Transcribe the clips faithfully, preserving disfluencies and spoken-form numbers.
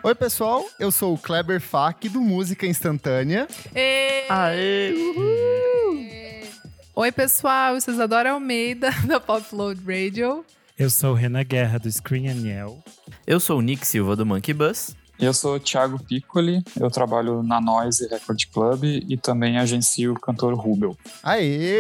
Oi, pessoal, eu sou o Kleber Fak, do Música Instantânea. E... Aê! Uhul! Oi, pessoal, eu sou Isadora Almeida, da Popload Radio. Eu sou o Renan Guerra, do Screen Aniel. Eu sou o Nick Silva, do Monkey Bus. Eu sou o Thiago Piccoli, eu trabalho na Noise Record Club e também agencio o cantor Rubel. Aê!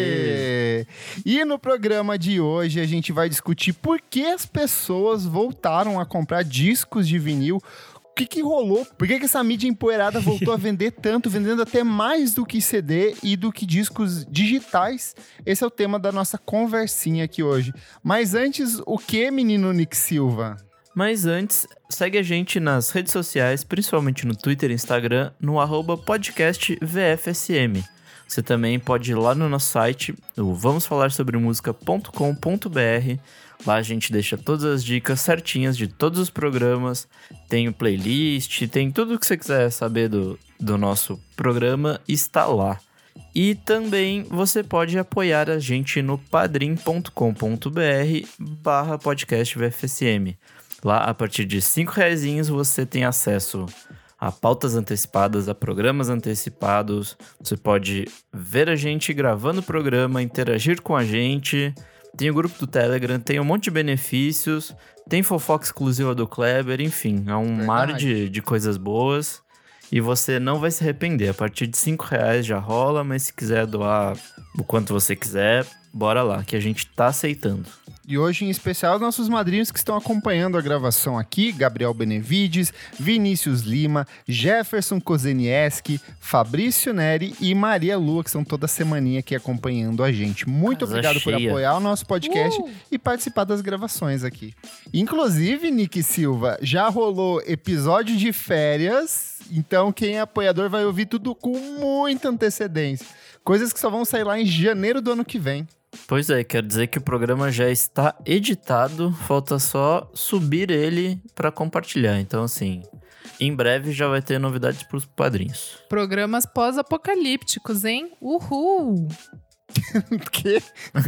Aê! E no programa de hoje a gente vai discutir por que as pessoas voltaram a comprar discos de vinil. O que que rolou? Por que que essa mídia empoeirada voltou a vender tanto, vendendo até mais do que C D e do que discos digitais? Esse é o tema da nossa conversinha aqui hoje. Mas antes, o que, menino Nick Silva? Mas antes, segue a gente nas redes sociais, principalmente no Twitter e Instagram, no arroba podcast V F S M. Você também pode ir lá no nosso site, o vamos falar sobre música ponto com ponto b r. Lá a gente deixa todas as dicas certinhas de todos os programas, tem o playlist, tem tudo o que você quiser saber do, do nosso programa, está lá. E também você pode apoiar a gente no padrim ponto com ponto b r barra podcast V F S M. Lá, a partir de cinco reaisinhos, você tem acesso a pautas antecipadas, a programas antecipados. Você pode ver a gente gravando o programa, interagir com a gente. Tem o grupo do Telegram, tem um monte de benefícios. Tem fofoca exclusiva do Kleber, enfim. É um Verdade. mar de, de coisas boas. E você não vai se arrepender. A partir de cinco reais já rola, mas se quiser doar o quanto você quiser, bora lá, que a gente tá aceitando. E hoje, em especial, nossos madrinhos que estão acompanhando a gravação aqui, Gabriel Benevides, Vinícius Lima, Jefferson Kozenieski, Fabrício Neri e Maria Lua, que são toda semaninha aqui acompanhando a gente. Muito Casa obrigado cheia. por apoiar o nosso podcast uh! e participar das gravações aqui. Inclusive, Nick Silva, já rolou episódio de férias, então quem é apoiador vai ouvir tudo com muita antecedência. Coisas que só vão sair lá em janeiro do ano que vem. Pois é, quero dizer que o programa já está editado, falta só subir ele para compartilhar. Então, assim, em breve já vai ter novidades para os padrinhos. Programas pós-apocalípticos, hein? Uhul! Que?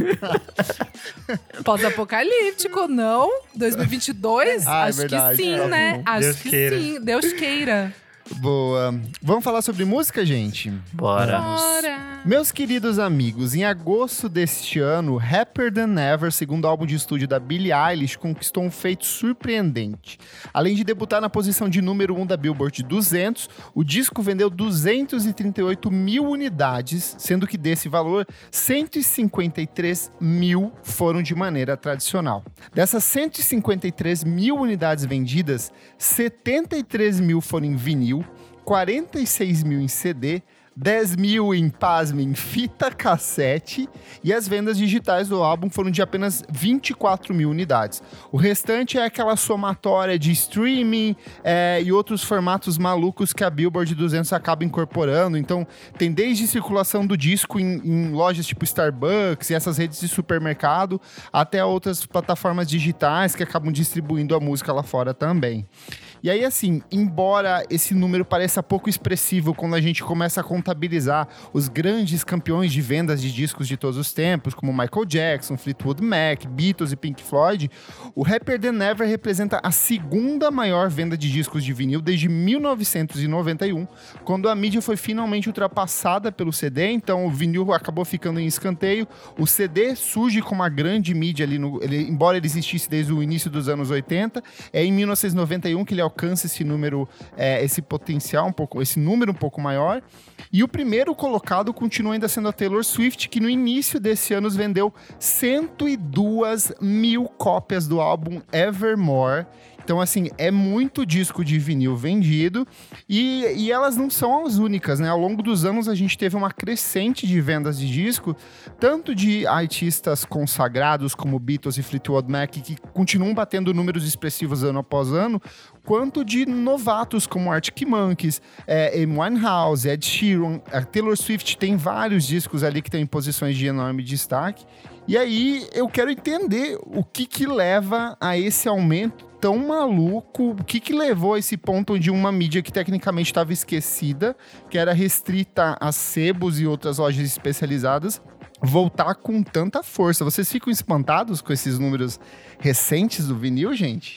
Pós-apocalíptico, não? dois mil e vinte e dois? Ah, Acho é verdade, que sim, é. né? Acho Deus que queira. sim. Deus queira. Boa. Vamos falar sobre música, gente? Bora. Bora! Meus queridos amigos, em agosto deste ano, Happier Than Ever, segundo álbum de estúdio da Billie Eilish, conquistou um feito surpreendente. Além de debutar na posição de número um da Billboard duzentos, o disco vendeu duzentos e trinta e oito mil unidades, sendo que desse valor, cento e cinquenta e três mil foram de maneira tradicional. Dessas cento e cinquenta e três mil unidades vendidas, setenta e três mil foram em vinil, quarenta e seis mil em C D, dez mil em, pasmem, fita cassete, e as vendas digitais do álbum foram de apenas vinte e quatro mil unidades. O restante é aquela somatória de streaming é, e outros formatos malucos que a Billboard duzentos acaba incorporando. Então, tem desde circulação do disco em, em lojas tipo Starbucks e essas redes de supermercado, até outras plataformas digitais que acabam distribuindo a música lá fora também. E aí, assim, embora esse número pareça pouco expressivo quando a gente começa a contabilizar os grandes campeões de vendas de discos de todos os tempos, como Michael Jackson, Fleetwood Mac, Beatles e Pink Floyd, o Happier Than Ever representa a segunda maior venda de discos de vinil desde mil novecentos e noventa e um, quando a mídia foi finalmente ultrapassada pelo C D, então o vinil acabou ficando em escanteio, o C D surge como uma grande mídia ali, no, ele, embora ele existisse desde o início dos anos oitenta, é em mil novecentos e noventa e um que ele alcança esse número, é, esse potencial um pouco, esse número um pouco maior. E o primeiro colocado continua ainda sendo a Taylor Swift, que no início desse ano vendeu cento e duas mil cópias do álbum Evermore. Então, assim, é muito disco de vinil vendido e, e elas não são as únicas, né? Ao longo dos anos, a gente teve uma crescente de vendas de disco, tanto de artistas consagrados como Beatles e Fleetwood Mac, que continuam batendo números expressivos ano após ano, quanto de novatos como Arctic Monkeys, é, Amy Winehouse, Ed Sheeran. A Taylor Swift tem vários discos ali que estão em posições de enorme destaque. E aí, eu quero entender o que que leva a esse aumento tão maluco, o que que levou a esse ponto onde uma mídia que tecnicamente estava esquecida, que era restrita a sebos e outras lojas especializadas, voltar com tanta força. Vocês ficam espantados com esses números recentes do vinil, gente?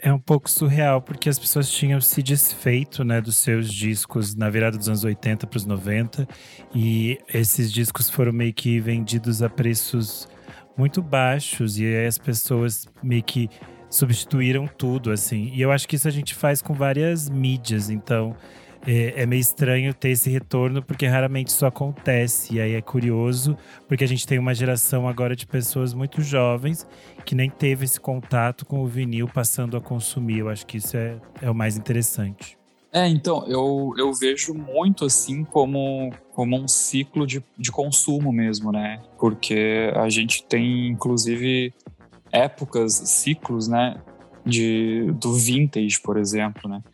É um pouco surreal, porque as pessoas tinham se desfeito, né, dos seus discos na virada dos anos oitenta para os noventa. E esses discos foram meio que vendidos a preços muito baixos. E aí as pessoas meio que substituíram tudo, assim. E eu acho que isso a gente faz com várias mídias. Então, é, é meio estranho ter esse retorno, porque raramente isso acontece. E aí é curioso, porque a gente tem uma geração agora de pessoas muito jovens que nem teve esse contato com o vinil passando a consumir. Eu acho que isso é, é o mais interessante. É, então, eu, eu vejo muito assim como, como um ciclo de, de consumo mesmo, né? Porque a gente tem, inclusive, épocas, ciclos, né? De, do vintage, por exemplo, né?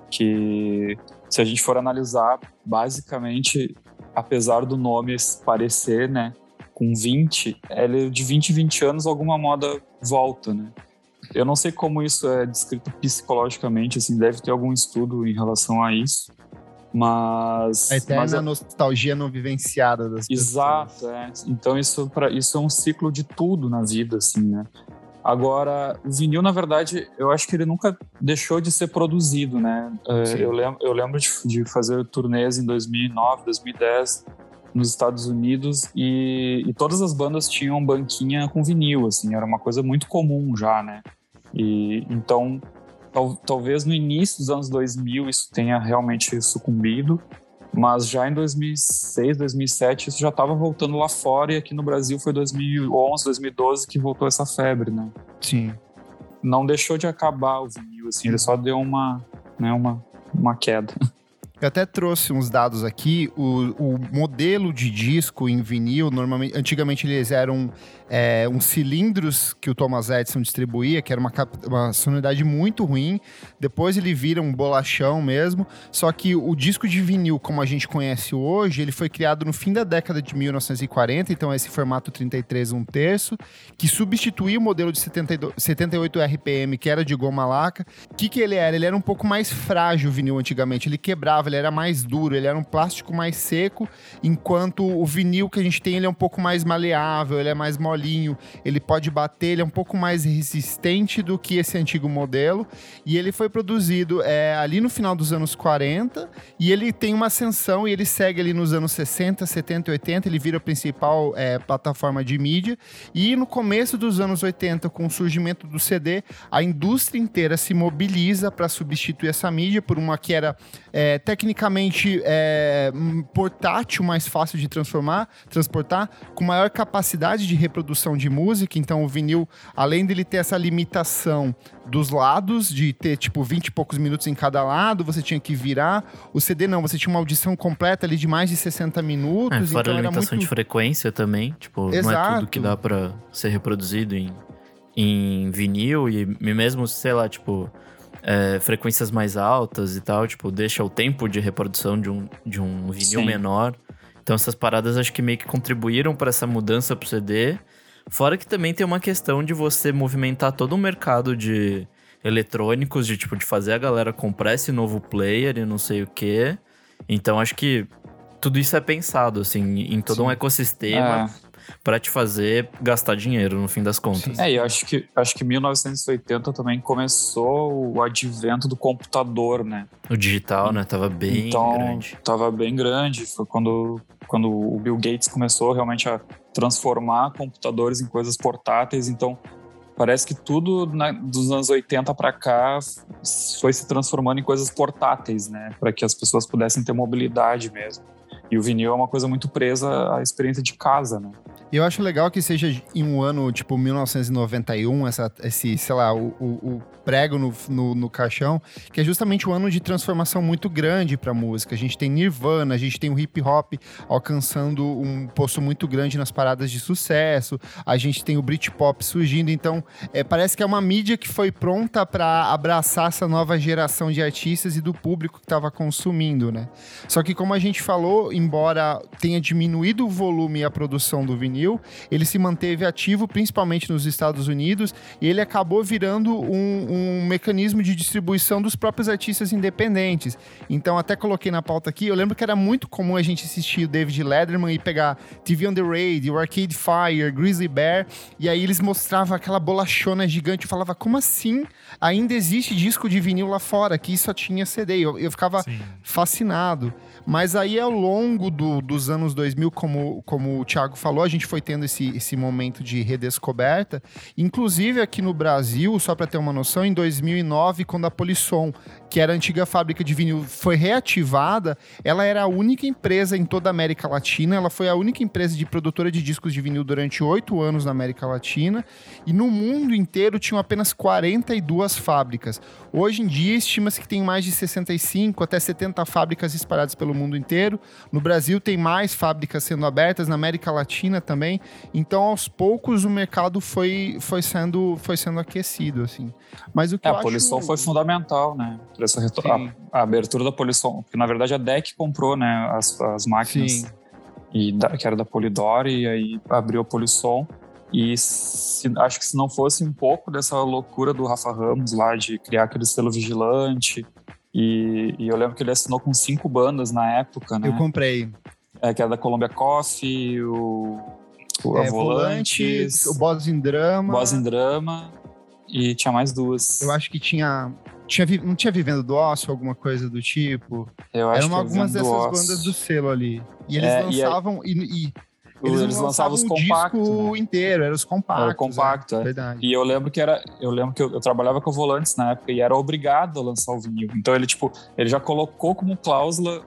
Que, se a gente for analisar, basicamente, apesar do nome parecer, né? Com vinte, ele, de vinte em vinte anos, alguma moda volta, né? Eu não sei como isso é descrito psicologicamente, assim, deve ter algum estudo em relação a isso, mas... A eterna mas a... nostalgia não vivenciada das Exato, pessoas. é. Então isso, pra, isso é um ciclo de tudo na vida, assim, né? Agora, o vinil, na verdade, eu acho que ele nunca deixou de ser produzido, né? É, eu lembro, eu lembro de, de fazer turnês em dois mil e nove, dois mil e dez... nos Estados Unidos, e, e todas as bandas tinham banquinha com vinil, assim, era uma coisa muito comum já, né? E então, tal, talvez no início dos anos dois mil isso tenha realmente sucumbido, mas já em dois mil e seis, dois mil e sete isso já estava voltando lá fora, e aqui no Brasil foi dois mil e onze, dois mil e doze que voltou essa febre, né? Sim. Não deixou de acabar o vinil, assim, ele só deu uma, né, uma, uma queda. Eu até trouxe uns dados aqui. O, o modelo de disco em vinil, normalmente, antigamente eles eram é, uns cilindros que o Thomas Edison distribuía, que era uma, uma sonoridade muito ruim. Depois ele vira um bolachão mesmo. Só que o disco de vinil, como a gente conhece hoje, ele foi criado no fim da década de mil novecentos e quarenta, então esse formato trinta e três um terço, que substituía o modelo de setenta e dois, setenta e oito R P M, que era de goma laca. O que, que ele era? Ele era um pouco mais frágil, o vinil, antigamente. Ele quebrava, ele era mais duro, ele era um plástico mais seco, enquanto o vinil que a gente tem, ele é um pouco mais maleável, ele é mais molinho, ele pode bater, ele é um pouco mais resistente do que esse antigo modelo, e ele foi produzido é, ali no final dos anos quarenta, e ele tem uma ascensão, e ele segue ali nos anos sessenta, setenta e oitenta, ele vira a principal é, plataforma de mídia, e no começo dos anos oitenta, com o surgimento do C D, a indústria inteira se mobiliza para substituir essa mídia por uma que era é, tecnicamente é, portátil, mais fácil de transformar, transportar, com maior capacidade de reprodução de música. Então o vinil, além dele ter essa limitação dos lados, de ter tipo vinte e poucos minutos em cada lado, você tinha que virar. O C D não, você tinha uma audição completa ali de mais de sessenta minutos. É, fora então a limitação era muito... de frequência também, tipo, Exato. Não é tudo que dá pra ser reproduzido em, em vinil, e mesmo, sei lá, tipo... É, frequências mais altas e tal, tipo, deixa o tempo de reprodução de um, de um vinil Sim. menor. Então essas paradas acho que meio que contribuíram para essa mudança pro C D. Fora que também tem uma questão de você movimentar todo o mercado de eletrônicos, de tipo, de fazer a galera comprar esse novo player e não sei o quê. Então acho que tudo isso é pensado, assim, em todo Sim. um ecossistema... É. Pra te fazer gastar dinheiro, no fim das contas. Sim. É, e eu acho que, acho que mil novecentos e oitenta também começou o advento do computador, né? O digital, né? Tava bem então, grande. Tava bem grande. Foi quando, quando o Bill Gates começou realmente a transformar computadores em coisas portáteis. Então, parece que tudo na, dos anos oitenta pra cá foi se transformando em coisas portáteis, né? Para que as pessoas pudessem ter mobilidade mesmo. E o vinil é uma coisa muito presa à experiência de casa, né? Eu acho legal que seja em um ano, tipo, mil novecentos e noventa e um, essa, esse, sei lá, o, o, o prego no, no, no caixão, que é justamente um ano de transformação muito grande pra música. A gente tem Nirvana, a gente tem o hip hop alcançando um posto muito grande nas paradas de sucesso, a gente tem o Britpop surgindo, então é, parece que é uma mídia que foi pronta pra abraçar essa nova geração de artistas e do público que tava consumindo, né? Só que como a gente falou, embora tenha diminuído o volume e a produção do vinil, vinil. Ele se manteve ativo, principalmente nos Estados Unidos, e ele acabou virando um, um mecanismo de distribuição dos próprios artistas independentes. Então, até coloquei na pauta aqui, eu lembro que era muito comum a gente assistir o David Letterman e pegar T V on the Radio, o Arcade Fire, Grizzly Bear, e aí eles mostravam aquela bolachona gigante e falava, como assim ainda existe disco de vinil lá fora, que só tinha C D? Eu, eu ficava Sim. fascinado. Mas aí, ao longo do, dos anos dois mil, como, como o Thiago falou, a gente foi tendo esse, esse momento de redescoberta. Inclusive, aqui no Brasil, só para ter uma noção, em dois mil e nove, quando a Polisson, que era a antiga fábrica de vinil, foi reativada, ela era a única empresa em toda a América Latina, ela foi a única empresa de produtora de discos de vinil durante oito anos na América Latina, e no mundo inteiro tinham apenas quarenta e duas fábricas. Hoje em dia, estima-se que tem mais de sessenta e cinco até setenta fábricas espalhadas pelo mundo inteiro. No Brasil tem mais fábricas sendo abertas, na América Latina também. Então, aos poucos, o mercado foi, foi, sendo, foi sendo aquecido, assim. Mas o que é, eu a Polisson acho... foi fundamental, né? Para essa reto... a, a abertura da Polisson. Porque, na verdade, a D E C comprou, né, as, as máquinas e da, que era da Polydor, e aí abriu a Polisson. E se, acho que se não fosse um pouco dessa loucura do Rafa Ramos lá, de criar aquele selo vigilante... E, e eu lembro que ele assinou com cinco bandas na época, né? Eu comprei. É, que era da Columbia Coffee, o, o é, a Volantes, o Boss in Drama. Boss in Drama, e tinha mais duas. Eu acho que tinha... tinha não tinha Vivendo do Ócio, alguma coisa do tipo? Eu acho Eram que algumas dessas do bandas do selo ali. E eles é, lançavam... E, e, Eles, eles lançavam os compactos, o disco né? inteiro, eram os compactos. Era o compacto, é. é. Verdade. E eu lembro que era, eu lembro que eu, eu trabalhava com o Volantes na época e era obrigado a lançar o vinil. Então ele tipo, ele já colocou como cláusula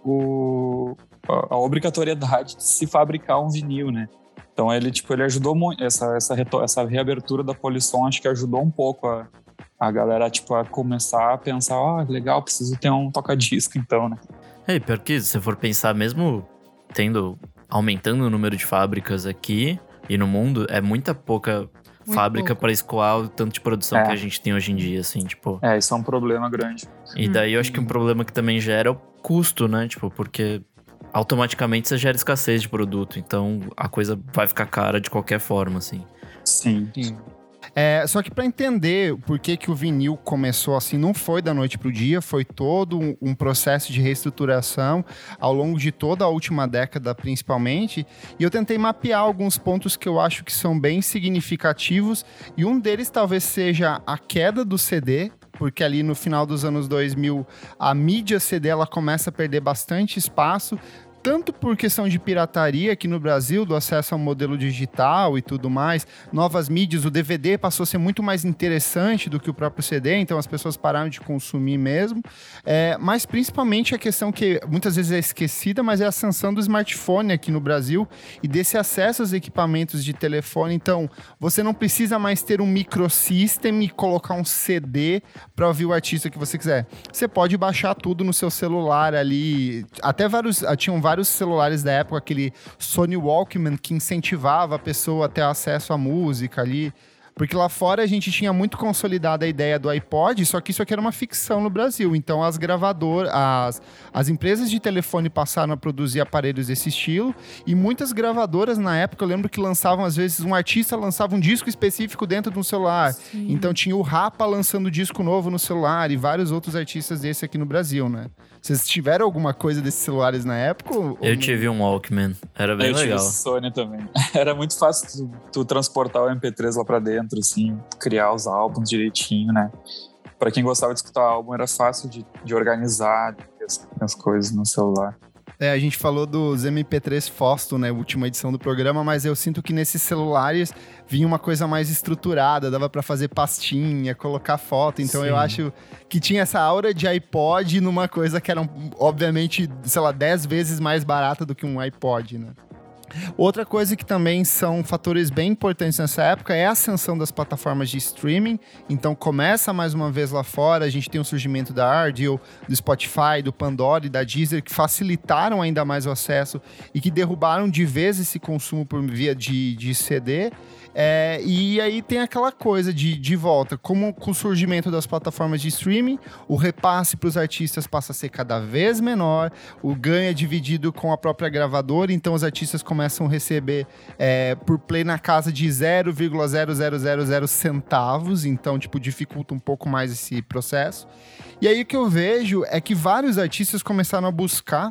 o, a, a obrigatoriedade de se fabricar um vinil, né? Então ele tipo, ele ajudou muito essa essa essa reabertura da Polisson, acho que ajudou um pouco a a galera tipo a começar a pensar, ó, oh, legal, preciso ter um toca-disco então, né? É, pior que se você for pensar mesmo tendo aumentando o número de fábricas aqui e no mundo, é muita pouca Muito fábrica para escoar o tanto de produção é. que a gente tem hoje em dia, assim, tipo... É, isso é um problema grande. E daí eu acho que um problema que também gera é o custo, né? Tipo, porque automaticamente você gera escassez de produto, então a coisa vai ficar cara de qualquer forma, assim. Sim. Sim. É, só que para entender por que, que o vinil começou assim, não foi da noite para o dia, foi todo um, um processo de reestruturação ao longo de toda a última década, principalmente, e eu tentei mapear alguns pontos que eu acho que são bem significativos, e um deles talvez seja a queda do C D, porque ali no final dos anos dois mil, a mídia C D ela começa a perder bastante espaço, tanto por questão de pirataria aqui no Brasil, do acesso ao modelo digital e tudo mais, novas mídias, o D V D passou a ser muito mais interessante do que o próprio C D, então as pessoas pararam de consumir mesmo, é, mas principalmente a questão que muitas vezes é esquecida, mas é a ascensão do smartphone aqui no Brasil e desse acesso aos equipamentos de telefone. Então, você não precisa mais ter um microsystem e colocar um C D para ouvir o artista que você quiser. Você pode baixar tudo no seu celular ali, até vários, tinham vários vários celulares da época, aquele Sony Walkman que incentivava a pessoa a ter acesso à música ali, porque lá fora a gente tinha muito consolidada a ideia do iPod, só que isso aqui era uma ficção no Brasil, então as gravadoras, as, as empresas de telefone passaram a produzir aparelhos desse estilo, e muitas gravadoras na época, eu lembro que lançavam, às vezes, um artista lançava um disco específico dentro de um celular, Sim. então tinha o Rapa lançando disco novo no celular, e vários outros artistas desse aqui no Brasil, né? Vocês tiveram alguma coisa desses celulares na época? Ou eu não? tive um Walkman, era bem eu legal. Eu tive Sony também. Era muito fácil tu, tu transportar o M P três lá pra dentro, assim, criar os álbuns direitinho, né? Pra quem gostava de escutar álbum, era fácil de, de organizar as, as coisas no celular. É, a gente falou dos M P três Fausto, né, última edição do programa, mas eu sinto que nesses celulares vinha uma coisa mais estruturada, dava pra fazer pastinha, colocar foto, então Sim. eu acho que tinha essa aura de iPod numa coisa que era, obviamente, sei lá, dez vezes mais barata do que um iPod, né? Outra coisa que também são fatores bem importantes nessa época é a ascensão das plataformas de streaming. Então começa mais uma vez lá fora, a gente tem o surgimento da Rdio, do Spotify, do Pandora e da Deezer, que facilitaram ainda mais o acesso e que derrubaram de vez esse consumo por via de, de C D. É, e aí tem aquela coisa de, de volta, como com o surgimento das plataformas de streaming, o repasse para os artistas passa a ser cada vez menor, o ganho é dividido com a própria gravadora, então os artistas começam a receber é, por play na casa de zero vírgula zero zero zero zero centavos, então, tipo, dificulta um pouco mais esse processo. E aí o que eu vejo é que vários artistas começaram a buscar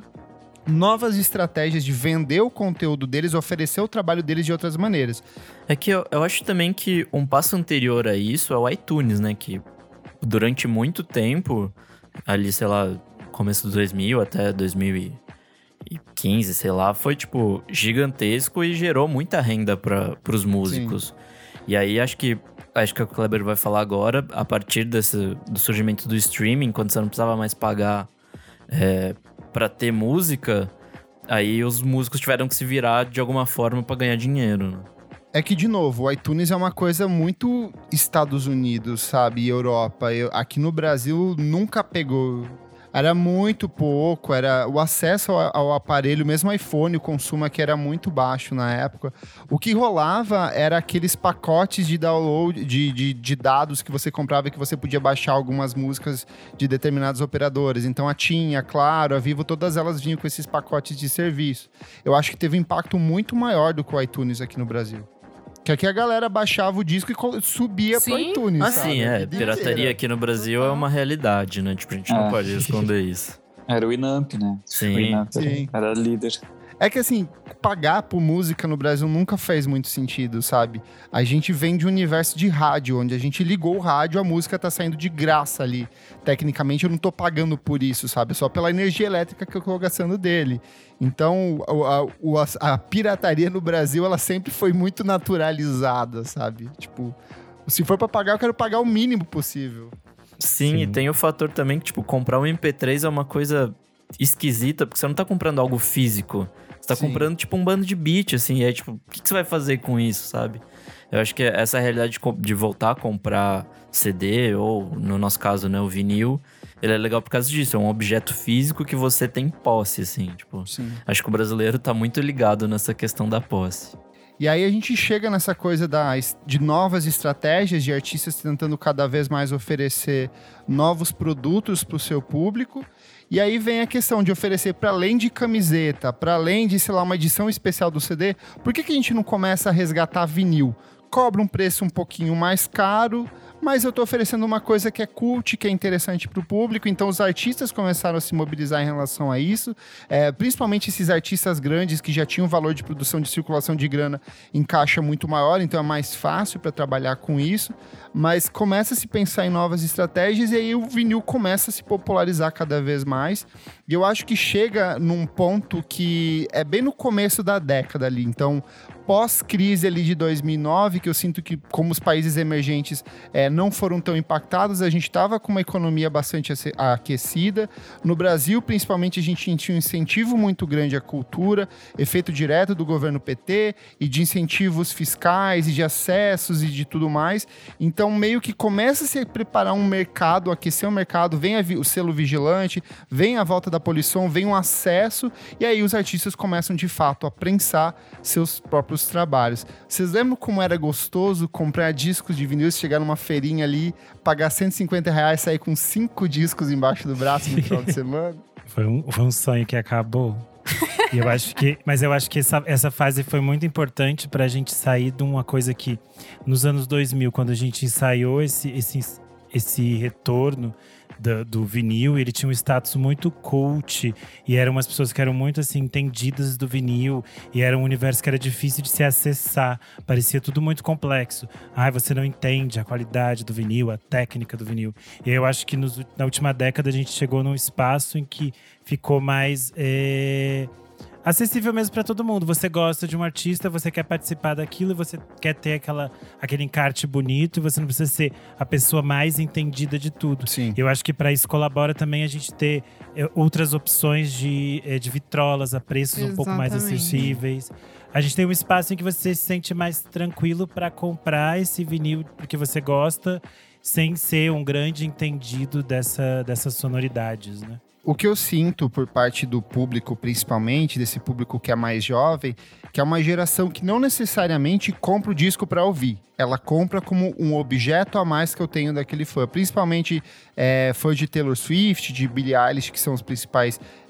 novas estratégias de vender o conteúdo deles, oferecer o trabalho deles de outras maneiras. É que eu, eu acho também que um passo anterior a isso é o iTunes, né? Que durante muito tempo, ali, sei lá, começo dos dois mil até dois mil e quinze, sei lá, foi, tipo, gigantesco e gerou muita renda para os músicos. Sim. E aí, acho que acho que o Kleber vai falar agora, a partir desse, do surgimento do streaming, quando você não precisava mais pagar é, para ter música, aí os músicos tiveram que se virar de alguma forma para ganhar dinheiro, né? É que, de novo, o iTunes é uma coisa muito Estados Unidos, sabe? E Europa. Eu, aqui no Brasil nunca pegou. Era muito pouco, era o acesso ao, ao aparelho, mesmo iPhone, o consumo aqui era muito baixo na época. O que rolava era aqueles pacotes de download, de, de, de dados que você comprava e que você podia baixar algumas músicas de determinados operadores. Então a TIM, a Claro, a Vivo, todas elas vinham com esses pacotes de serviço. Eu acho que teve um impacto muito maior do que o iTunes aqui no Brasil. Que aqui a galera baixava o disco e subia sim. pro iTunes, ah, sabe? Sim, é. Pirataria aqui no Brasil é uma realidade, né? Tipo, a gente é. não pode esconder isso. Era o Inamp, né? Sim. O Inamp sim. Era líder. É que, assim, pagar por música no Brasil nunca fez muito sentido, sabe? A gente vem de um universo de rádio, onde a gente ligou o rádio, a música tá saindo de graça ali. Tecnicamente, eu não tô pagando por isso, sabe? Só pela energia elétrica que eu tô gastando dele. Então, a, a, a pirataria no Brasil, ela sempre foi muito naturalizada, sabe? Tipo, se for pra pagar, eu quero pagar o mínimo possível. Sim, Sim. E tem o fator também que, tipo, comprar um M P três é uma coisa esquisita, porque você não tá comprando algo físico. Você tá Sim. comprando, tipo, um bando de beat, assim, e aí, tipo, o que, que você vai fazer com isso, sabe? Eu acho que essa realidade de, de voltar a comprar C D, ou, no nosso caso, né, o vinil, ele é legal por causa disso. É um objeto físico que você tem posse, assim, tipo... Sim. Acho que o brasileiro tá muito ligado nessa questão da posse. E aí a gente chega nessa coisa da, de novas estratégias de artistas tentando cada vez mais oferecer novos produtos para o seu público. E aí vem a questão de oferecer para além de camiseta, para além de, sei lá, uma edição especial do C D, por que que a gente não começa a resgatar vinil? Cobra um preço um pouquinho mais caro, mas eu estou oferecendo uma coisa que é cult, que é interessante para o público, então os artistas começaram a se mobilizar em relação a isso, é, principalmente esses artistas grandes que já tinham valor de produção, de circulação de grana em caixa muito maior, então é mais fácil para trabalhar com isso, mas começa a se pensar em novas estratégias e aí o vinil começa a se popularizar cada vez mais, e eu acho que chega num ponto que é bem no começo da década ali, então pós-crise ali de dois mil e nove, que eu sinto que como os países emergentes é, não foram tão impactados, a gente estava com uma economia bastante aquecida. No Brasil, principalmente, a gente tinha um incentivo muito grande à cultura, efeito direto do governo P T e de incentivos fiscais e de acessos e de tudo mais. Então, meio que começa a se preparar um mercado, aquecer o mercado, vem a, o selo vigilante, vem a volta da poluição, vem um acesso e aí os artistas começam, de fato, a prensar seus próprios trabalhos. Vocês lembram como era gostoso comprar discos de vinil, chegar numa feirinha ali, pagar cento e cinquenta reais, sair com cinco discos embaixo do braço no final de semana? Foi um, foi um sonho que acabou. E eu acho que, mas eu acho que essa, essa fase foi muito importante pra gente sair de uma coisa que nos anos dois mil, quando a gente ensaiou esse, esse, esse retorno Do, do vinil, ele tinha um status muito cult e eram umas pessoas que eram muito assim entendidas do vinil e era um universo que era difícil de se acessar, parecia tudo muito complexo. Ai, você não entende a qualidade do vinil, a técnica do vinil. E eu acho que nos, na última década a gente chegou num espaço em que ficou mais é, acessível mesmo para todo mundo. Você gosta de um artista, você quer participar daquilo, você quer ter aquela, aquele encarte bonito, e você não precisa ser a pessoa mais entendida de tudo. Sim. Eu acho que para isso colabora também a gente ter é, outras opções de, é, de vitrolas a preços Exatamente. um pouco mais acessíveis. A gente tem um espaço em que você se sente mais tranquilo para comprar esse vinil porque você gosta, sem ser um grande entendido dessa, dessas sonoridades, né? O que eu sinto por parte do público, principalmente, desse público que é mais jovem, que é uma geração que não necessariamente compra o disco para ouvir. Ela compra como um objeto a mais que eu tenho daquele fã. Principalmente é, fãs de Taylor Swift, de Billie Eilish, que são os principais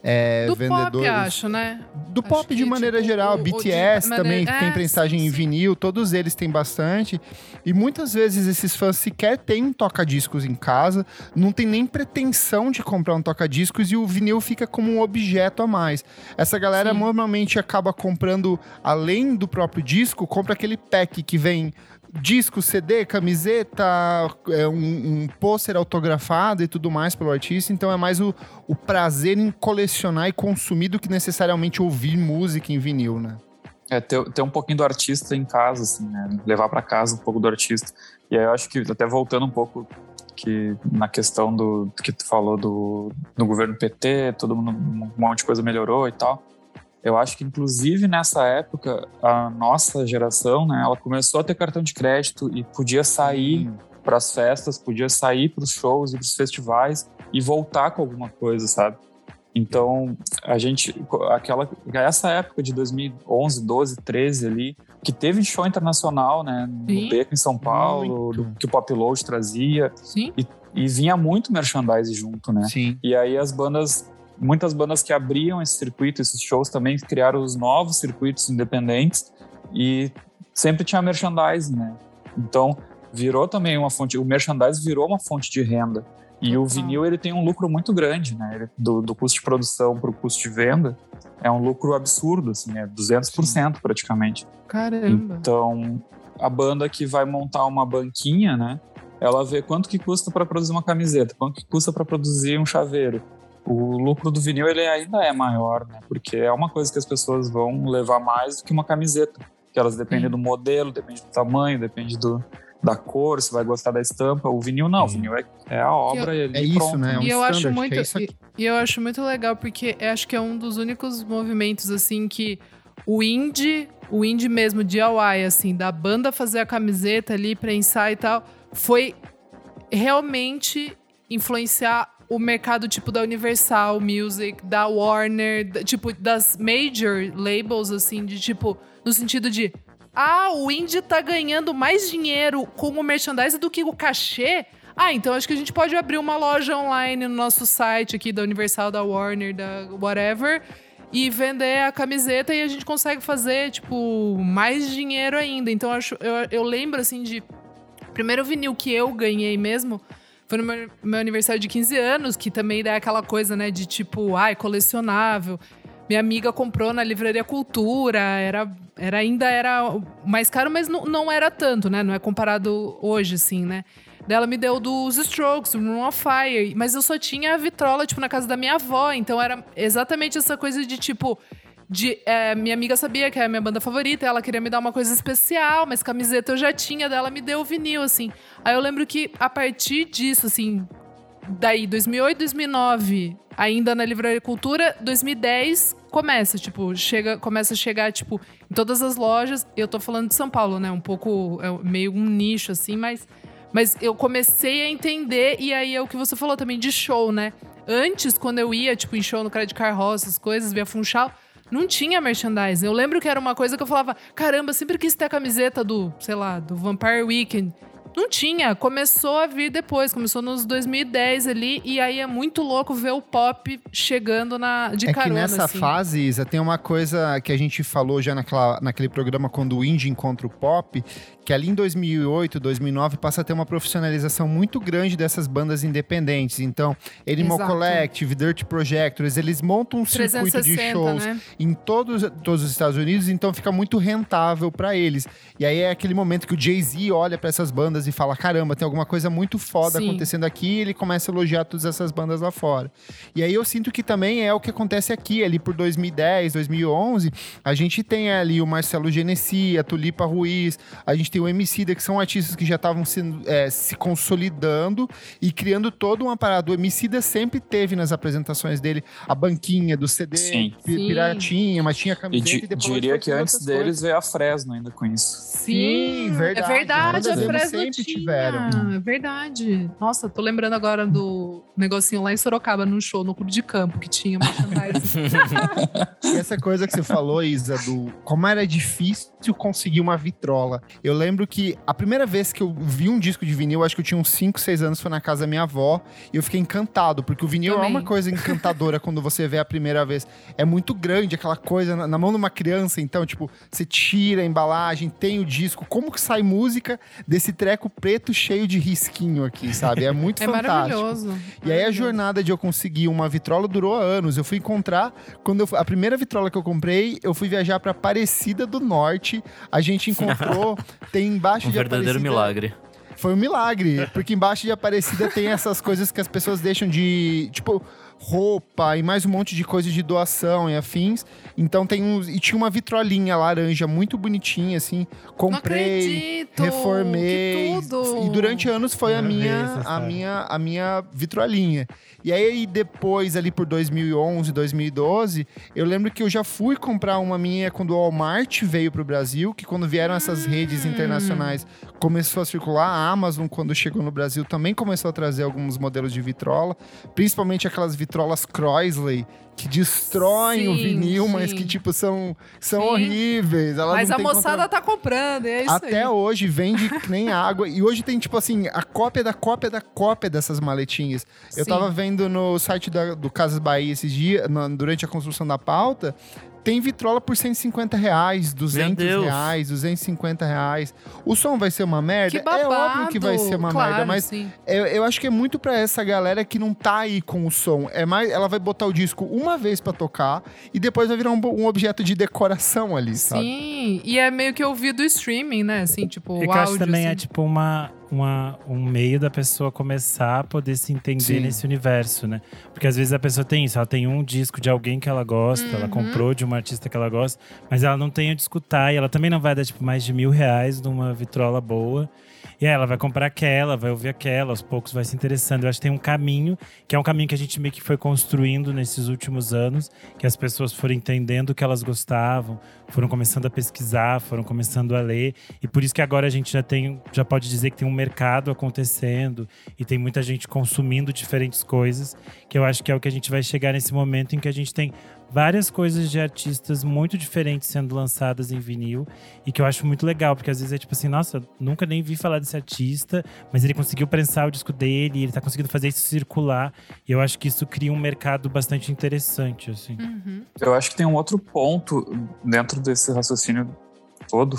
é, Do vendedores. pop, acho, né? Do Acho pop de que, maneira tipo, geral, o- o B de T S maneira- também, que tem é, prensagem sim, em sim. vinil, todos eles têm bastante. E muitas vezes esses fãs sequer têm um toca-discos em casa, não tem nem pretensão de comprar um toca-discos e o vinil fica como um objeto a mais. Essa galera Sim. normalmente acaba comprando, além do próprio disco, compra aquele pack que vem disco, C D, camiseta, é, um, um pôster autografado e tudo mais pelo artista. Então é mais o, o prazer em colecionar e consumir do que necessariamente ouvir música em vinil, né? É, ter, ter um pouquinho do artista em casa, assim, né? Levar para casa um pouco do artista. E aí eu acho que, até voltando um pouco que na questão do que tu falou do, do governo P T, todo mundo, um monte de coisa melhorou e tal. Eu acho que, inclusive, nessa época, a nossa geração, né, ela começou a ter cartão de crédito e podia sair para as festas, podia sair para os shows e para os festivais e voltar com alguma coisa, sabe? Então, a gente, aquela, essa época de dois mil e onze, doze, treze ali, que teve show internacional, né, no Sim. Beco em São Paulo, Muito. do, que o Pop Load trazia, Sim. e, e vinha muito merchandise junto, né? Sim. E aí as bandas, muitas bandas que abriam esse circuito, esses shows também criaram os novos circuitos independentes e sempre tinha merchandising, né? Então virou também uma fonte, o merchandising virou uma fonte de renda. E o vinil, ele tem um lucro muito grande, né? Ele, do, do custo de produção para o custo de venda, é um lucro absurdo, assim, é duzentos por cento praticamente. Caramba. Então, a banda que vai montar uma banquinha, né? Ela vê quanto que custa para produzir uma camiseta, quanto que custa para produzir um chaveiro. O lucro do vinil, ele ainda é maior, né? Porque é uma coisa que as pessoas vão levar mais do que uma camiseta. Que elas dependem Sim. do modelo, depende do tamanho, depende do, da cor, se vai gostar da estampa. O vinil não, o vinil é, é a obra e ali É isso, pronto. né? É um E eu acho standard, muito que é isso e, aqui. e eu acho muito legal porque eu acho que é um dos únicos movimentos assim que o indie, o indie mesmo D I Y assim, da banda fazer a camiseta ali, prensar e tal, foi realmente influenciar o mercado tipo da Universal Music, da Warner, da- tipo das major labels assim, de tipo no sentido de ah, o indie tá ganhando mais dinheiro com o merchandise do que o cachê. Ah, então acho que a gente pode abrir uma loja online no nosso site aqui da Universal, da Warner, da whatever, e vender a camiseta e a gente consegue fazer, tipo, mais dinheiro ainda. Então eu, acho, eu, eu lembro, assim, de... O primeiro vinil que eu ganhei mesmo foi no meu, meu aniversário de quinze anos, que também dá aquela coisa, né, de tipo, ai, colecionável. Minha amiga comprou na Livraria Cultura, era, era, ainda era mais caro, mas não, não era tanto, né? Não é comparado hoje, assim, né? Daí ela me deu dos Strokes, do Room of Fire, mas eu só tinha a vitrola, tipo, na casa da minha avó, então era exatamente essa coisa de, tipo... De, é, minha amiga sabia que era a minha banda favorita, ela queria me dar uma coisa especial, mas camiseta eu já tinha, dela me deu o vinil, assim. Aí eu lembro que, a partir disso, assim... Daí, dois mil e oito, dois mil e nove, ainda na Livraria Cultura, dois mil e dez começa, tipo, chega, começa a chegar, tipo, em todas as lojas. Eu tô falando de São Paulo, né? Um pouco, é meio um nicho, assim, mas, mas eu comecei a entender, e aí é o que você falou também de show, né? Antes, quando eu ia, tipo, em show no Credit Card Hall, essas coisas, via Funchal, não tinha merchandising. Eu lembro que era uma coisa que eu falava, caramba, sempre quis ter a camiseta do, sei lá, do Vampire Weekend. Não tinha, começou a vir depois, começou nos dois mil e dez ali, e aí é muito louco ver o pop chegando na, de É carona, que nessa assim. fase, Isa, tem uma coisa que a gente falou já naquela, naquele programa quando o indie encontra o pop, que ali em dois mil e oito, dois mil e nove passa a ter uma profissionalização muito grande dessas bandas independentes. Então, Animal Exato. Collective, Dirt Projectors, eles montam um circuito de trezentos e sessenta, shows né? em todos, todos os Estados Unidos, então fica muito rentável pra eles. E aí é aquele momento que o Jay-Z olha pra essas bandas e fala, caramba, tem alguma coisa muito foda Sim. acontecendo aqui, e ele começa a elogiar todas essas bandas lá fora. E aí eu sinto que também é o que acontece aqui, ali por dois mil e dez, dois mil e onze, a gente tem ali o Marcelo Genesi, a Tulipa Ruiz, a gente tem o Emicida, que são artistas que já estavam é, se consolidando e criando toda uma parada. O Emicida sempre teve nas apresentações dele a banquinha do C D, Sim. pi- Sim. piratinha, mas tinha E camiseta di- e, depois diria foi que tudo antes outras deles coisas. veio a Fresno ainda com isso. Sim, verdade. É verdade, Bandas a emo Fresno sempre sempre tiveram. Ah, verdade. Nossa, tô lembrando agora do negocinho lá em Sorocaba, num show, no Clube de Campo, que tinha merchandising. E essa coisa que você falou, Isa, do como era difícil conseguir uma vitrola. Eu lembro que a primeira vez que eu vi um disco de vinil, acho que eu tinha uns cinco, seis anos, foi na casa da minha avó, e eu fiquei encantado, porque o vinil Também. é uma coisa encantadora quando você vê a primeira vez. É muito grande, aquela coisa na, na mão de uma criança, então, tipo, você tira a embalagem, tem o disco, como que sai música desse treco preto cheio de risquinho aqui, sabe? É muito É fantástico. maravilhoso. E aí a Maravilhoso. jornada de eu conseguir uma vitrola durou anos. Eu fui encontrar, quando eu, a primeira vitrola que eu comprei, eu fui viajar pra Aparecida do Norte. A gente encontrou, tem embaixo Um de verdadeiro Aparecida... milagre. Foi um milagre, porque embaixo de Aparecida tem essas coisas que as pessoas deixam de, tipo, roupa e mais um monte de coisa de doação e afins. Então tem uns... E tinha uma vitrolinha laranja muito bonitinha, assim. Comprei, Não acredito, reformei. que tudo. E durante anos foi a Quero ver minha, essa a história. minha, a minha vitrolinha. E aí depois, ali por dois mil e onze, dois mil e doze, eu lembro que eu já fui comprar uma minha quando o Walmart veio pro Brasil, que quando vieram essas redes internacionais, começou a circular. A Amazon, quando chegou no Brasil, também começou a trazer alguns modelos de vitrola, principalmente aquelas vitrolas Crosley, que destroem o Sim, vinil, mas sim. que, tipo, são, são Sim. horríveis. Elas Mas não a têm moçada contra- tá comprando, é isso Até aí. hoje vende que nem água. E hoje tem, tipo assim, a cópia da cópia da cópia dessas maletinhas. Eu Sim. tava vendo no site da- do Casas Bahia esses dias, na- durante a construção da pauta, tem vitrola por cento e cinquenta reais, duzentos Deus. reais, duzentos e cinquenta reais. O som vai ser uma merda? Que babado. É óbvio que vai ser uma Claro, merda, mas sim. eu, eu acho que é muito pra essa galera que não tá aí com o som. É mais, ela vai botar o disco uma vez pra tocar e depois vai virar um, bo- um objeto de decoração ali, sabe? Sim, e é meio que ouvir do streaming, né? Assim, tipo, É o que eu acho áudio, também assim. é tipo uma, uma, um meio da pessoa começar a poder se entender Sim. nesse universo, né? Porque às vezes a pessoa tem isso, ela tem um disco de alguém que ela gosta, ela Uhum. comprou de uma artista que ela gosta, mas ela não tem onde escutar e ela também não vai dar tipo mais de mil reais numa vitrola boa. E aí ela vai comprar aquela, vai ouvir aquela, aos poucos vai se interessando. Eu acho que tem um caminho, que é um caminho que a gente meio que foi construindo nesses últimos anos, que as pessoas foram entendendo o que elas gostavam, foram começando a pesquisar, foram começando a ler. E por isso que agora a gente já tem, já pode dizer que tem um mercado acontecendo e tem muita gente consumindo diferentes coisas, que eu acho que é o que a gente vai chegar nesse momento em que a gente tem várias coisas de artistas muito diferentes sendo lançadas em vinil e que eu acho muito legal, porque às vezes é tipo assim, nossa, nunca nem vi falar desse artista, mas ele conseguiu prensar o disco dele, ele tá conseguindo fazer isso circular, e eu acho que isso cria um mercado bastante interessante, assim. Uhum. Eu acho que tem um outro ponto dentro desse raciocínio todo,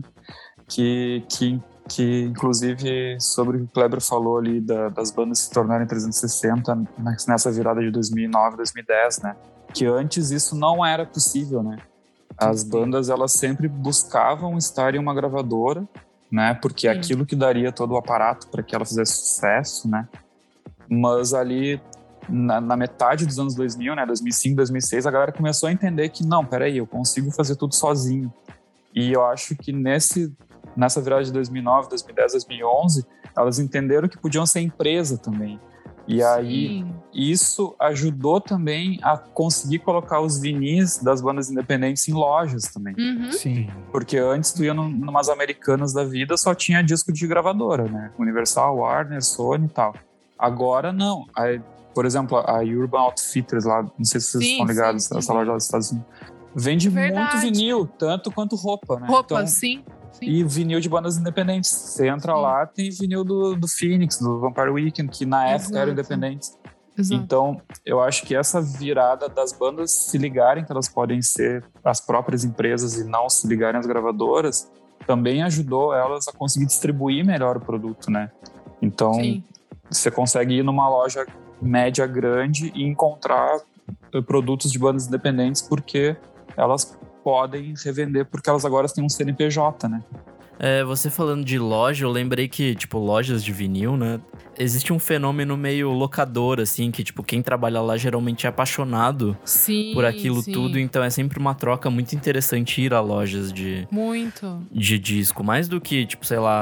que, que, que inclusive sobre o que o Kleber falou ali da, das bandas se tornarem trezentos e sessenta nessa virada de dois mil e nove, dois mil e dez, né? Que antes isso não era possível, né? As bandas, elas sempre buscavam estar em uma gravadora, né? Porque é Sim. aquilo que daria todo o aparato para que ela fizesse sucesso, né? Mas ali na, na metade dos anos dois mil, né? dois mil e cinco, dois mil e seis, a galera começou a entender que não, peraí, eu consigo fazer tudo sozinho. E eu acho que nesse, nessa virada de dois mil e nove, dois mil e dez, dois mil e onze, elas entenderam que podiam ser empresa também. E aí, Sim. isso ajudou também a conseguir colocar os vinis das bandas independentes em lojas também. Uhum. Sim. Porque antes tu ia num, numas americanas da vida, só tinha disco de gravadora, né? Universal, Warner, Sony e tal. Agora não. Aí, por exemplo, a Urban Outfitters lá, não sei se vocês Sim, estão ligados, sim, sim. essa loja lá dos Estados Unidos, vende Verdade. muito vinil, tanto quanto roupa, né? Roupa, Então, sim. sim. e vinil de bandas independentes. Você entra Sim. lá, tem vinil do, do Phoenix, do Vampire Weekend, que na época eram Exato. independentes. Exato. Então, eu acho que essa virada das bandas se ligarem que elas podem ser as próprias empresas e não se ligarem às gravadoras, também ajudou elas a conseguir distribuir melhor o produto, né? Então, Sim. você consegue ir numa loja média grande e encontrar eh, produtos de bandas independentes porque elas podem revender, porque elas agora têm um C N P J, né? É, você falando de loja, eu lembrei que, tipo, lojas de vinil, né? Existe um fenômeno meio locador, assim, que, tipo, quem trabalha lá geralmente é apaixonado Sim, por aquilo sim. tudo. Então é sempre uma troca muito interessante ir a lojas de, Muito. de disco. Mais do que, tipo, sei lá,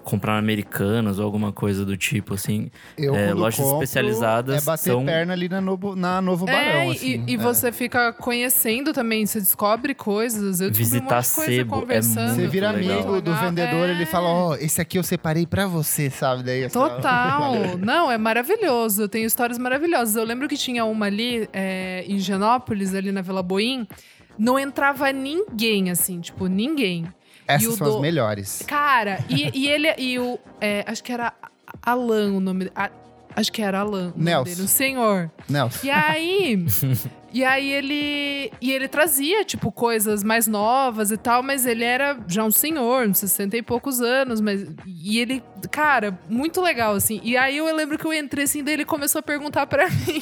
comprar na Americanas ou alguma coisa do tipo, assim. Eu, é, quando lojas compro, especializadas é bater são... perna ali na Novo, na Novo Barão, É, assim. e, e é. você fica conhecendo também, você descobre coisas. Eu descobri Visitar um monte de coisa sebo é conversando. Você muito vira legal. amigo do Legal. vendedor, É. ele fala, ó, oh, esse aqui eu separei pra você, sabe? Daí, assim, ó, Total. valeu. Não, é maravilhoso. Eu tenho histórias maravilhosas. Eu lembro que tinha uma ali, é, em Higienópolis, ali na Vila Boim. Não entrava ninguém, assim, tipo, ninguém. E Essas o são do- as melhores. Cara, e, e ele, e o, é, acho que era Alan o nome, a- acho que era Alan o nome Nelson. dele, o senhor. Nelson. E aí, e aí ele, e ele trazia, tipo, coisas mais novas e tal, mas ele era já um senhor, uns sessenta e poucos anos, mas, e ele, cara, muito legal, assim. E aí eu lembro que eu entrei, assim, daí ele começou a perguntar pra mim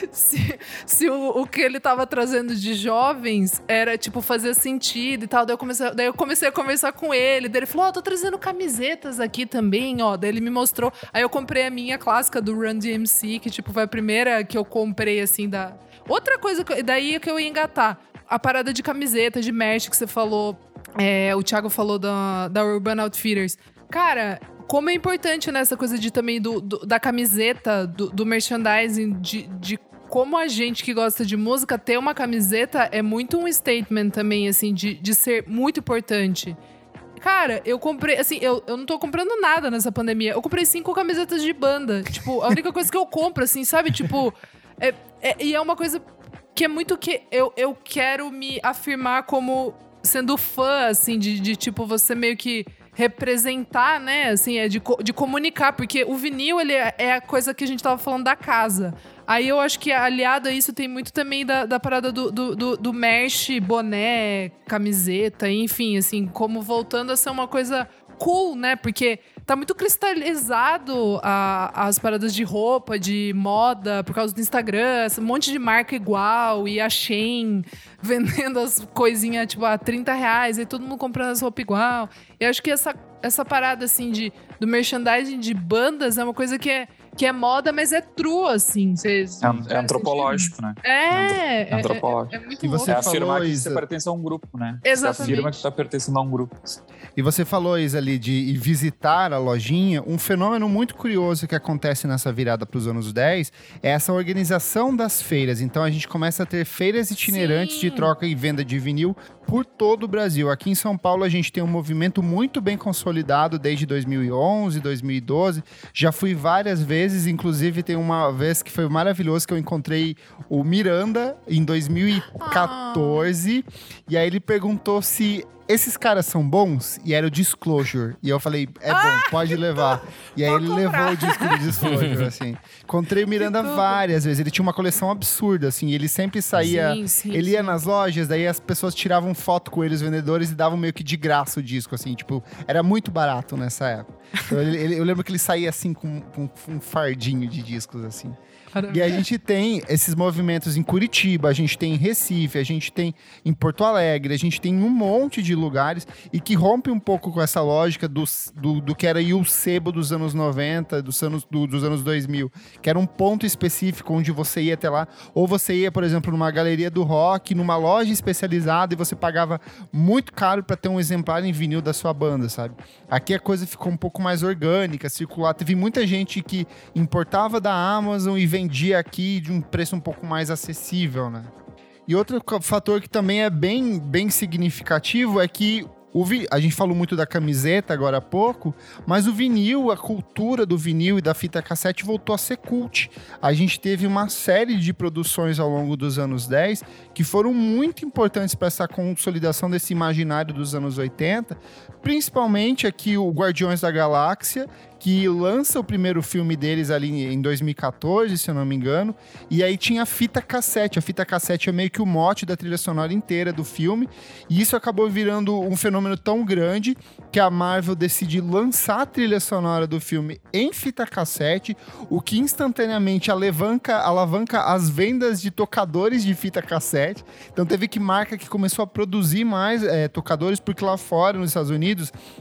se, se o, o que ele tava trazendo de jovens era, tipo, fazia sentido e tal. Daí eu comecei, daí eu comecei a conversar com ele, daí ele falou, ó, oh, tô trazendo camisetas aqui também, ó. Daí ele me mostrou, aí eu comprei a minha clássica do Run D M C, que, tipo, foi a primeira que eu comprei, assim, da... Outra coisa, que, daí que eu ia engatar, a parada de camiseta, de merch que você falou, é, o Thiago falou da, da Urban Outfitters. Cara, como é importante nessa coisa de também do, do- da camiseta, do, do merchandising, de, de como a gente que gosta de música ter uma camiseta é muito um statement também, assim, de, de ser muito importante. Cara, eu comprei, assim, eu, eu não tô comprando nada nessa pandemia. Eu comprei cinco camisetas de banda. Tipo, a única coisa que eu compro, assim, sabe? Tipo, é, é- e é uma coisa que é muito que eu, eu quero me afirmar como sendo fã, assim, de, de tipo, você meio que representar, né? Assim, é de, co- de comunicar, porque o vinil, ele é, é a coisa que a gente tava falando da casa. Aí eu acho que aliado a isso tem muito também da, da parada do, do, do, do merch, boné, camiseta, enfim, assim, como voltando a ser uma coisa cool, né? Porque tá muito cristalizado a- as paradas de roupa, de moda, por causa do Instagram, esse monte de marca igual, e a Shein vendendo as coisinhas, tipo, a trinta reais, e todo mundo comprando as roupas igual. E acho que essa, essa parada, assim, de, do merchandising de bandas é uma coisa que é, que é moda, mas é true, assim. Cês, É, é antropológico, né? É, é, é, Antropológico. é muito E louco. você É falou, afirmar que Isa. você pertence a um grupo, né? Exatamente. Você afirma que você tá pertencendo a um grupo. E você falou, Isa, ali de ir visitar a lojinha. Um fenômeno muito curioso que acontece nessa virada para os anos dez é essa organização das feiras. Então a gente começa a ter feiras itinerantes Sim. de troca e venda de vinil por todo o Brasil. Aqui em São Paulo a gente tem um movimento muito bem consolidado desde dois mil e onze, dois mil e doze. Já fui várias vezes, inclusive tem uma vez que foi maravilhoso que eu encontrei o Miranda em dois mil e quatorze. E aí ele perguntou se esses caras são bons? E era o Disclosure. E eu falei, é bom, pode levar. E aí Vou ele comprar. levou o disco do Disclosure, assim. Encontrei o Miranda tudo. várias vezes. Ele tinha uma coleção absurda, assim. Ele sempre saía... Sim, sim, ele ia sim. nas lojas, daí as pessoas tiravam foto com ele, os vendedores, e davam meio que de graça o disco, assim. Tipo, era muito barato nessa época. Então, ele- ele- eu lembro que ele saía, assim, com, com um fardinho de discos, assim. E a gente tem esses movimentos em Curitiba, a gente tem em Recife, a gente tem em Porto Alegre, a gente tem em um monte de lugares e que rompe um pouco com essa lógica do, do, do que era o sebo dos anos noventa, dos anos, do- dos anos dois mil, que era um ponto específico onde você ia até lá, ou você ia, por exemplo, numa galeria do rock, numa loja especializada e você pagava muito caro para ter um exemplar em vinil da sua banda, sabe? Aqui a coisa ficou um pouco mais orgânica, circular. Teve muita gente que importava da Amazon e vendia aqui de um preço um pouco mais acessível, né? E outro co- fator que também é bem, bem significativo é que o vi- a gente falou muito da camiseta agora há pouco, mas o vinil, a cultura do vinil e da fita cassete voltou a ser cult. A gente teve uma série de produções ao longo dos anos dez que foram muito importantes para essa consolidação desse imaginário dos anos oitenta, principalmente aqui o Guardiões da Galáxia, que lança o primeiro filme deles ali em dois mil e quatorze, se eu não me engano, e aí tinha a fita cassete. A fita cassete é meio que o mote da trilha sonora inteira do filme, e isso acabou virando um fenômeno tão grande que a Marvel decide lançar a trilha sonora do filme em fita cassete, o que instantaneamente alavanca, alavanca as vendas de tocadores de fita cassete. Então teve que marca que começou a produzir mais é, tocadores, porque lá fora, nos Estados Unidos,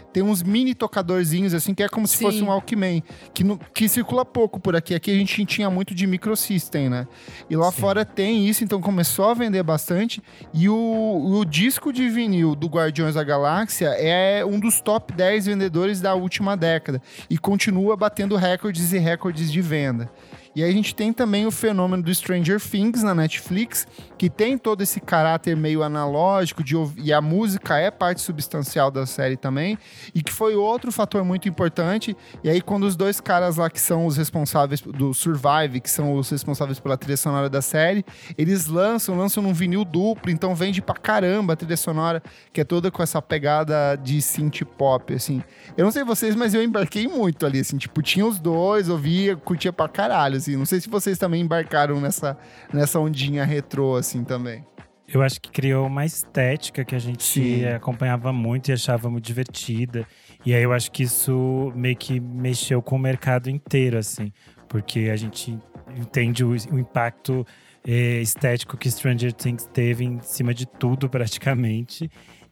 tem uns mini tocadorzinhos, assim, que é como se Sim. fosse um Walkman, que, no, que circula pouco por aqui. Aqui a gente tinha muito de microsystem, né? E lá Sim. fora tem isso, então começou a vender bastante. E o, o disco de vinil do Guardiões da Galáxia é um dos top dez vendedores da última década. E continua batendo recordes e recordes de venda. E aí a gente tem também o fenômeno do Stranger Things na Netflix, que tem todo esse caráter meio analógico, de, e a música é parte substancial da série também, e que foi outro fator muito importante. E aí quando os dois caras lá que são os responsáveis do Survive, que são os responsáveis pela trilha sonora da série, eles lançam, lançam num vinil duplo, então vende pra caramba a trilha sonora, que é toda com essa pegada de synth pop, assim. Eu não sei vocês, mas eu embarquei muito ali, assim, tipo, tinha os dois, ouvia, curtia pra caralho, assim. Não sei se vocês também embarcaram nessa, nessa ondinha retrô, assim, também. Eu acho que criou uma estética que a gente Sim. acompanhava muito e achava muito divertida. E aí eu acho que isso meio que mexeu com o mercado inteiro, assim. Porque a gente entende o, o impacto eh, estético que Stranger Things teve em cima de tudo, praticamente.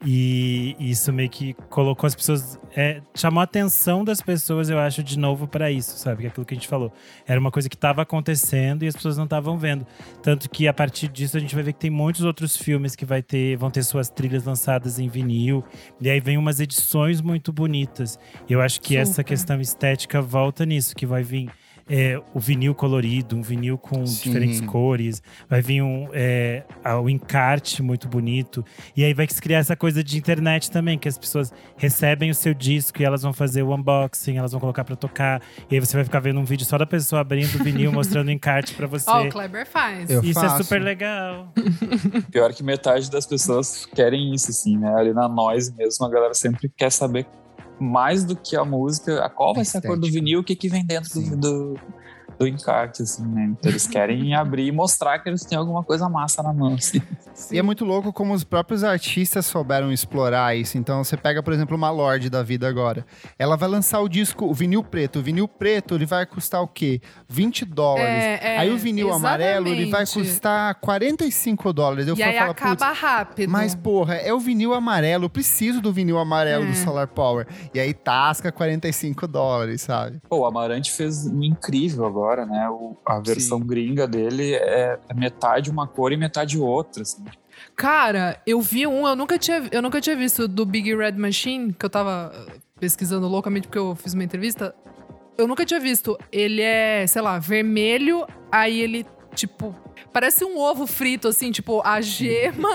E isso meio que colocou as pessoas… É, chamou a atenção das pessoas, eu acho, de novo para isso, sabe? Que é aquilo que a gente falou. Era uma coisa que estava acontecendo e as pessoas não estavam vendo. Tanto que, a partir disso, a gente vai ver que tem muitos outros filmes que vai ter, vão ter suas trilhas lançadas em vinil. E aí vem umas edições muito bonitas. E eu acho que Super. essa questão estética volta nisso, que vai vir… É, o vinil colorido, um vinil com Sim. diferentes cores, vai vir um, é, o encarte muito bonito, e aí vai se criar essa coisa de internet também, que as pessoas recebem o seu disco e elas vão fazer o unboxing, elas vão colocar pra tocar, e aí você vai ficar vendo um vídeo só da pessoa abrindo o vinil, mostrando o encarte pra você. Ó, o Kleber faz. Eu Isso faço. é super legal. Pior que metade das pessoas querem isso, assim, né? Ali na Noise mesmo, a galera sempre quer saber mais do que a música, a qual vai ser a cor do Estética. vinil, o que, que vem dentro Sim. do, do, do encarte, assim, né? Então eles querem abrir e mostrar que eles têm alguma coisa massa na mão, assim. E é muito louco como os próprios artistas souberam explorar isso. Então você pega, por exemplo, uma Lorde da vida agora. Ela vai lançar o disco, o vinil preto. O vinil preto, ele vai custar o quê? vinte dólares. É, é, aí o vinil amarelo, ele vai exatamente. custar quarenta e cinco dólares. Eu E falo, aí falo, acaba "Putz, rápido. mas, porra, é o vinil amarelo. Eu preciso do vinil amarelo É. do Solar Power. E aí tasca quarenta e cinco dólares, sabe? Pô, o Amarante fez um incrível agora, né? O, a versão Sim. gringa dele é, é metade uma cor e metade outra, assim. Cara, eu vi um, eu nunca tinha, eu nunca tinha visto do Big Red Machine, que eu tava pesquisando loucamente porque eu fiz uma entrevista. Eu nunca tinha visto. Ele é, sei lá, vermelho, aí ele, tipo, parece um ovo frito, assim, tipo, a gema,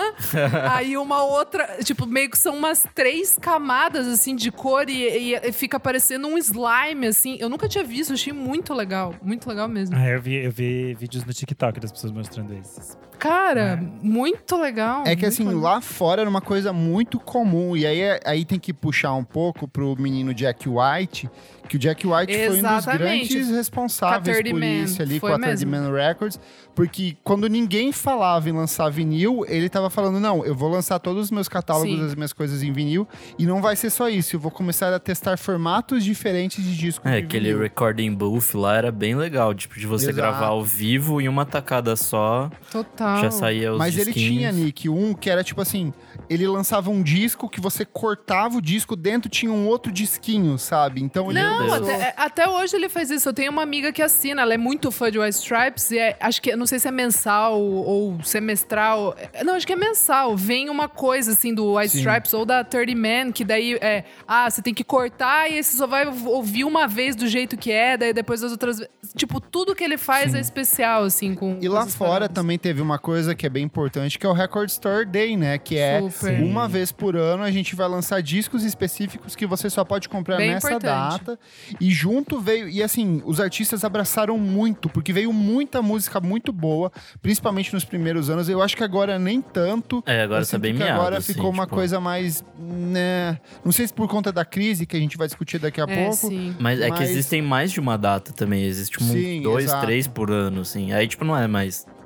aí uma outra, tipo, meio que são umas três camadas, assim, de cor e, e fica parecendo um slime, assim. Eu nunca tinha visto, achei muito legal, muito legal mesmo. Ah, eu vi, eu vi vídeos no TikTok das pessoas mostrando esses. Cara, É. muito legal. É que muito assim, legal. lá fora era uma coisa muito comum. E aí, aí tem que puxar um pouco pro menino Jack White, que o Jack White foi um dos Exatamente. grandes responsáveis Com a thirty por Man, isso ali, foi com a mesmo. thirty Man Records. Porque quando ninguém falava em lançar vinil, ele tava falando, não, eu vou lançar todos os meus catálogos, Sim. as minhas coisas em vinil. E não vai ser só isso, eu vou começar a testar formatos diferentes de discos É, de aquele vinil. recording booth lá era bem legal, tipo, de você Exato. gravar ao vivo em uma tacada só, Total. já saía os Mas ele disquinhos. tinha, Nick, um que era tipo assim, ele lançava um disco que você cortava o disco, dentro tinha um outro disquinho, sabe? Então ele Não, Deus. até, é, até hoje ele faz isso. Eu tenho uma amiga que assina, ela é muito fã de White Stripes e é, acho que, não sei se é mensal ou semestral. é, Não, acho que é mensal. Vem uma coisa assim do White Sim. Stripes ou da thirty Man, que daí é, ah, você tem que cortar e aí você só vai ouvir uma vez do jeito que é, daí depois das outras vezes. Tipo, tudo que ele faz Sim. é especial, assim, com. E com lá essas fora paradas. também teve uma coisa que é bem importante, que é o Record Store Day, né? Que é Super. uma vez por ano a gente vai lançar discos específicos que você só pode comprar Bem nessa importante. data. E junto veio… E assim, os artistas abraçaram muito, porque veio muita música muito boa, principalmente nos primeiros anos. Eu acho que agora nem tanto. É, agora Eu tá sinto bem que miado, agora assim, ficou uma tipo. coisa mais… né? Não sei se por conta da crise, que a gente vai discutir daqui a É, pouco. sim. Mas é que Mas- existem mais de uma data também. Existe um, Sim, dois, exato. três por ano, assim. Aí, tipo, não é mais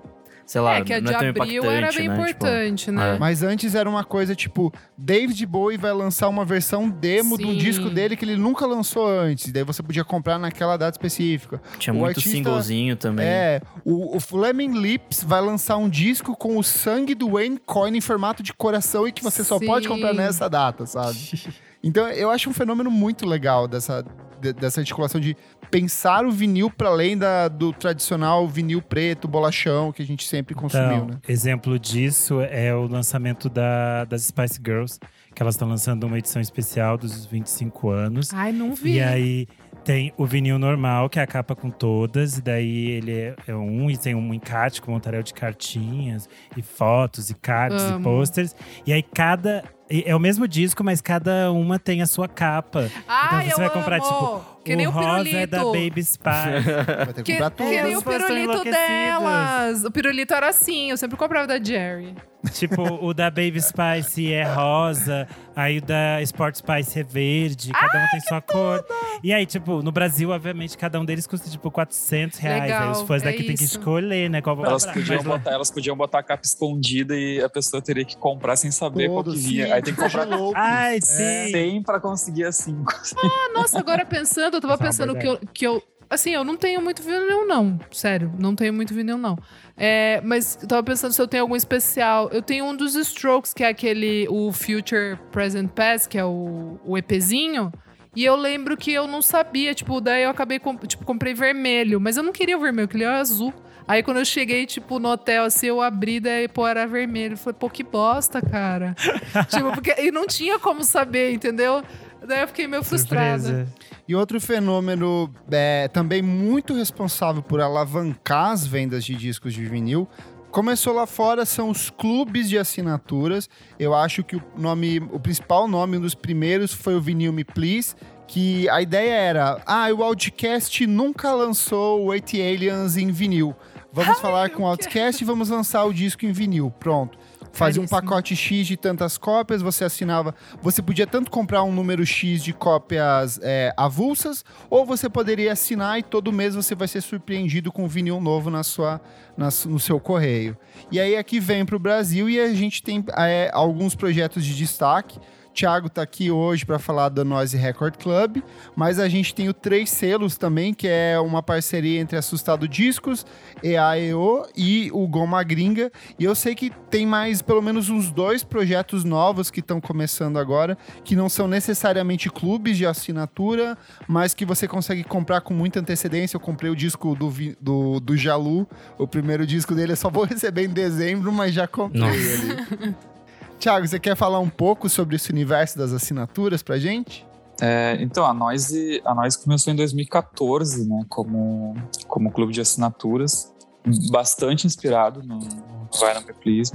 sei lá, É, que a não de é tão abril impactante, era bem né? importante, Tipo, né? é. Mas antes era uma coisa tipo, David Bowie vai lançar uma versão demo de um Sim. disco dele que ele nunca lançou antes. Daí você podia comprar naquela data específica. Tinha O muito artista- singlezinho também. É, o, o Flaming Lips vai lançar um disco com o sangue do Wayne Coyne em formato de coração e que você só Sim. pode comprar nessa data, sabe? Então eu acho um fenômeno muito legal dessa, de- dessa articulação de pensar o vinil para além da, do tradicional vinil preto, bolachão, que a gente sempre consumiu, Então, né? exemplo disso é o lançamento da, das Spice Girls, que elas estão lançando uma edição especial dos vinte e cinco anos. Ai, não vi. E aí tem o vinil normal, que é a capa com todas, e daí ele é, é um, e tem um encarte com um montaréu de cartinhas, e fotos, e cards, Amo. e posters. E aí cada. e É o mesmo disco, mas cada uma tem a sua capa. Ai, então você eu vai amo. comprar, tipo, Que o nem o rosa pirulito. é da Baby Spice. Vai ter que Que, comprar que tudo. nem o Elas estão pirulito enlouquecidas. delas. O pirulito era assim, eu sempre comprava da Jerry. Tipo, o da Baby Spice é rosa, aí o da Sport Spice é verde, cada um tem sua cor. E aí, tipo, no Brasil, obviamente, cada um deles custa, tipo, quatrocentos reais. Legal, aí os fãs é daqui têm que isso. escolher, né? Qual vai Elas comprar. podiam, Mas, botar, elas podiam botar a capa escondida e a pessoa teria que comprar sem saber qual que Todos, vinha. sim, Aí tem que comprar congelou. Ai, sim! cem pra conseguir as cinco. Ah, nossa, agora pensando, eu tava Isso é uma pensando boa que eu, que eu. Assim, eu não tenho muito vinil, não. Sério, não tenho muito vinil, não. É, mas eu tava pensando se eu tenho algum especial. Eu tenho um dos Strokes, que é aquele. O Future Present Past, que é o, o EPzinho. E eu lembro que eu não sabia, tipo, daí eu acabei, comp- tipo, comprei vermelho. Mas eu não queria o vermelho, eu queria o azul. Aí quando eu cheguei, tipo, no hotel, assim, eu abri, daí, pô, era vermelho. Eu falei, pô, que bosta, cara. Tipo, porque... E não tinha como saber, entendeu? Daí eu fiquei meio frustrada. Surpresa. E outro fenômeno é, também muito responsável por alavancar as vendas de discos de vinil, começou lá fora, são os clubes de assinaturas. Eu acho que o nome, o principal nome, um dos primeiros, foi o Vinyl Me Please, que a ideia era, ah, o Outcast nunca lançou o eighty Aliens em vinil. Vamos falar com o Outcast e vamos lançar o disco em vinil. Pronto. Fazia um Caríssimo. pacote X de tantas cópias, você assinava. Você podia tanto comprar um número X de cópias é, avulsas, ou você poderia assinar e todo mês você vai ser surpreendido com um vinil novo na sua, na su- no seu correio. E aí aqui vem para o Brasil e a gente tem é, alguns projetos de destaque. Thiago tá aqui hoje para falar da Noise Record Club, mas a gente tem o Três Selos também, que é uma parceria entre Assustado Discos, E A E O e o Goma Gringa. E eu sei que tem mais pelo menos uns dois projetos novos que estão começando agora, que não são necessariamente clubes de assinatura, mas que você consegue comprar com muita antecedência. Eu comprei o disco do, Vi- do, do Jalu, o primeiro disco dele, eu só vou receber em dezembro, mas já comprei Nossa. ele. Thiago, você quer falar um pouco sobre esse universo das assinaturas pra gente? É, então, a Noise, a Noise começou em dois mil e quatorze, né, como, como clube de assinaturas, bastante inspirado no Vinyl Me Please.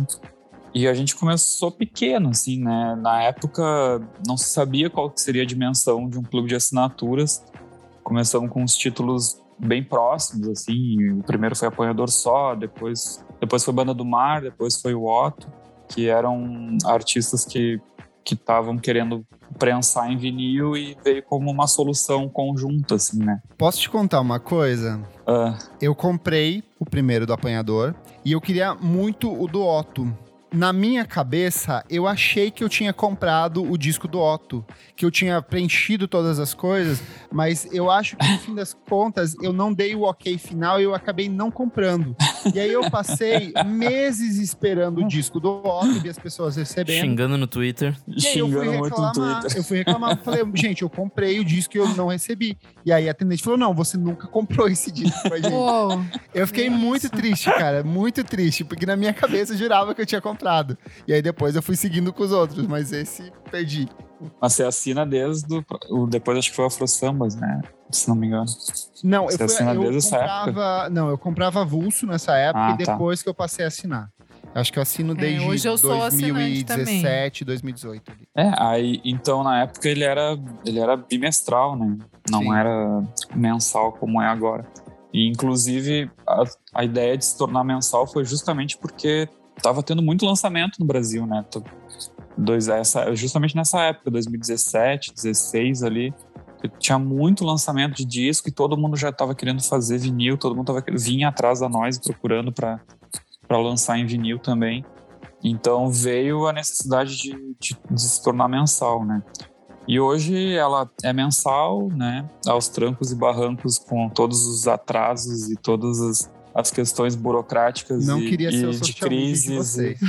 E a gente começou pequeno, assim, né? Na época não se sabia qual que seria a dimensão de um clube de assinaturas. Começamos com os títulos bem próximos, assim. O primeiro foi Apanhador Só, depois, depois foi Banda do Mar, depois foi o Otto, que eram artistas que que estavam querendo prensar em vinil e veio como uma solução conjunta, assim, né? Posso te contar uma coisa? Ah, Eu comprei o primeiro do Apanhador e eu queria muito o do Otto. Na minha cabeça, eu achei que eu tinha comprado o disco do Otto, que eu tinha preenchido todas as coisas, mas eu acho que no fim das contas eu não dei o ok final e eu acabei não comprando. E aí eu passei meses esperando o disco do Otto e vi as pessoas recebendo. Xingando no Twitter. E aí eu fui xingando muito no reclamar, Twitter. eu fui reclamar, falei, gente, eu comprei o disco e eu não recebi. E aí a atendente falou, não, você nunca comprou esse disco pra gente. Pô, Eu fiquei Nossa. muito triste, cara, muito triste, porque na minha cabeça eu jurava que eu tinha comprado. E aí depois eu fui seguindo com os outros, mas esse perdi. mas você assina desde o, o- depois acho que foi o Afro Sambas, né? Se não me engano. Não, eu, Você fui, assina eu desde essa comprava, não, eu comprava avulso nessa época Ah, e tá. depois que eu passei a assinar. Acho que eu assino É, desde hoje eu sou dois mil e assinante dezessete, dois mil e dezoito. ali. É, aí então na época ele era ele era bimestral, né? Não Sim. era mensal como é agora. E inclusive a, a ideia de se tornar mensal foi justamente porque tava tendo muito lançamento no Brasil, né? Tô- Dois, essa, justamente nessa época, dois mil e dezessete, dezesseis ali, que tinha muito lançamento de disco e todo mundo já tava querendo fazer vinil, todo mundo tava, vinha atrás da nós procurando para para lançar em vinil também. Então veio a necessidade de, de, de se tornar mensal, né? E hoje ela é mensal, né? Aos trancos e barrancos, com todos os atrasos e todas as, as questões burocráticas Não e, queria ser e o de social media de crises. vocês.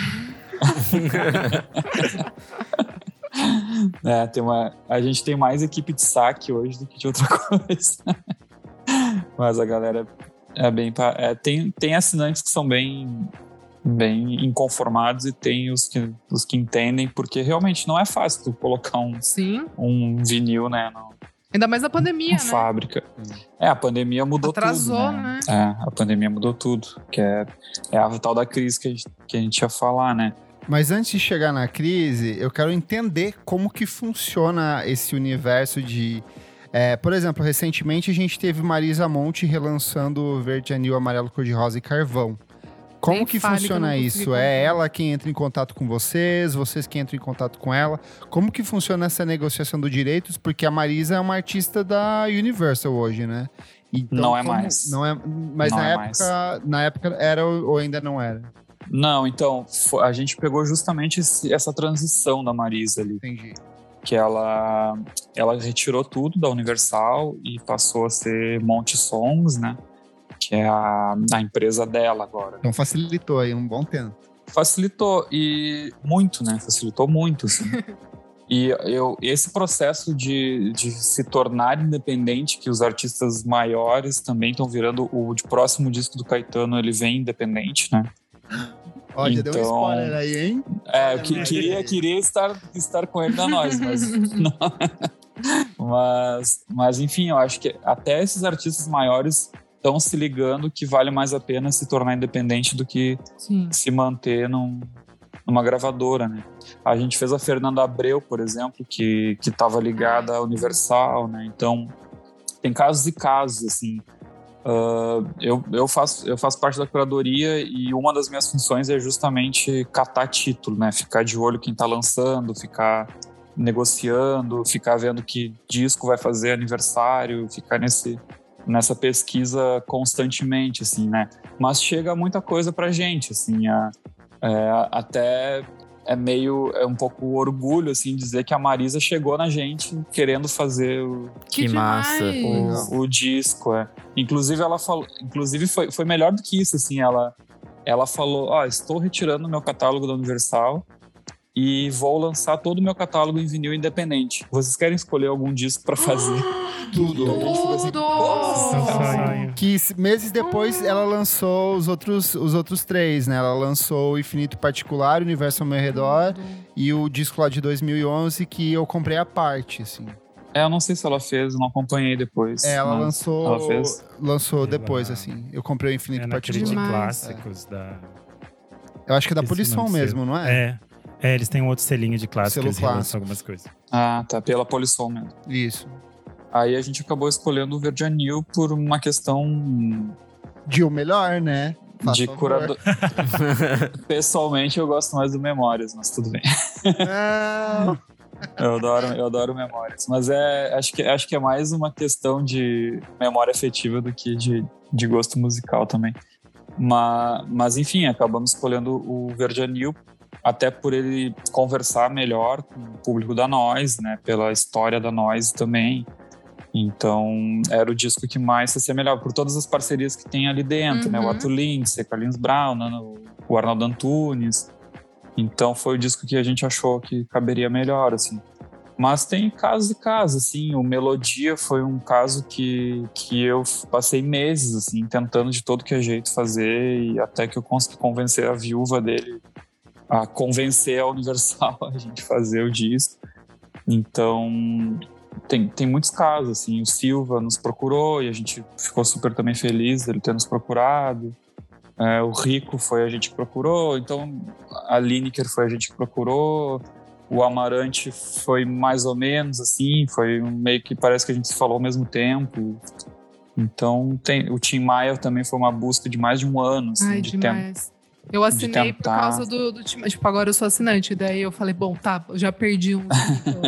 É, tem uma, a gente tem mais equipe de saque hoje do que de outra coisa. Mas a galera é bem... É, tem, tem assinantes que são bem, bem inconformados e tem os que, os que entendem, porque realmente não é fácil tu colocar um, Sim. um vinil, né, no, Ainda mais na pandemia, na né? fábrica. É, a pandemia mudou Atrasou, tudo, né? né? É, a pandemia mudou tudo, que é, é a tal da crise que a gente, que a gente ia falar, né? Mas antes de chegar na crise, eu quero entender como que funciona esse universo de... É, por exemplo, recentemente a gente teve Marisa Monte relançando Verde, Anil, Amarelo, Cor-de-Rosa e Carvão. Como Nem que fale que eu funciona não consegui isso? comprar. É ela quem entra em contato com vocês? Vocês que entram em contato com ela? Como que funciona essa negociação dos direitos? Porque a Marisa é uma artista da Universal hoje, né? Então, Não é como- mais. Não é, mas Não na, é época, na época era ou ainda não era? Não, então, fo- a gente pegou justamente esse- essa transição da Marisa ali, Entendi. que ela, ela retirou tudo da Universal e passou a ser Monte Songs, né? Que é a, a empresa dela agora. Então facilitou aí um bom tempo. Facilitou, e muito, né? Facilitou muito, assim. E eu, esse processo de, de se tornar independente, que os artistas maiores também estão virando, o de próximo disco do Caetano, ele vem independente, né? Ó, já deu um Então- spoiler aí, hein? É, eu Olha, que- mas- queria, queria estar, estar com ele na nós, mas, não. mas mas enfim, eu acho que até esses artistas maiores estão se ligando que vale mais a pena se tornar independente do que Sim. se manter num, numa gravadora, né? A gente fez a Fernanda Abreu, por exemplo, que que estava ligada à Universal, né? Então tem casos e casos, assim. Uh, eu, eu, faço, eu faço parte da curadoria e uma das minhas funções é justamente catar título, né? Ficar de olho quem tá lançando, ficar negociando, ficar vendo que disco vai fazer aniversário, ficar nesse, nessa pesquisa constantemente, assim, né? Mas chega muita coisa pra gente, assim, a, é, até é meio, é um pouco orgulho, assim, dizer que a Marisa chegou na gente querendo fazer o, Que massa. demais. o, o disco, é. Inclusive, ela falou, inclusive foi, foi melhor do que isso, assim, ela, ela falou, ó, estou retirando meu catálogo da Universal e vou lançar todo o meu catálogo em vinil independente. Vocês querem escolher algum disco pra fazer? Tudo. E a gente ficou assim, Tudo! "Como?" Que s- meses depois ela lançou os outros, os outros três, né? Ela lançou o Infinito Particular, o Universo ao Meu Redor e o disco lá de dois mil e onze que eu comprei à parte, assim. É, eu não sei se ela fez, eu não acompanhei depois. É, ela mas lançou, ela fez? lançou Ela- depois, assim. Eu comprei o Infinito É naquele de Particular. Demais. clássicos da... Eu acho que é da Esqueci o Polisson nome do mesmo, selo. não é? É. É, eles têm um outro selinho de clássico, Selo eles relançam clássico. algumas coisas. Ah, tá, pela Polisson mesmo. Isso. Aí a gente acabou escolhendo o Verde Anil por uma questão De o melhor, né? Faz de favor. curador. Pessoalmente, eu gosto mais do Memórias, mas tudo bem. Não. Eu adoro, eu adoro Memórias. Mas é, acho, que, acho que é mais uma questão de memória afetiva do que de, de gosto musical também. Mas, mas, enfim, acabamos escolhendo o Verde Anil, até por ele conversar melhor com o público da Noise, né? Pela história da Noise também. Então, era o disco que mais se assemelhava, por todas as parcerias que tem ali dentro, né? O Uhum. Arthur Lindsay, Carlinhos Brown, né? O Arnaldo Antunes. Então, foi o disco que a gente achou que caberia melhor, assim. Mas tem casos e casos, assim. O Melodia foi um caso que, que eu passei meses, assim, tentando de todo que é jeito fazer, e até que eu consegui convencer a viúva dele a convencer a Universal a gente fazer o disco. Então, tem, tem muitos casos, assim. O Silva nos procurou e a gente ficou super também feliz dele ter nos procurado. É, o Rico foi a gente que procurou. Então, a Lineker foi a gente que procurou. O Amarante foi mais ou menos assim. Foi um meio que parece que a gente se falou ao mesmo tempo. Então, tem, o Tim Maia também foi uma busca de mais de um ano, assim, Ai, de tempo. demais. Eu assinei por tentar. causa do, do time. Tipo, agora eu sou assinante. Daí eu falei, bom, tá, eu já perdi um. Então,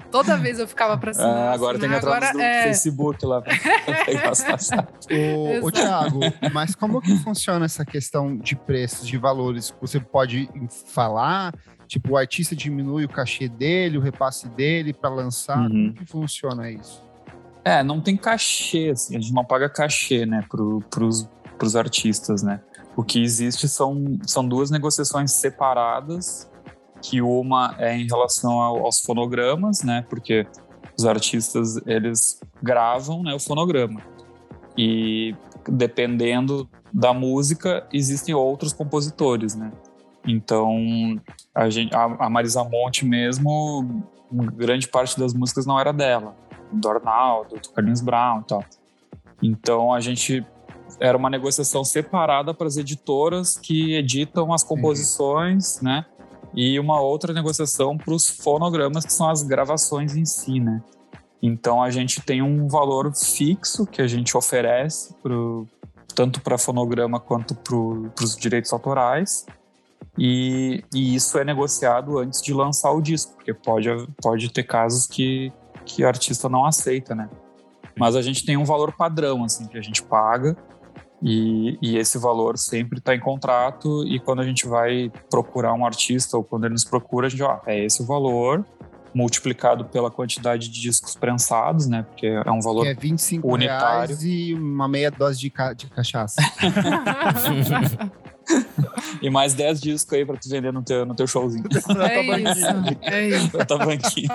Toda vez eu ficava pra assinar. Ah, agora assim, tem que entrar agora no é... Facebook lá pra pegar as passagens. Ô, ô Thiago, mas como que funciona essa questão de preços, de valores? Você pode falar, tipo, o artista diminui o cachê dele, o repasse dele para lançar? Uhum. Como que funciona isso? É, não tem cachê, assim, a gente não paga cachê, né, pro, pros, pros artistas, né? O que existe são, são duas negociações separadas, que uma é em relação ao, aos fonogramas, né, porque os artistas, eles gravam, né, o fonograma. E dependendo da música, existem outros compositores, né? Então, a, gente, a, a Marisa Monte mesmo, grande parte das músicas não era dela. Do Arnaldo, do Carlinhos Brown e tal. Então, a gente... Era uma negociação separada para as editoras que editam as composições, uhum. né? E uma outra negociação para os fonogramas, que são as gravações em si, né? Então, a gente tem um valor fixo que a gente oferece pro, tanto para fonograma quanto para os direitos autorais. E, e isso é negociado antes de lançar o disco, porque pode, pode ter casos que, que o artista não aceita, né? Mas a gente tem um valor padrão, assim, que a gente paga. E, e esse valor sempre está em contrato, e quando a gente vai procurar um artista ou quando ele nos procura, a gente, ó, é esse o valor multiplicado pela quantidade de discos prensados, né, porque é um valor que é vinte e cinco unitário. Reais e uma meia dose de, ca- de cachaça. E mais dez discos aí pra tu vender no teu, no teu showzinho. É isso, é isso. Pra tua banquinha.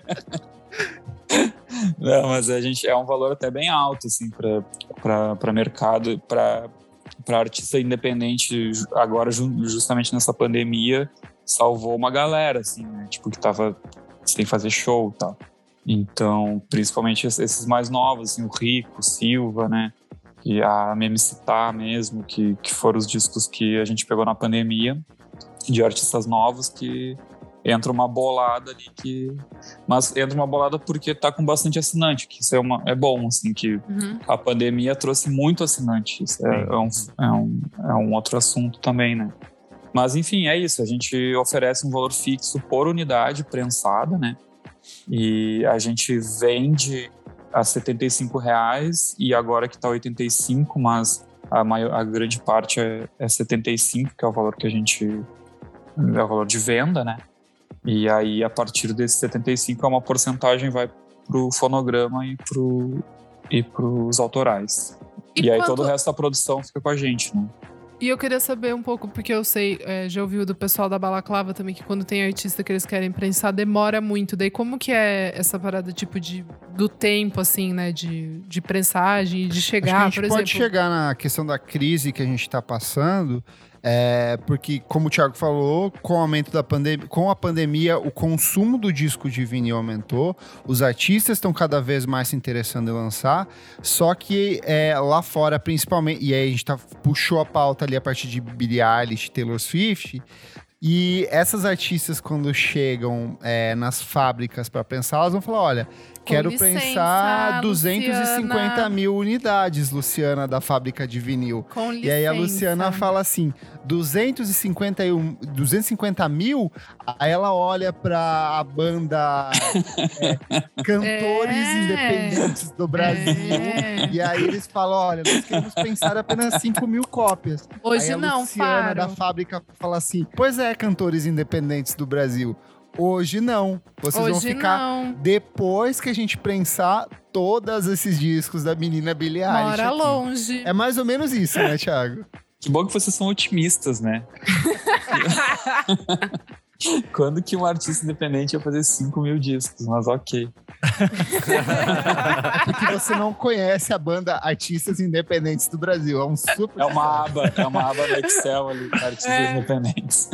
Não, mas a gente é um valor até bem alto, assim, para mercado, para artista independente. Agora, justamente nessa pandemia, salvou uma galera, assim, né? Tipo, que tava sem fazer show e tal. Então, principalmente esses mais novos, assim, o Rico, o Silva, né? E a M C Tá mesmo, que, que foram os discos que a gente pegou na pandemia, de artistas novos que... Entra uma bolada ali que... Mas entra uma bolada porque tá com bastante assinante, que isso é, uma, é bom, assim, que uhum. a pandemia trouxe muito assinante. Isso é, é, um, é, um, é um outro assunto também, né? Mas, enfim, é isso. A gente oferece um valor fixo por unidade prensada, né? E a gente vende a setenta e cinco reais, e agora que tá oitenta e cinco, mas a, maior, a grande parte é, é setenta e cinco, que é o valor que a gente... É o valor de venda, né? E aí, a partir desse setenta e cinco, uma porcentagem vai pro fonograma e, pro, e pros autorais. E, e aí, quanto... todo o resto da produção fica com a gente, né? E eu queria saber um pouco, porque eu sei, é, já ouvi do pessoal da Balaclava também, que quando tem artista que eles querem prensar, demora muito. Daí, como que é essa parada, tipo, de, do tempo, assim, né? De, de prensagem, de chegar, Acho que a gente por pode exemplo... chegar na questão da crise que a gente tá passando... É, porque, como o Thiago falou, com o aumento da pandemia, com a pandemia, o consumo do disco de vinil aumentou, os artistas estão cada vez mais se interessando em lançar, só que é, lá fora, principalmente, e aí a gente tá, puxou a pauta ali a partir de Billie Eilish, Taylor Swift, e essas artistas, quando chegam é, nas fábricas para pensar, elas vão falar, olha, quero licença, prensar duzentas e cinquenta Luciana. mil unidades, Luciana, da fábrica de vinil. Com licença. E aí a Luciana fala assim, duzentos e cinquenta mil, aí ela olha pra a banda é, Cantores É. Independentes do Brasil, É. e aí eles falam, olha, nós queremos pensar apenas cinco mil cópias. Hoje aí a não, Luciana Faro. da fábrica fala assim, pois é, Cantores Independentes do Brasil, hoje não. Vocês Hoje vão ficar não. depois que a gente prensar todos esses discos da menina Billie Eilish. Mora aqui. longe. É mais ou menos isso, né, Thiago? Que bom que vocês são otimistas, né? Quando que um artista independente ia fazer cinco mil discos? Mas ok. Porque você não conhece a banda Artistas Independentes do Brasil. É um super... É uma aba, é uma aba no Excel ali, artistas É. independentes.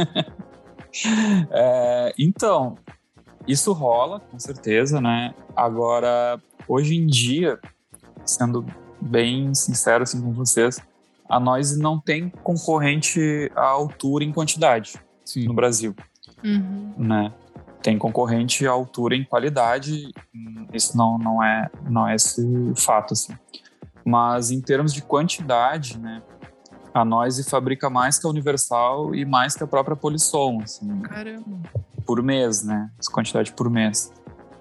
É, então, isso rola, com certeza, né? Agora, hoje em dia, sendo bem sincero assim com vocês, a Noise não tem concorrente à altura em quantidade Sim. no Brasil, Uhum. né? Tem concorrente à altura em qualidade, isso não, não, é, não é esse fato, assim. Mas em termos de quantidade, né? A Noise fabrica mais que a Universal e mais que a própria Polisson, assim, Caramba. por mês, né? Essa quantidade por mês.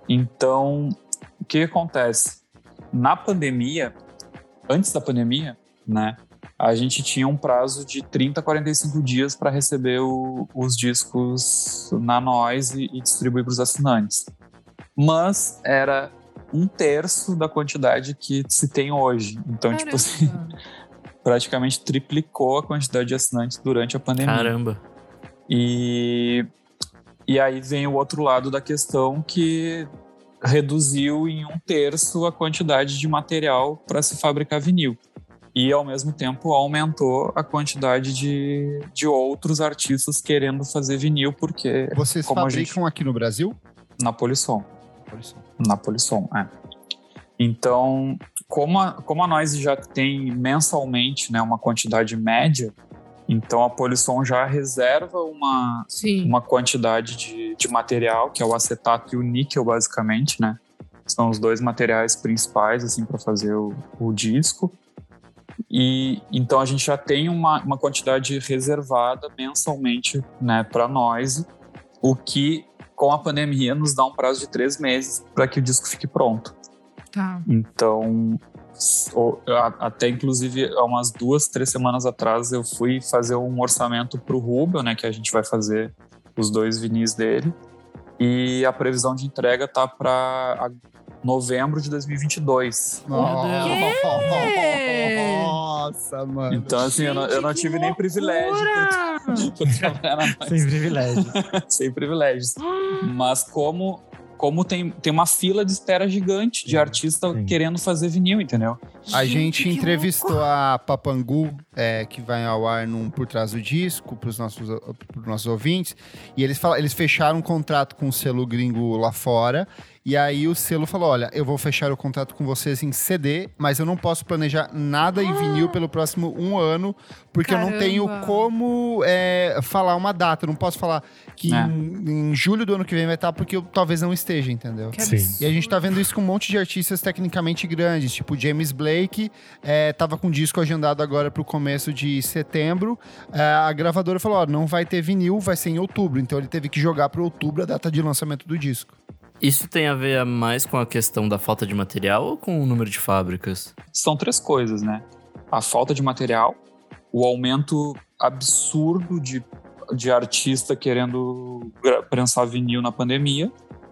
Então, o que acontece? Na pandemia, antes da pandemia, né, a gente tinha um prazo de trinta a quarenta e cinco dias para receber o, os discos na Noise e, e distribuir para os assinantes. Mas era um terço da quantidade que se tem hoje. Então, Caramba. tipo assim, praticamente triplicou a quantidade de assinantes durante a pandemia. Caramba. E, e aí vem o outro lado da questão, que reduziu em um terço a quantidade de material para se fabricar vinil. E, ao mesmo tempo, aumentou a quantidade de, de outros artistas querendo fazer vinil, porque... Vocês como fabricam a gente, aqui no Brasil? na Polisson. Polisson. Na Polisson, é. Então, como a, como a Noise já tem mensalmente, né, uma quantidade média, então a Polisson já reserva uma, Sim. uma quantidade de, de material, que é o acetato e o níquel, basicamente, né? São os dois materiais principais, assim, para fazer o, o disco. E então a gente já tem uma, uma quantidade reservada mensalmente, né, para Noise, o que com a pandemia nos dá um prazo de três meses para que o disco fique pronto. Tá. Então, até inclusive há umas duas, três semanas atrás eu fui fazer um orçamento para o Rubel, né, que a gente vai fazer os dois vinis dele, e a previsão de entrega tá para novembro de dois mil e vinte e dois. Nossa, mano. Então, assim, Gente, eu não, eu não tive nem privilégio por, por trabalhar na Noise. Sem privilégio. Sem privilégios. Mas como, como tem, tem uma fila de espera gigante de Sim, artista sim. querendo fazer vinil, entendeu? A gente que entrevistou a Papangu, é, que vai ao ar num Por Trás do Disco, para os nossos, pros nossos ouvintes, e eles, falam, eles fecharam um contrato com o selo gringo lá fora, e aí o selo falou, olha, eu vou fechar o contrato com vocês em C D, mas eu não posso planejar nada em vinil pelo próximo um ano, porque Caramba. eu não tenho como é, falar uma data, eu não posso falar que É. em, em julho do ano que vem vai estar, porque eu talvez não esteja, entendeu? Que Sim. absurdo. E a gente tá vendo isso com um monte de artistas tecnicamente grandes, tipo James Blake, é, tava com disco agendado agora pro começo de setembro. É, a gravadora falou, ó, não vai ter vinil, vai ser em outubro. Então ele teve que jogar pro outubro a data de lançamento do disco. Isso tem a ver mais com a questão da falta de material ou com o número de fábricas? São três coisas, né? A falta de material, o aumento absurdo de, de artista querendo gra- prensar vinil na pandemia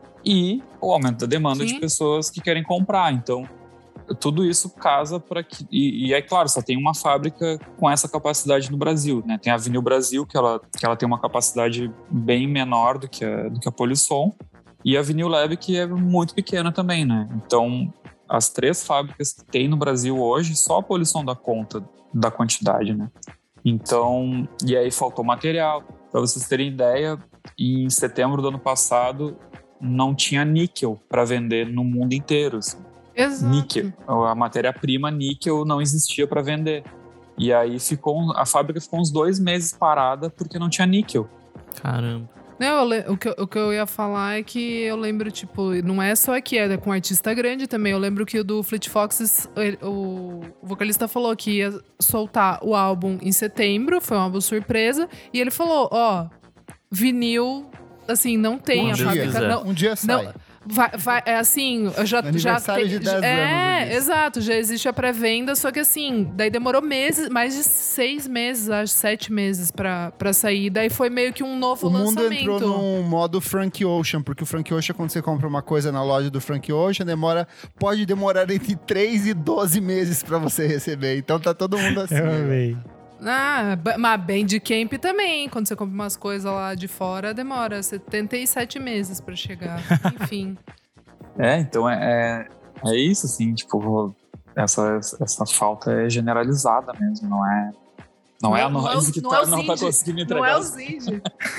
e o aumento da demanda Sim. de pessoas que querem comprar. Então, tudo isso casa para que... E, e é claro, só tem uma fábrica com essa capacidade no Brasil, né? Tem a Vinil Brasil, que ela, que ela tem uma capacidade bem menor do que a, do que a Polisson, e a Vinil Lab, que é muito pequena também, né? Então, as três fábricas que tem no Brasil hoje, só a Polisson dá conta da quantidade, né? Então, e aí faltou material. Para vocês terem ideia, em setembro do ano passado, não tinha níquel para vender no mundo inteiro, assim. Exato. Níquel, a matéria-prima níquel não existia para vender. E aí ficou, a fábrica ficou uns dois meses parada porque não tinha níquel. Caramba. Não, eu le- o, que, eu- o que eu ia falar é que eu lembro, tipo, não é só aqui, é com artista grande também. Eu lembro que o do Fleet Foxes, ele- o, o vocalista falou que ia soltar o álbum em setembro, foi um álbum surpresa, e ele falou, ó, vinil, assim, não tem Um a dia fábrica. quiser. Não, Um dia sai. não, vai, vai, é assim, eu já, já Aniversário tem- de dez É, anos disso. exato, já existe a pré-venda, só que assim, daí demorou meses, mais de seis meses, acho, sete meses pra, pra sair. Daí foi meio que um novo O mundo lançamento. entrou num modo Frank Ocean, porque o Frank Ocean, quando você compra uma coisa na loja do Frank Ocean, demora, pode demorar entre três e doze meses pra você receber. Então tá todo mundo assim. Eu né? amei. Ah, ba- mas Bandcamp também. Quando você compra umas coisas lá de fora, demora setenta e sete meses pra chegar. Enfim. É, então é, é, é isso, assim, tipo, essa, essa falta é generalizada mesmo, não é, não, é a nós que não tá, é o não tá Zindi. conseguindo Não entregar. é o Zindi.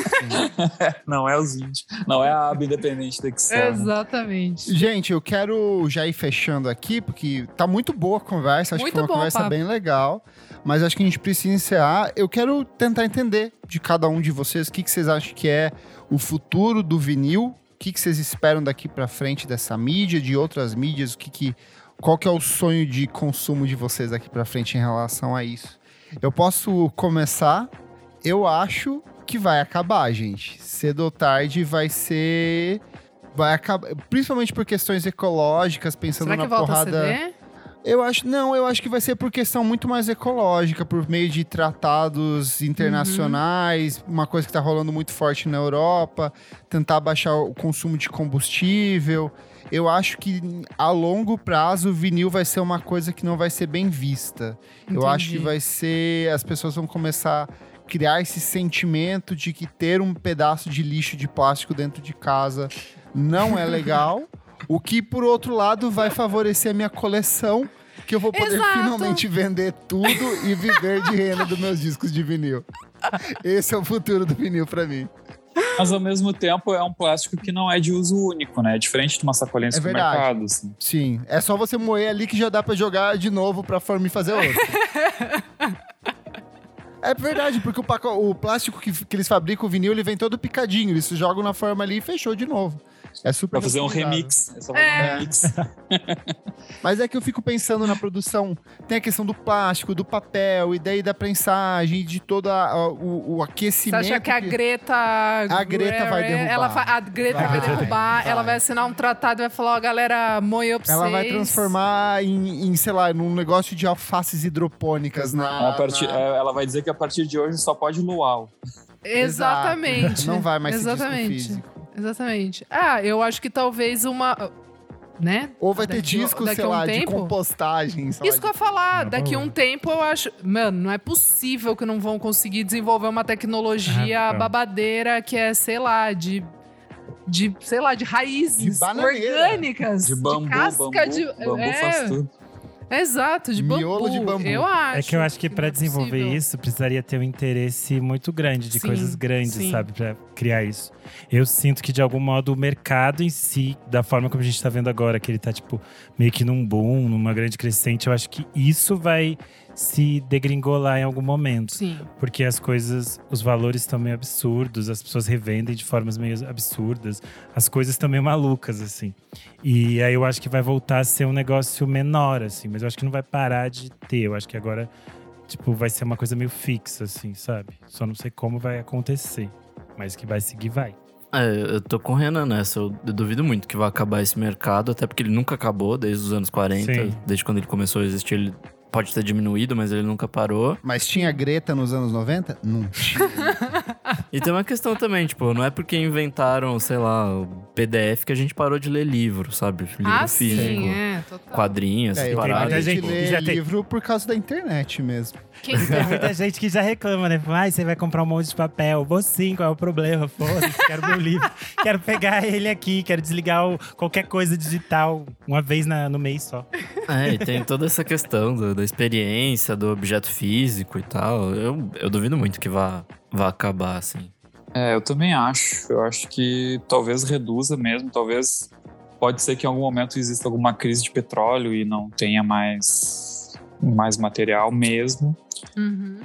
Não é os índios, não é a aba independente da Excel. né? Exatamente. Gente, eu quero já ir fechando aqui, porque tá muito boa a conversa. Acho Muito que foi uma bom o conversa papo. bem legal. Mas acho que a gente precisa encerrar. Eu quero tentar entender de cada um de vocês o que, que vocês acham que é o futuro do vinil. O que, que vocês esperam daqui pra frente dessa mídia, de outras mídias? O que que, qual que é o sonho de consumo de vocês daqui pra frente em relação a isso? Eu posso começar. Eu acho que vai acabar, gente. Cedo ou tarde vai ser vai acabar, principalmente por questões ecológicas, pensando Será na que volta porrada. C D? Eu acho, não, eu acho que vai ser por questão muito mais ecológica, por meio de tratados internacionais, uhum. uma coisa que tá rolando muito forte na Europa, tentar baixar o consumo de combustível. Eu acho que a longo prazo o vinil vai ser uma coisa que não vai ser bem vista. Entendi. Eu acho que vai ser, as pessoas vão começar a criar esse sentimento de que ter um pedaço de lixo de plástico dentro de casa não é legal. O que, por outro lado, vai favorecer a minha coleção, que eu vou poder Exato. finalmente vender tudo e viver de renda dos meus discos de vinil. Esse é o futuro do vinil pra mim. Mas, ao mesmo tempo, é um plástico que não é de uso único, né? É diferente de uma sacolinha de é supermercado. Assim. Sim, é só você moer ali que já dá pra jogar de novo pra forma e fazer outro. É verdade, porque o, paco- o plástico que, que eles fabricam, o vinil, ele vem todo picadinho. Eles jogam na forma ali e fechou de novo. É super Pra fazer um utilizável. remix. É só fazer É. um remix. Mas é que eu fico pensando na produção. Tem a questão do plástico, do papel, e daí da prensagem, de todo a- o, o Você aquecimento. acha que a Greta... A Greta vai derrubar. Ela vai, a Greta vai, Vai. derrubar, Vai. ela vai assinar um tratado e vai falar, ó, galera, moeu pra Ela vocês. vai transformar em, em, sei lá, num negócio de alfaces hidropônicas na... A partir- na- é, ela vai dizer que a partir de hoje só pode luau. Exatamente. Exato. Não vai mais ser disco Exatamente. físico. Exatamente. Ah, eu acho que talvez uma... Né? Ou vai ter Daqui- disco, daqui sei a um lá, de tempo? compostagem. sei lá, Isso que eu ia falar. Não, Daqui a um não. tempo eu acho... Mano, não é possível que não vão conseguir desenvolver uma tecnologia Ah, tá. babadeira que é, sei lá, de... De, sei lá, de raízes De bananeira. orgânicas. De bambu, casca bambu. de... Bambu é, faz tudo. Exato, de bambu. Miolo de bambu. Eu acho. É que eu acho que não pra é desenvolver possível. isso, precisaria ter um interesse muito grande, de Sim, coisas grandes, sim. sabe? Pra criar isso. Eu sinto que, de algum modo, o mercado em si, da forma como a gente tá vendo agora, que ele tá, tipo, meio que num boom, numa grande crescente, eu acho que isso vai se degringolar em algum momento. Sim. Porque as coisas, os valores estão meio absurdos, as pessoas revendem de formas meio absurdas, as coisas estão meio malucas, assim. E aí eu acho que vai voltar a ser um negócio menor, assim, mas eu acho que não vai parar de ter. Eu acho que agora, tipo, vai ser uma coisa meio fixa, assim, sabe? Só não sei como vai acontecer, mas que vai seguir, vai. É, eu tô com o Renan nessa. Eu, eu duvido muito que vai acabar esse mercado, até porque ele nunca acabou desde os anos quarenta. Sim. Desde quando ele começou a existir, ele pode ter diminuído, mas ele nunca parou. Mas tinha Greta nos anos noventa? Não tinha. E tem uma questão também, tipo, não é porque inventaram, sei lá, o P D F que a gente parou de ler livro, sabe? Livro Ah, físico, sim, é, total. quadrinhos, É, essas eu parei parei paradas. de gente- ler já tem- livro por causa da internet mesmo. Quem Tem muita gente que já reclama, né? Ai, você vai comprar um monte de papel. Vou sim, qual é o problema? Foda-se, quero meu livro. Quero pegar ele aqui, quero desligar o- qualquer coisa digital uma vez na- no mês só. É, e tem toda essa questão do- da experiência, do objeto físico e tal. Eu, eu duvido muito que vá, vá acabar, assim. É, eu também acho. Eu acho que talvez reduza mesmo. Talvez pode ser que em algum momento exista alguma crise de petróleo e não tenha mais, mais material mesmo. Uhum.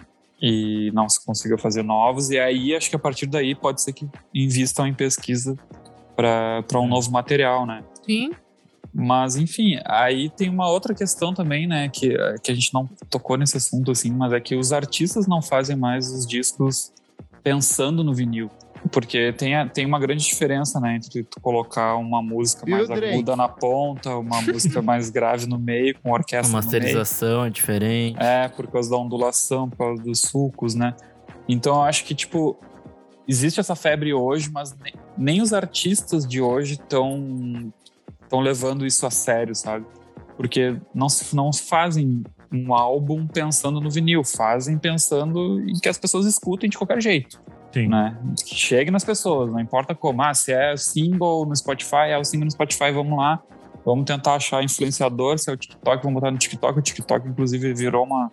E não se consiga fazer novos. E aí, acho que a partir daí pode ser que invistam em pesquisa para um novo material, né? Sim. Mas, enfim, aí tem uma outra questão também, né? Que, que a gente não tocou nesse assunto, assim, mas é que os artistas não fazem mais os discos pensando no vinil. Porque tem, a- tem uma grande diferença, né? Entre tu colocar uma música E o mais Drake? aguda na ponta, uma música mais grave no meio, com A orquestra no meio. masterização é diferente. É, por causa da ondulação, por causa dos sulcos, né? Então eu acho que, tipo, existe essa febre hoje, mas nem, nem os artistas de hoje estão estão levando isso a sério, sabe? Porque não, se- não fazem um álbum pensando no vinil, fazem pensando em que as pessoas escutem de qualquer jeito, Sim. né? Que chegue nas pessoas, não importa como. Ah, se é single no Spotify, é o single no Spotify, vamos lá. Vamos tentar achar influenciador, se é o TikTok, vamos botar no TikTok. O TikTok, inclusive, virou uma...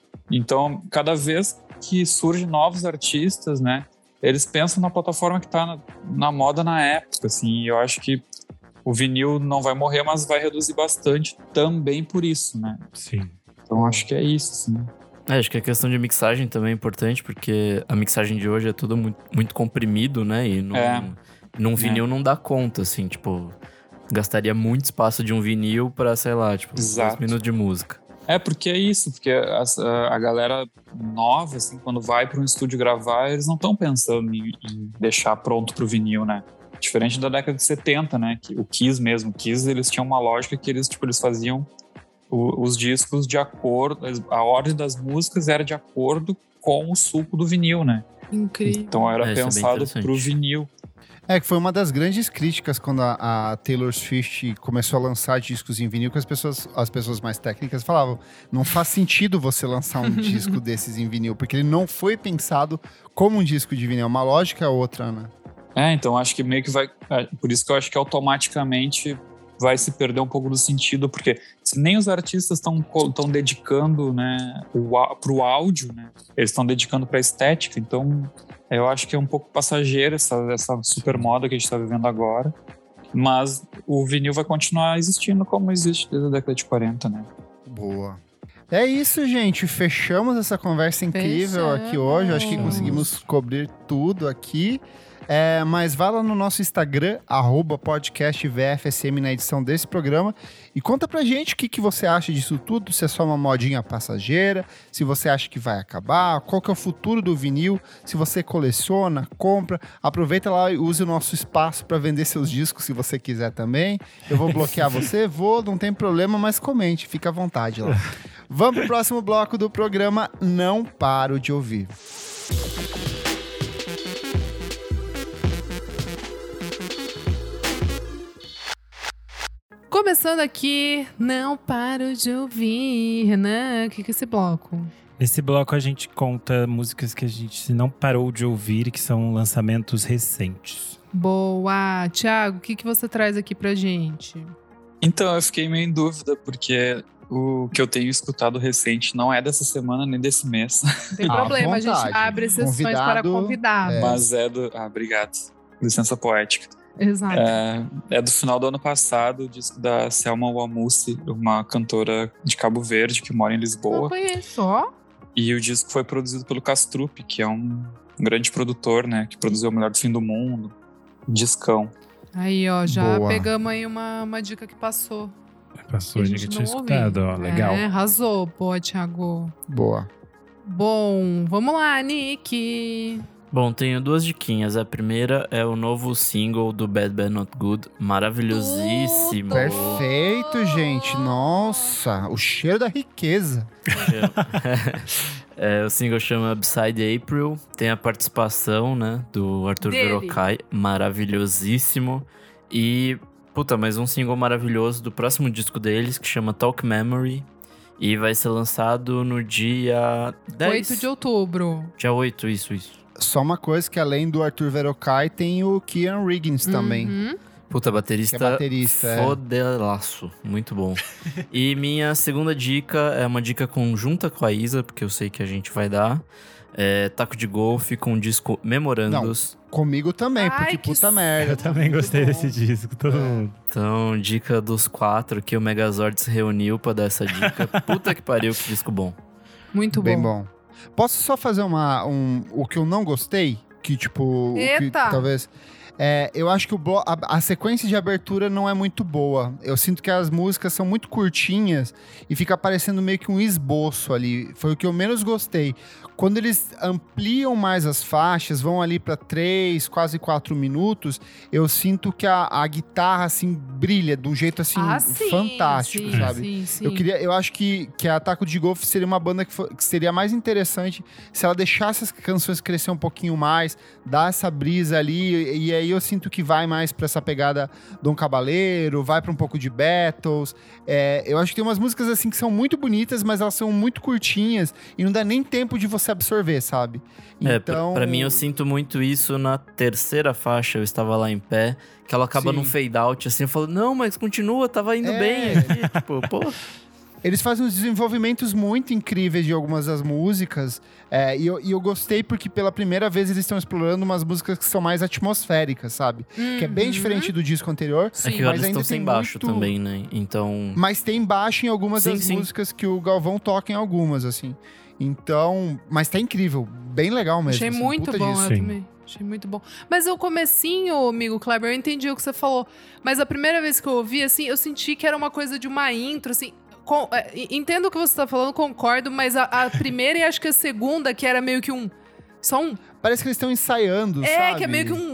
Então, cada vez que surgem novos artistas, né? Eles pensam na plataforma que tá na, na moda na época, assim. E eu acho que o vinil não vai morrer, mas vai reduzir bastante também por isso, né? Sim. Então, acho que é isso, assim. É, acho que a questão de mixagem também é importante, porque a mixagem de hoje é tudo muito, muito comprimido, né? E num, É. num vinil não dá conta, assim, tipo... Gastaria muito espaço de um vinil pra, sei lá, tipo, Exato. dois minutos de música. É, porque é isso, porque as- a, a galera nova, assim, quando vai para um estúdio gravar, eles não estão pensando em, em deixar pronto pro vinil, né? Diferente da década de setenta, né? Que o Kiss mesmo. O Kiss, eles tinham uma lógica que eles, tipo, eles faziam o, os discos de acordo... A ordem das músicas era de acordo com o suco do vinil, né? Incrível. Então era É, isso é bem pensado interessante. pro vinil. É, que foi uma das grandes críticas quando a, a Taylor Swift começou a lançar discos em vinil, que as pessoas, as pessoas mais técnicas falavam, não faz sentido você lançar um disco desses em vinil, porque ele não foi pensado como um disco de vinil, uma lógica é outra, né? É, então acho que meio que vai... É, por isso que eu acho que automaticamente vai se perder um pouco do sentido, porque se nem os artistas estão estão dedicando, né, o, pro áudio, né, eles estão dedicando pra estética, então eu acho que é um pouco passageira essa, essa super moda que a gente tá vivendo agora, mas o vinil vai continuar existindo como existe desde a década de quarenta, né? Boa. É isso, gente. Fechamos essa conversa incrível Fechamos. aqui hoje. Acho que conseguimos cobrir tudo aqui. É, mas vá lá no nosso Instagram, arroba podcast V F S M na edição desse programa e conta pra gente o que, que você acha disso tudo, se é só uma modinha passageira, se você acha que vai acabar, qual que é o futuro do vinil, se você coleciona, compra, aproveita lá e use o nosso espaço para vender seus discos se você quiser também. Eu vou bloquear você, vou, não tem problema, mas comente, fica à vontade lá. Vamos pro próximo bloco do programa Não Paro de Ouvir. Começando aqui, não paro de ouvir, Renan. O que, que é esse bloco? Nesse bloco a gente conta músicas que a gente não parou de ouvir, que são lançamentos recentes. Boa! Thiago, o que, que você traz aqui pra gente? Então, eu fiquei meio em dúvida, porque o que eu tenho escutado recente não é dessa semana nem desse mês. Não tem À problema, a vontade. gente abre exceções Convidado, para convidados. é. Mas é do... Ah, obrigado. Licença poética. Exato. É, é do final do ano passado, o disco da Selma Wamusi, uma cantora de Cabo Verde que mora em Não Lisboa. conheço, ó. E o disco foi produzido pelo Kastrup, que é um, um grande produtor, né? Que produziu O Melhor do Fim do Mundo. Discão. Aí, ó, já Boa. pegamos aí uma, uma dica que passou. Passou, A a gente gente não tinha escutado, ó, legal. É, arrasou. Boa, Thiago. Boa. Bom, vamos lá, Nick. Bom, tenho duas diquinhas. A primeira é o novo single do Bad Bad Not Good, maravilhosíssimo. Tudo. Perfeito, gente. Nossa, o cheiro da riqueza. É, o single chama Upside April, tem a participação, né, do Arthur Dele. Verocai, maravilhosíssimo. E, puta, mais um single maravilhoso do próximo disco deles, que chama Talk Memory. E vai ser lançado no dia dez. oito de outubro. Dia oito, isso, isso. Só uma coisa que além do Arthur Verocai tem o Kian Riggins também. Uhum. Puta, baterista, Que é baterista, é. fodelaço. Muito bom. E minha segunda dica é uma dica conjunta com a Isa, porque eu sei que a gente vai dar. É Taco de Golfe com o disco Memorandos. Comigo também, Ai, porque que puta s- merda. Eu também gostei desse disco, todo mundo. Então, dica dos quatro que o Megazord se reuniu pra dar essa dica. Puta que pariu, que disco bom. Muito Bem bom. bom. Posso só fazer uma, um, o que eu não gostei? Que, tipo, o que Eita! talvez... É, eu acho que o blo- a, a sequência de abertura não é muito boa. Eu sinto que as músicas são muito curtinhas e fica parecendo meio que um esboço ali. Foi o que eu menos gostei. Quando eles ampliam mais as faixas, vão ali para três, quase quatro minutos, eu sinto que a, a guitarra, assim, brilha de um jeito, assim, Ah, sim, fantástico, sim, sabe? Sim, sim. Eu, queria, eu acho que, que a Taco de Golfe seria uma banda que, fo- que seria mais interessante se ela deixasse as canções crescer um pouquinho mais, dar essa brisa ali, e, e aí eu sinto que vai mais pra essa pegada Dom Cabaleiro, vai pra um pouco de Battles. É, eu acho que tem umas músicas assim que são muito bonitas, mas elas são muito curtinhas e não dá nem tempo de você absorver, sabe? É, pra, Então, pra mim eu sinto muito isso na terceira faixa, eu estava lá em pé, que ela acaba Sim. num fade out, assim, eu falo, não, mas continua, tava indo É. bem aqui, tipo, pô. eles fazem uns desenvolvimentos muito incríveis de algumas das músicas. É, e, eu, e eu gostei porque pela primeira vez eles estão explorando umas músicas que são mais atmosféricas, sabe? Que é bem Uhum. diferente do disco anterior. É que mas eles ainda estão sem tem baixo muito- também, né? Então. Mas tem baixo em algumas Sim, das sim. músicas que o Galvão toca em algumas, assim. Então, mas tá incrível. Bem legal mesmo. Achei assim, muito puta bom, disco. eu Sim. também. Achei muito bom. Mas o comecinho, amigo Kleber, eu entendi o que você falou. Mas a primeira vez que eu ouvi, assim, eu senti que era uma coisa de uma intro, assim. Com- é, entendo o que você tá falando, concordo, mas a, a primeira e acho que a segunda, que era meio que um. Só um. Parece que eles estão ensaiando, É, sabe? que é meio que um.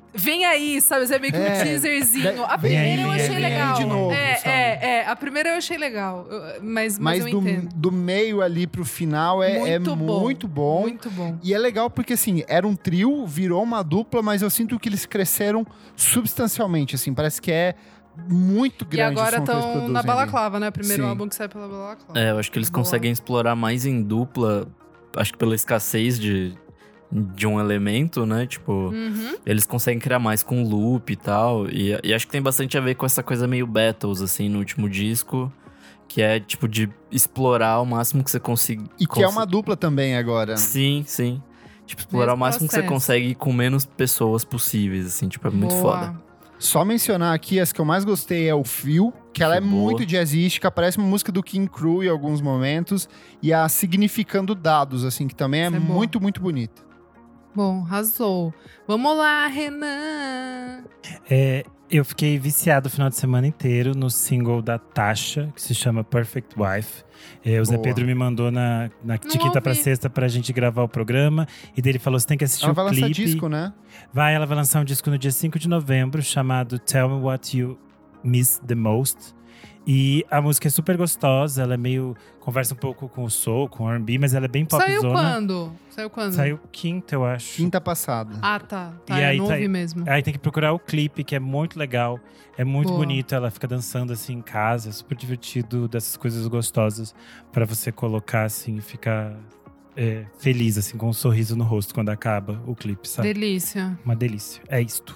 Vem aí, sabe? É meio que um É, teaserzinho. A vem primeira aí, eu achei vem aí legal. de novo, é, sabe? é, é. A primeira eu achei legal. eu- Mas, mas, Mas eu do, entendo. do meio ali pro final é é Muito bom. muito bom. Muito bom. E é legal porque, assim, era um trio, virou uma dupla, mas eu sinto que eles cresceram substancialmente, assim. Parece que é muito E grande agora o som que eles estão produzem na ali. Balaclava, né? Primeiro Sim. álbum que sai pela Balaclava. É, eu acho que eles Boa. conseguem explorar mais em dupla, acho que pela escassez de, de um elemento, né? Tipo, Uhum. eles conseguem criar mais com loop e tal. E, e acho que tem bastante a ver com essa coisa meio Battles, assim, no último disco. Que é, tipo, de explorar o máximo que você consiga. E que é uma dupla também agora. Sim, sim. Tipo, explorar Mesmo o máximo que você processo. consegue com menos pessoas possíveis, assim. Tipo, é muito Boa. foda. Só mencionar aqui, as que eu mais gostei é o Feel, que ela Que é boa. muito jazzística, parece uma música do King Crew em alguns momentos. E a Significando Dados, assim, que também é, Essa é boa. muito, muito bonita. Bom, arrasou. Vamos lá, Renan. É, eu fiquei viciado o final de semana inteiro no single da Tasha, que se chama Perfect Wife. É, o Zé Boa. Pedro me mandou na, na de Não quinta pra ouvi. sexta pra gente gravar o programa. E dele falou: você tem que assistir Ela o vai lançar clipe. disco, né? Vai, ela vai lançar um disco no dia cinco de novembro, chamado Tell Me What You Miss The Most. E a música é super gostosa, ela é meio… Conversa um pouco com o soul, com o R and B, mas ela é bem popzona. Saiu quando? Saiu quando? Saiu quinta, eu acho. Quinta passada. Ah, tá. Tá, E eu aí não tá- ouvi mesmo. Aí tem que procurar o clipe, que é muito legal. É muito Boa. bonito, ela fica dançando assim em casa. É super divertido, dessas coisas gostosas pra você colocar assim e ficar é, feliz, assim, com um sorriso no rosto quando acaba o clipe, sabe? Delícia. Uma delícia. É isto.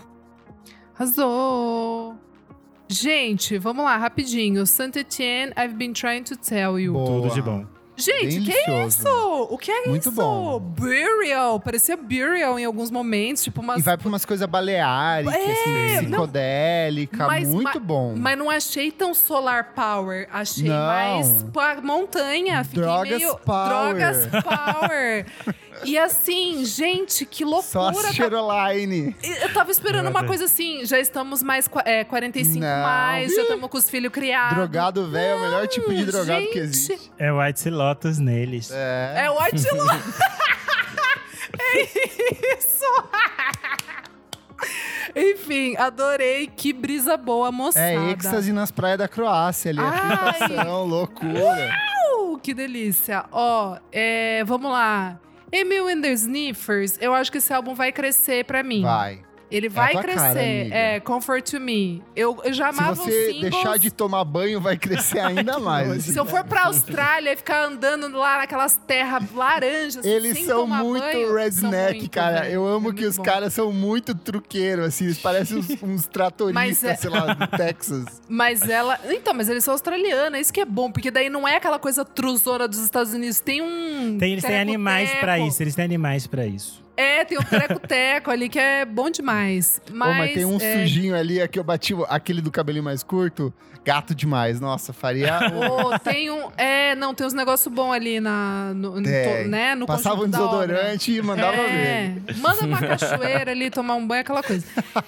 Arrasou. Gente, vamos lá, rapidinho. Saint Etienne, I've been trying to tell you. Boa. Tudo de bom. Gente, que Delicioso. isso? O que é Muito isso? bom. Burial. Parecia Burial em alguns momentos. Tipo, umas… E vai pra umas coisas baleáricas, É, assim, não. psicodélica, Mas- muito ma- bom. Mas não achei tão solar power. Achei Não. mais pra montanha. Fiquei Drogas meio… power. Drogas power. E assim, gente, que Só loucura. a Cheroline. Eu tava esperando uma Nada. coisa assim, já estamos mais qua- é, quarenta e cinco Não. mais, já estamos com os filhos criados. Drogado velho é o melhor tipo de drogado que gente. existe. É White Lotus neles. É. É o White Lotus. É isso. Enfim, adorei. Que brisa boa, moçada. É êxtase nas praias da Croácia ali. Ai. Fritação, loucura. Uh, que delícia. Ó, é, vamos lá. Emil and the Sniffers, eu acho que esse álbum vai crescer pra mim. Vai. Ele a vai tua crescer. cara, amiga. é, Comfort to Me. Eu, eu já Se amava você os singles. deixar de tomar banho, vai crescer ainda mais. assim. Se eu for pra Austrália e ficar andando lá naquelas terras laranjas, Eles sem são tomar muito banho, redneck, são muito, cara. velho. Eu amo É que muito os bom. caras são muito truqueiros, assim. Eles parecem uns, uns tratoristas, Mas é- sei lá, do Texas. Mas ela. Então, mas eles são australianos, é isso que é bom, porque daí não é aquela coisa truzona dos Estados Unidos. Tem um. Tem, eles têm teco-teco. animais pra isso, eles têm animais pra isso. É, tem um treco-teco ali que é bom demais. Mas, Pô, mas tem um é, sujinho ali, aqui eu bati o- aquele do cabelinho mais curto. Gato demais. Nossa, faria. Ô, tem um. É, não, tem uns negócios bons ali na, no, no, Tem. to- né, no Passava um conjunto da obra. desodorante e mandava é, ver. manda uma cachoeira ali, tomar um banho, aquela coisa.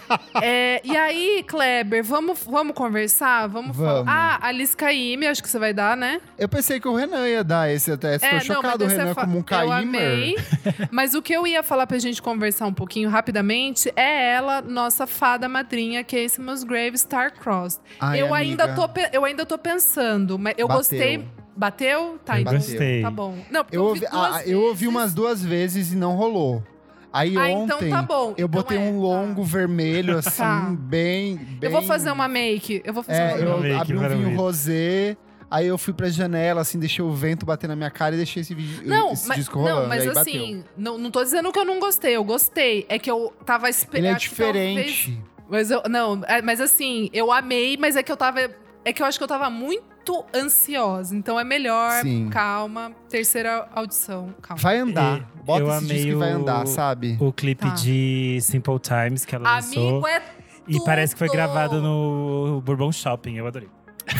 É, e aí, Kleber, vamos, vamos conversar? Vamos, Vamos. falar. Ah, Alice Caymmi, acho que você vai dar, né? Eu pensei que o Renan ia dar esse até. Estou É, não, chocado, o mas esse é Renan fa- como um Eu Kaimer. amei. Mas o que eu ia falar pra gente conversar um pouquinho rapidamente é ela, nossa fada madrinha, Casey Musgrave, Star-Crossed. Ai, eu, ainda amiga. tô, pe- eu ainda tô pensando, mas eu Bateu. gostei. Bateu? Tá, Eu então gostei. tá bom. Não, porque Eu eu, ouvi, ouvi duas ah, eu ouvi vezes. umas duas vezes e não rolou. Aí Ah, ontem então tá bom. eu Então botei é, um tá. longo vermelho, assim, Tá. bem, bem. Eu vou fazer uma make. Eu vou fazer É, uma eu make. make, abri um quero vinho ver. rosé, aí eu fui pra janela, assim, deixei o vento bater na minha cara e deixei esse, vídeo, Não, esse mas, disco rolando. não, mas aí assim, não, não tô dizendo que eu não gostei. Eu gostei. É que eu tava bateu. esperando. Ele é diferente. Mas eu. Não, é, mas assim, eu amei, mas é que eu tava. É que eu acho que eu tava muito ansiosa. Então é melhor, Sim. calma. Terceira audição, calma. Vai andar. E Bota eu esse amei disco e vai o- andar, sabe? O clipe Tá. de Simple Times que ela lançou. Amigo, é E parece que foi tudo! gravado no Bourbon Shopping, eu adorei.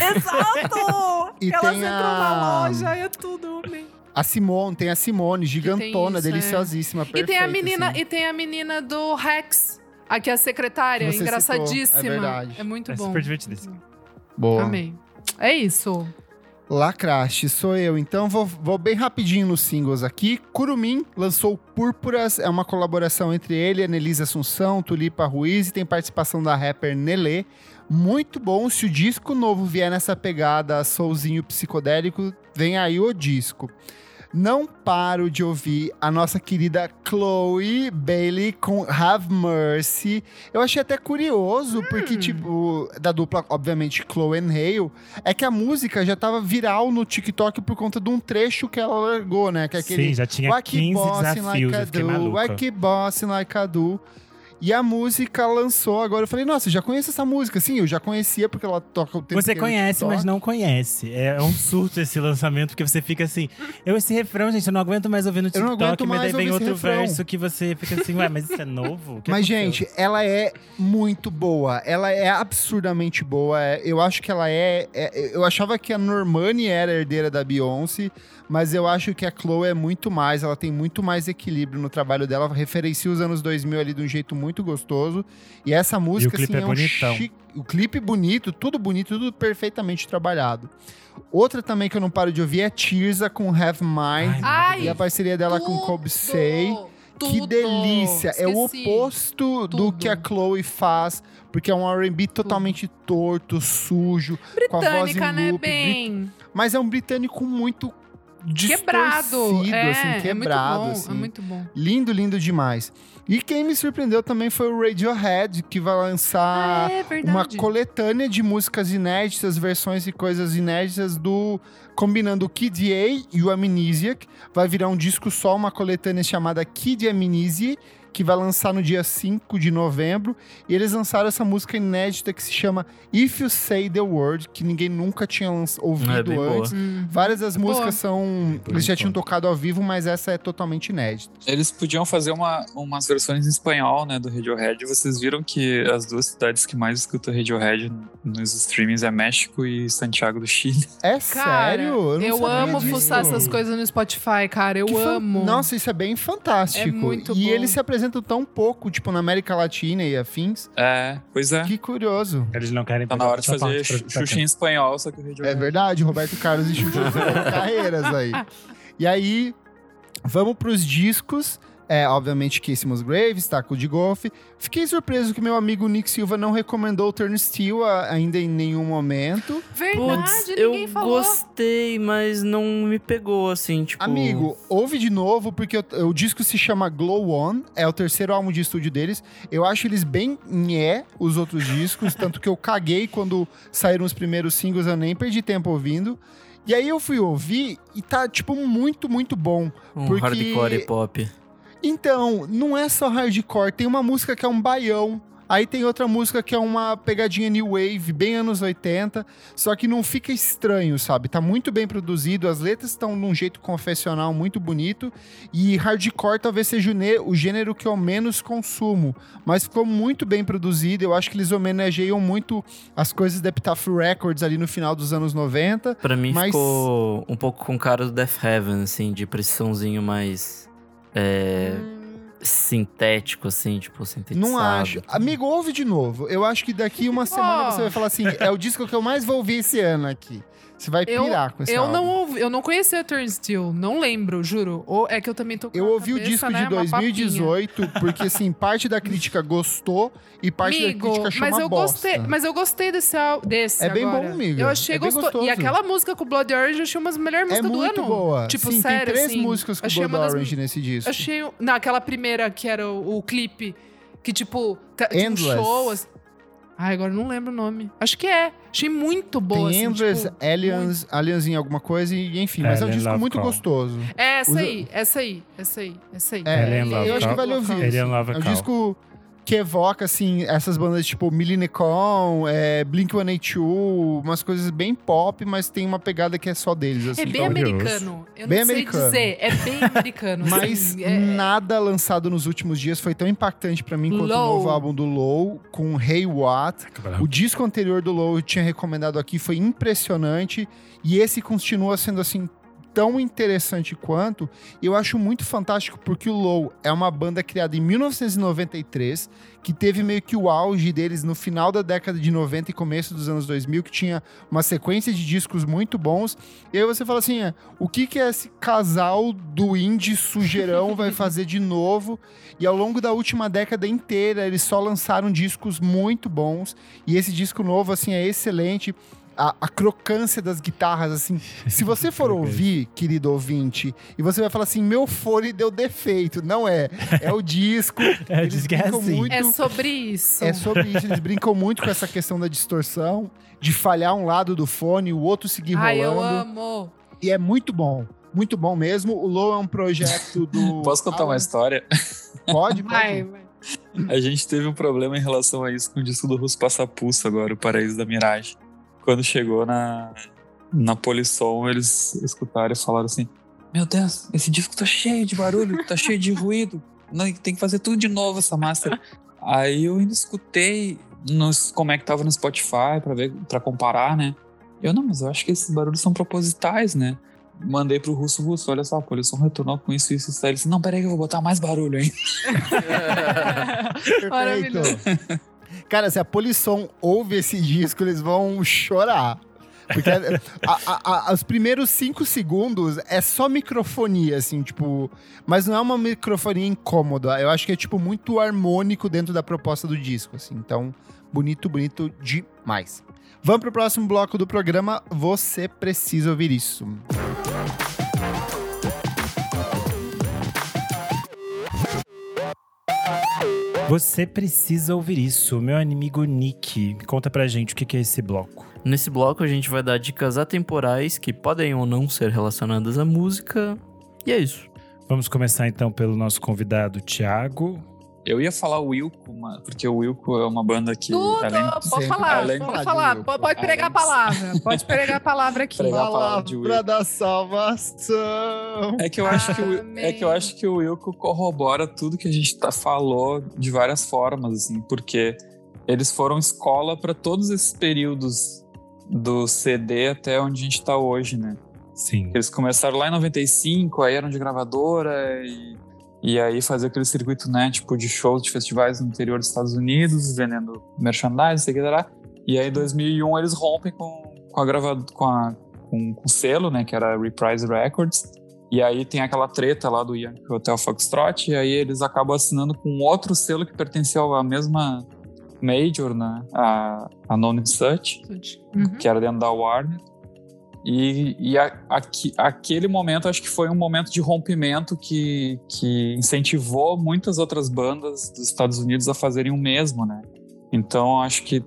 Exato! E Elas tem entram a- na loja, é tudo, eu amei. A Simone, tem a Simone, gigantona, isso, é. deliciosíssima, E perfeita. tem a menina, assim. e tem a menina do Rex, aqui é a secretária, Que você engraçadíssima. citou, é verdade. É muito É bom. super divertidíssimo. Boa. Amei. É isso. Lacraste, sou eu. Então vou, vou bem rapidinho nos singles aqui. Curumim lançou Púrpuras, é uma colaboração entre ele, Annelise Assunção, Tulipa Ruiz e tem participação da rapper Nelê. Muito bom, se o disco novo vier nessa pegada soulzinho psicodélico, vem aí o disco. Não paro de ouvir a nossa querida Chloe Bailey com Have Mercy. Eu achei até curioso, hum. porque, tipo, da dupla, obviamente, Chloe and Hale, é que a música já tava viral no TikTok por conta de um trecho que ela largou, né? Que é aquele, sim, já tinha quinze desafios, like eu fiquei maluca. I keep bossing like I do. E a música lançou agora. Eu falei, nossa, eu já conheço essa música. Sim, eu já conhecia porque ela toca o tempo Você conhece, mas não conhece. É um surto esse lançamento, porque você fica assim… Eu, esse refrão, gente, eu não aguento mais ouvir no TikTok. Mas daí vem outro verso que você fica assim, ué, mas isso é novo? Que mas, aconteceu? Gente, ela é muito boa. Ela é absurdamente boa. Eu acho que ela é… é eu achava que a Normani era a herdeira da Beyoncé, mas eu acho que a Chloe é muito mais. Ela tem muito mais equilíbrio no trabalho dela. Referencia os anos dois mil ali de um jeito muito muito gostoso. E essa música, e o clipe assim, é é um bonitão. Chi... O clipe bonito, tudo bonito, tudo perfeitamente trabalhado. Outra também que eu não paro de ouvir é Tirza com Have Mind. Ai, e a parceria dela tudo, com Kobsei. Que tudo. delícia! Esqueci. É o oposto tudo. do que a Chloe faz, porque é um R and B totalmente torto, sujo, com a voz em Britânica, né, loop. bem? Mas é um britânico muito quebrado, é, assim, quebrado, é muito bom, assim. é muito bom. Lindo, lindo demais. E quem me surpreendeu também foi o Radiohead, que vai lançar ah, é uma coletânea de músicas inéditas, versões e coisas inéditas do combinando o Kid A e o Amnesiac. Vai virar um disco só, uma coletânea chamada Kid Amnesia, que vai lançar no dia cinco de novembro. E eles lançaram essa música inédita que se chama If You Say The Word, que ninguém nunca tinha ouvido é antes. Hum. Várias das Boa. músicas são… Eles já tinham tocado ao vivo, mas essa é totalmente inédita. Eles podiam fazer uma, umas versões em espanhol, né, do Radiohead. Vocês viram que as duas cidades que mais escutam Radiohead nos streamings é México e Santiago do Chile. É Cara, sério? Eu, não eu sabia amo disso. fuçar essas coisas no Spotify, cara. Eu Que fan- amo. Nossa, isso é bem fantástico. É muito e bom. eles se apresentam tão pouco, tipo, na América Latina e afins. É, pois é. Que curioso. Eles não querem Tá na hora de fazer Xuxa em espanhol, só que o Radiohead… É verdade, Roberto Carlos e Xuxa fizeram carreiras aí. E aí, vamos pros discos. É, obviamente, Casey Musgraves, taco de golfe. Fiquei surpreso que meu amigo Nick Silva não recomendou o Turnstile a- ainda em nenhum momento. Verdade, Putz, ninguém eu falou. gostei, mas não me pegou, assim, tipo… Amigo, ouve de novo, porque o, o disco se chama Glow On, é o terceiro álbum de estúdio deles. Eu acho eles bem nhé, os outros discos, tanto que eu caguei quando saíram os primeiros singles, eu nem perdi tempo ouvindo. E aí eu fui ouvir e tá, tipo, muito, muito bom. um porque- hardcore e pop. Então, não é só hardcore, tem uma música que é um baião, aí tem outra música que é uma pegadinha new wave, bem anos oitenta, só que não fica estranho, sabe? Tá muito bem produzido, as letras estão num jeito confessional muito bonito, e hardcore talvez seja o, ne- o gênero que eu menos consumo, mas ficou muito bem produzido, eu acho que eles homenageiam muito as coisas da Epitaph Records ali no final dos anos noventa. Pra mim Mas- ficou um pouco com cara do Death Heaven, assim, de precisãozinho mais… É, sintético, assim, tipo, sintetizado. Não acho. Amigo, ouve de novo. Eu acho que daqui uma semana Oh. você vai falar assim, é o disco que eu mais vou ouvir esse ano aqui. Você vai Eu, pirar com esse eu álbum. não ouvi, eu não conhecia Turnstile, não lembro, juro. Ou é que eu também tô com Eu a ouvi cabeça, o disco né, de uma dois mil e papinha. dezoito, porque assim, parte da crítica gostou e parte Amigo, da crítica achou mas uma eu bosta. gostei, mas eu gostei desse ál- desse É bem agora. bom, amiga. Eu achei É bem gostoso. gostoso. E aquela música com o Blood Orange eu achei uma das melhores É músicas do muito ano. boa. Tipo, Sim, sério, tem três assim, músicas com achei Blood uma das- Orange nesse disco. Achei, não, aquela primeira que era o, o clipe que tipo, tá- tinha um Endless. show assim. Ai, agora eu não lembro o nome. Acho que é. Achei muito boa, Tem assim, Endless, tipo, Aliens, Aliens em alguma coisa, e enfim. Mas é um Alien disco Love muito Call. gostoso. É, essa Usa- aí, essa aí, essa aí, essa aí. É, Alien Love eu acho que Call. vale ouvir. Alien Love É um Call. disco que evoca, assim, essas bandas tipo Millennicum, é, Blink one eighty-two, umas coisas bem pop, mas tem uma pegada que é só deles, assim. É bem curioso. americano. Eu Bem não sei americano. dizer. É bem americano. Mas assim, é- nada lançado nos últimos dias foi tão impactante pra mim quanto Low. o novo álbum do Low, com Hey What. O disco anterior do Low eu tinha recomendado aqui, foi impressionante. E esse continua sendo, assim, tão interessante quanto, e eu acho muito fantástico porque o Low é uma banda criada em mil novecentos e noventa e três, que teve meio que o auge deles no final da década de noventa e começo dos anos dois mil, que tinha uma sequência de discos muito bons, e aí você fala assim, é, o que que esse casal do indie sujeirão vai fazer de novo? E ao longo da última década inteira, eles só lançaram discos muito bons, e esse disco novo, assim, é excelente. A, a crocância das guitarras, assim. Se você for ouvir, querido ouvinte, e você vai falar assim, meu fone deu defeito. Não é. É o disco. É, eles diz que é brincam assim. muito. É sobre isso. É sobre isso. Eles brincam muito com essa questão da distorção, de falhar um lado do fone e o outro seguir rolando. Ai, eu amo. E é muito bom. Muito bom mesmo. O Low é um projeto do... Posso contar Alan... uma história? Pode, pode. Vai, vai. A gente teve um problema em relação a isso com o disco do Russo Passapulso agora, o Paraíso da Mirage. Quando chegou na, na Polisson, eles escutaram e falaram assim, meu Deus, esse disco tá cheio de barulho, tá cheio de ruído, não, tem que fazer tudo de novo essa master. Aí eu ainda escutei nos, como é que tava no Spotify pra, ver, pra comparar, né? Eu, não, mas eu acho que esses barulhos são propositais, né? Mandei pro Russo, Russo, olha só, a Polisson retornou com isso, isso, isso. Ele disse, não, peraí que eu vou botar mais barulho ainda. Maravilhoso. Cara, se a Polisson ouve esse disco, eles vão chorar. Porque a, a, a, os primeiros cinco segundos é só microfonia, assim, tipo... Mas não é uma microfonia incômoda. Eu acho que é, tipo, muito harmônico dentro da proposta do disco, assim. Então, bonito, bonito demais. Vamos pro próximo bloco do programa. Você precisa ouvir isso. Você precisa ouvir isso. Meu amigo Nick, conta pra gente o que é esse bloco. Nesse bloco a gente vai dar dicas atemporais que podem ou não ser relacionadas à música. E é isso. Vamos começar então pelo nosso convidado, Thiago. Eu ia falar o Wilco, porque o Wilco é uma banda que... Tudo, além, pode sempre- falar, além- pode falar. Pode, pode pregar a palavra. Pode pregar a palavra aqui. Pregar a palavra de Palavra Wilco. da salvação. É que eu acho que o, Amém. é que eu acho que o Wilco corrobora tudo que a gente tá, falou de várias formas, assim, porque eles foram escola para todos esses períodos do C D até onde a gente tá hoje, né? Sim. Eles começaram lá em noventa e cinco, aí eram de gravadora e, e aí fazer aquele circuito, né, tipo de shows de festivais no interior dos Estados Unidos, vendendo merchandising, sei lá. E aí em dois mil e um eles rompem com, com a gravadora, com, a, com, com o selo, né, que era a Reprise Records. E aí tem aquela treta lá do Yankee Hotel Foxtrot, e aí eles acabam assinando com outro selo que pertencia à mesma major, né, a, a Known as Such, Uhum. que era dentro da Warner. E, e a, aqui, aquele momento, acho que foi um momento de rompimento que, que incentivou muitas outras bandas dos Estados Unidos a fazerem o mesmo, né? Então, acho que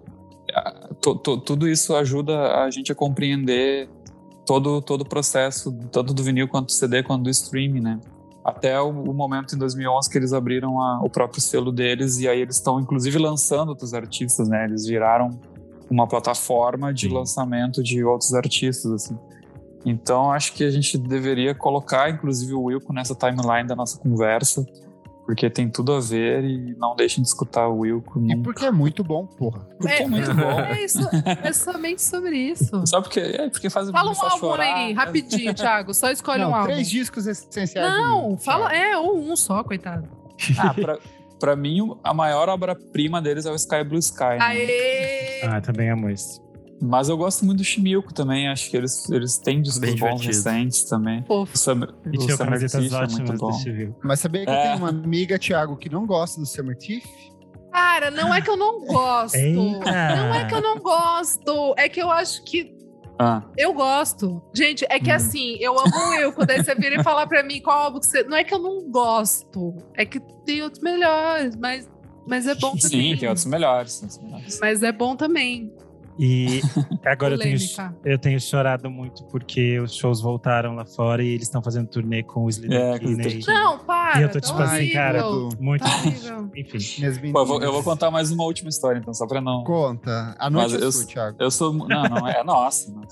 a, to, to, tudo isso ajuda a gente a compreender todo, todo o processo, tanto do vinil quanto do C D, quanto do streaming, né? Até o, o momento em dois mil e onze que eles abriram a, o próprio selo deles, e aí eles estão, inclusive, lançando outros artistas, né? Eles viraram uma plataforma de Sim. lançamento de outros artistas, assim. Então, acho que a gente deveria colocar, inclusive, o Wilco nessa timeline da nossa conversa, porque tem tudo a ver e não deixem de escutar o Wilco. E Nunca. porque é muito bom, porra. Porque é, muito bom. É isso, é somente sobre isso. Só porque, é porque faz, Fala um faz álbum chorar. aí, rapidinho, Thiago. Só escolhe Não, um álbum. três discos essenciais. do Não, Wilco, fala. sabe? É, ou um só, coitado. Ah, pra, pra mim, a maior obra-prima deles é o Sky Blue Sky. Né? Aê! Ah, também amo esse. Mas eu gosto muito do Chimilco também. Acho que eles, eles têm discos Bem bons divertido. recentes também. Fofo. O Summer, E o tinha Summer camisetas Thief é muito ótimas bom. do Chivil. Mas sabia que eu É. tenho uma amiga, Thiago, que não gosta do Summer Thief? Cara, não é que eu não gosto. Eita! Não é que eu não gosto. É que eu acho que Ah, eu gosto. Gente, é que Hum. assim, eu amo o Wilco. Daí você vira e falar pra mim qual álbum que você... Não é que eu não gosto. É que tem outros melhores, mas, mas é bom também. sim, tem outros melhores. Tem outros melhores. Mas é bom também. E agora eu tenho, Polêmica. eu tenho chorado muito porque os shows voltaram lá fora e eles estão fazendo turnê com o Slim É, com o Kinney. Slim Não, para. E eu tô tá tipo assim, horrível. cara, do- muito Tá triste. horrível. Enfim. Minhas Pô, eu, vou, eu vou meninas. contar mais uma última história, então, só pra não... Conta. A noite Mas é eu- sua, Thiago. Eu sou... Não, não, é nossa. Não.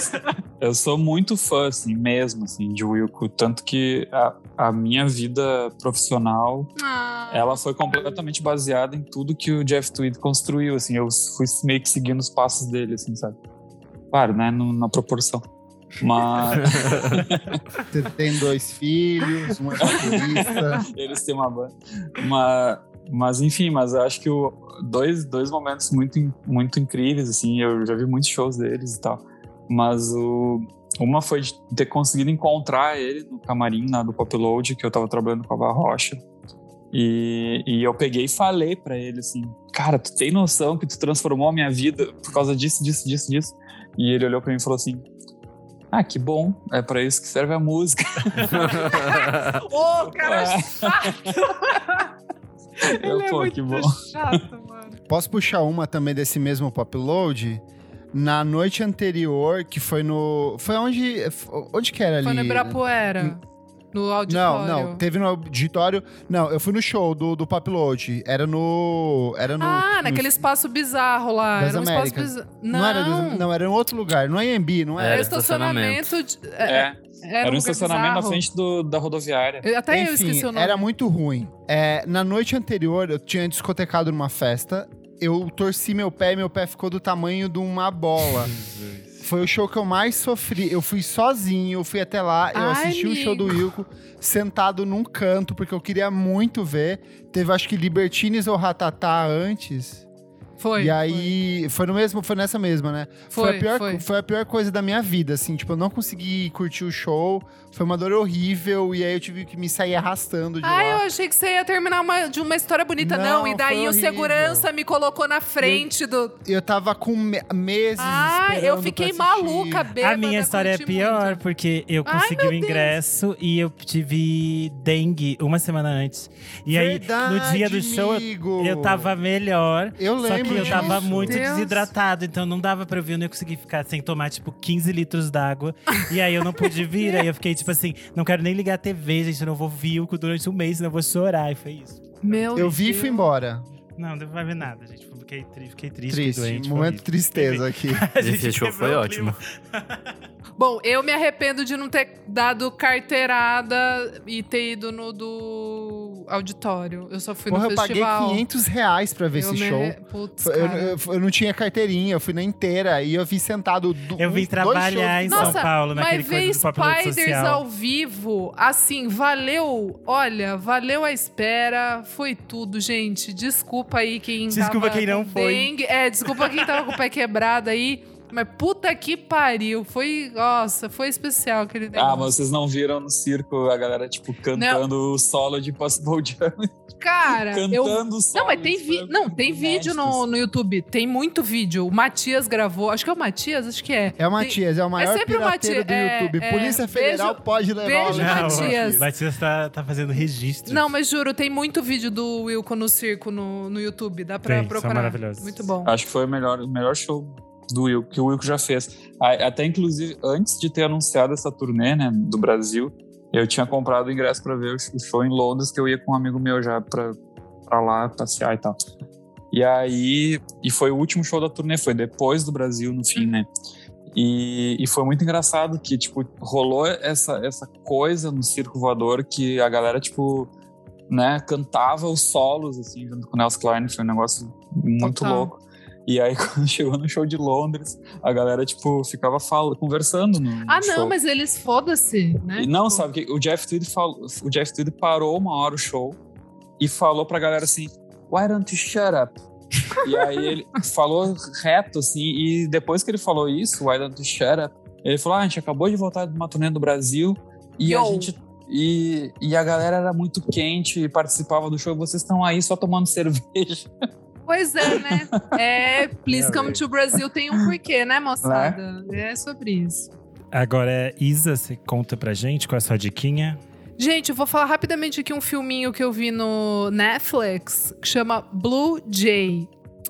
Eu, eu sou muito fã, assim, mesmo, assim, de Wilco. Tanto que a, a minha vida profissional, Ah, ela foi completamente baseada em tudo que o Jeff Tweedy construiu, assim. Eu fui meio que seguindo os passos dele, assim, sabe? Claro, né? No- na proporção. Mas Você tem dois filhos, uma baterista. eles têm uma banda. Mas, mas enfim, mas eu acho que o, dois, dois momentos muito, muito incríveis, assim, eu já vi muitos shows deles e tal. Mas o, uma foi de ter conseguido encontrar ele no camarim lá do Pop Load, que eu tava trabalhando com a Ava Rocha. E, e eu peguei e falei pra ele assim, cara, tu tem noção que tu transformou a minha vida por causa disso, disso, disso, disso? E ele olhou pra mim e falou assim, ah, que bom, é pra isso que serve a música. Ô, oh, cara chato! Eu, Ele pô, é muito que bom. chato, mano. Posso puxar uma também desse mesmo Pop Load? Na noite anterior, que foi no... Foi onde... Onde que era ali? Foi no Ibirapuera. No auditório. Não, não. Teve no auditório... Não, eu fui no show do, do Pop Load. Era no... Era no Ah, no, naquele espaço bizarro lá. das Era um Américas. espaço bizarro. Não, Não era, do, não, era em outro lugar. No A M B, não Era era? estacionamento. de- É, Era, era um lugar estacionamento bizarro. na frente do, da rodoviária. Eu- Até eu Enfim, esqueci o nome. era muito ruim. É, na noite anterior, eu tinha discotecado numa festa. Eu torci meu pé e meu pé ficou do tamanho de uma bola. Foi o show que eu mais sofri. Eu fui sozinho, eu fui até lá, eu Ai, assisti o show do amigo. Wilco sentado num canto, porque eu queria muito ver. Teve, acho que, Libertines ou Ratatá antes. Foi. E aí, foi. no mesmo, foi nessa mesma, né? Foi, a pior, foi. foi a pior coisa da minha vida, assim. Tipo, eu não consegui curtir o show. Foi uma dor horrível. E aí eu tive que me sair arrastando de Ah, eu lá. achei que você ia terminar uma- de uma história bonita. Não, Não, e daí foi o horrível. segurança me colocou na frente do... Eu tava com me- meses Ah, esperando eu fiquei pra assistir. maluca, bêbada. A minha história é curti pior, muito. porque eu Ai, consegui meu o ingresso e eu tive dengue uma semana antes. E aí, Verdade, no dia do show, eu, amigo. eu tava melhor. Eu Só lembro que eu tava disso. muito Deus. desidratado, então não dava pra eu vir. Eu não ia conseguir ficar sem tomar, tipo, quinze litros d'água. E aí eu não pude vir, aí eu fiquei, tipo assim, não quero nem ligar a T V, gente, eu não vou Vilco durante um mês, senão eu vou chorar. E foi isso. Meu Eu vi e Deus. fui embora. Não, não vai ver nada, gente. Fiquei, tri- fiquei triste, Triste. doente. foi Momento horrível. tristeza aqui. A gente Esse show quebrou foi o ótimo. clima. Bom, eu me arrependo de não ter dado carteirada e ter ido no do auditório. Eu só fui Porra, no eu paguei festival. quinhentos reais pra ver Eu esse me show. arre- Putz, Eu, cara. eu- eu não tinha carteirinha, eu fui na inteira. E eu vi sentado... do- Eu vim dois trabalhar shows. em São Nossa, Paulo, naquele mas coisa ver do Pop Load Spiders Social. ao vivo, assim, valeu. Olha, valeu a espera. Foi tudo, gente. Desculpa aí quem Desculpa tava quem não com foi. dengue. É, desculpa quem tava com o pé quebrado aí. Mas puta que pariu. Foi, nossa, foi especial aquele negócio. Ah, mas vocês não viram no circo a galera, tipo, cantando o solo de Possible Jam? Cara, eu... Cantando o solo. Não, mas tem, isso vi... foi não, tem vídeo no, inédito. no YouTube. Tem muito vídeo. O Matias gravou. Acho que é o Matias? Acho que é. É o Matias, é o maior sempre o pirateiro do Matias, é, YouTube. é. Polícia Federal Beijo- pode levar beijo, o Não, Matias. o Matias tá, tá fazendo registro. Não, mas juro, tem muito vídeo do Wilco no circo no, no YouTube. Dá pra Tem, são procurar. maravilhosos. Muito bom. Acho que foi o melhor, o melhor show do Wilco, que o Wilco já fez. A- Até, inclusive, antes de ter anunciado essa turnê, né, do Brasil, eu tinha comprado o ingresso pra ver o sh- o show em Londres, que eu ia com um amigo meu já pra, pra lá passear e tal. E aí, e foi o último show da turnê, foi depois do Brasil, no fim, né? E, e foi muito engraçado que, tipo, rolou essa, essa coisa no Circo Voador que a galera, tipo, né, cantava os solos, assim, junto com o Nels Klein, foi um negócio muito Total. louco. E aí, quando chegou no show de Londres, a galera, tipo, ficava fala, conversando no, no Ah, show. não, mas eles foda-se, né? E não, Tipo, sabe, que o Jeff Tweedy falou, o Jeff Tweedy parou uma hora o show e falou pra galera assim, why don't you shut up? E aí ele falou reto, assim, e depois que ele falou isso, why don't you shut up? Ele falou, ah, a gente acabou de voltar de uma turnê do Brasil e a Yo. gente... E, e a galera era muito quente e participava do show, vocês estão aí só tomando cerveja. Pois é, né? É, Please Come to Brasil tem um porquê, né, moçada? É sobre isso. Agora, Isa, você conta pra gente qual é a sua diquinha? Gente, eu vou falar rapidamente aqui um filminho que eu vi no Netflix, que chama Blue Jay.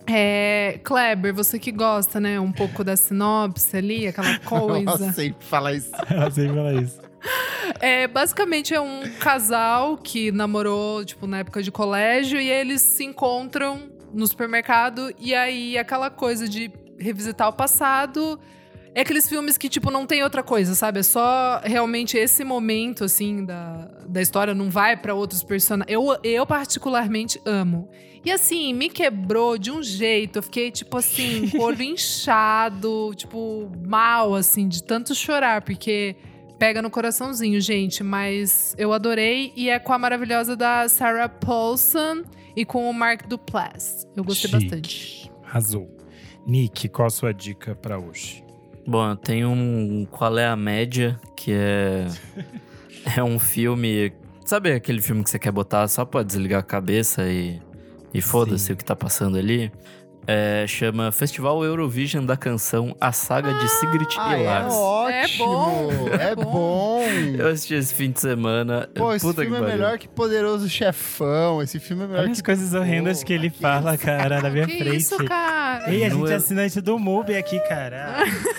É, Kleber, você que gosta, né, um pouco da sinopse ali, aquela coisa. Nossa, sempre fala isso. Ela sempre fala isso. É, basicamente é um casal que namorou, tipo, na época de colégio, e eles se encontram no supermercado, e aí aquela coisa de revisitar o passado. É aqueles filmes que, tipo, não tem outra coisa, sabe? É só realmente esse momento, assim, da, da história. Não vai pra outros personagens. Eu, eu, particularmente, amo. E, assim, me quebrou de um jeito. Eu fiquei, tipo, assim, com o olho inchado. Tipo, mal, assim, de tanto chorar. Porque pega no coraçãozinho, gente. Mas eu adorei. E é com a maravilhosa da Sarah Paulson e com o Mark Duplass. Eu gostei Chique. bastante. Arrasou. Nick, qual a sua dica pra hoje? Bom, eu tenho um Qual é a Média, que é, é um filme... Sabe aquele filme que você quer botar só pra desligar a cabeça e, e foda-se o que tá passando ali? É, chama Festival Eurovision da Canção, a saga de Sigrid Ah, e é Lars. ótimo! bom, É é bom! bom. Eu assisti esse fim de semana. Pô, esse Puta filme que é pariu. melhor que Poderoso Chefão. Esse filme é melhor Olha que... as coisas horrendas que ele fala, cara, na minha Que frente. isso, cara? Ei, a No gente é eu- assinante do Mubi aqui, cara.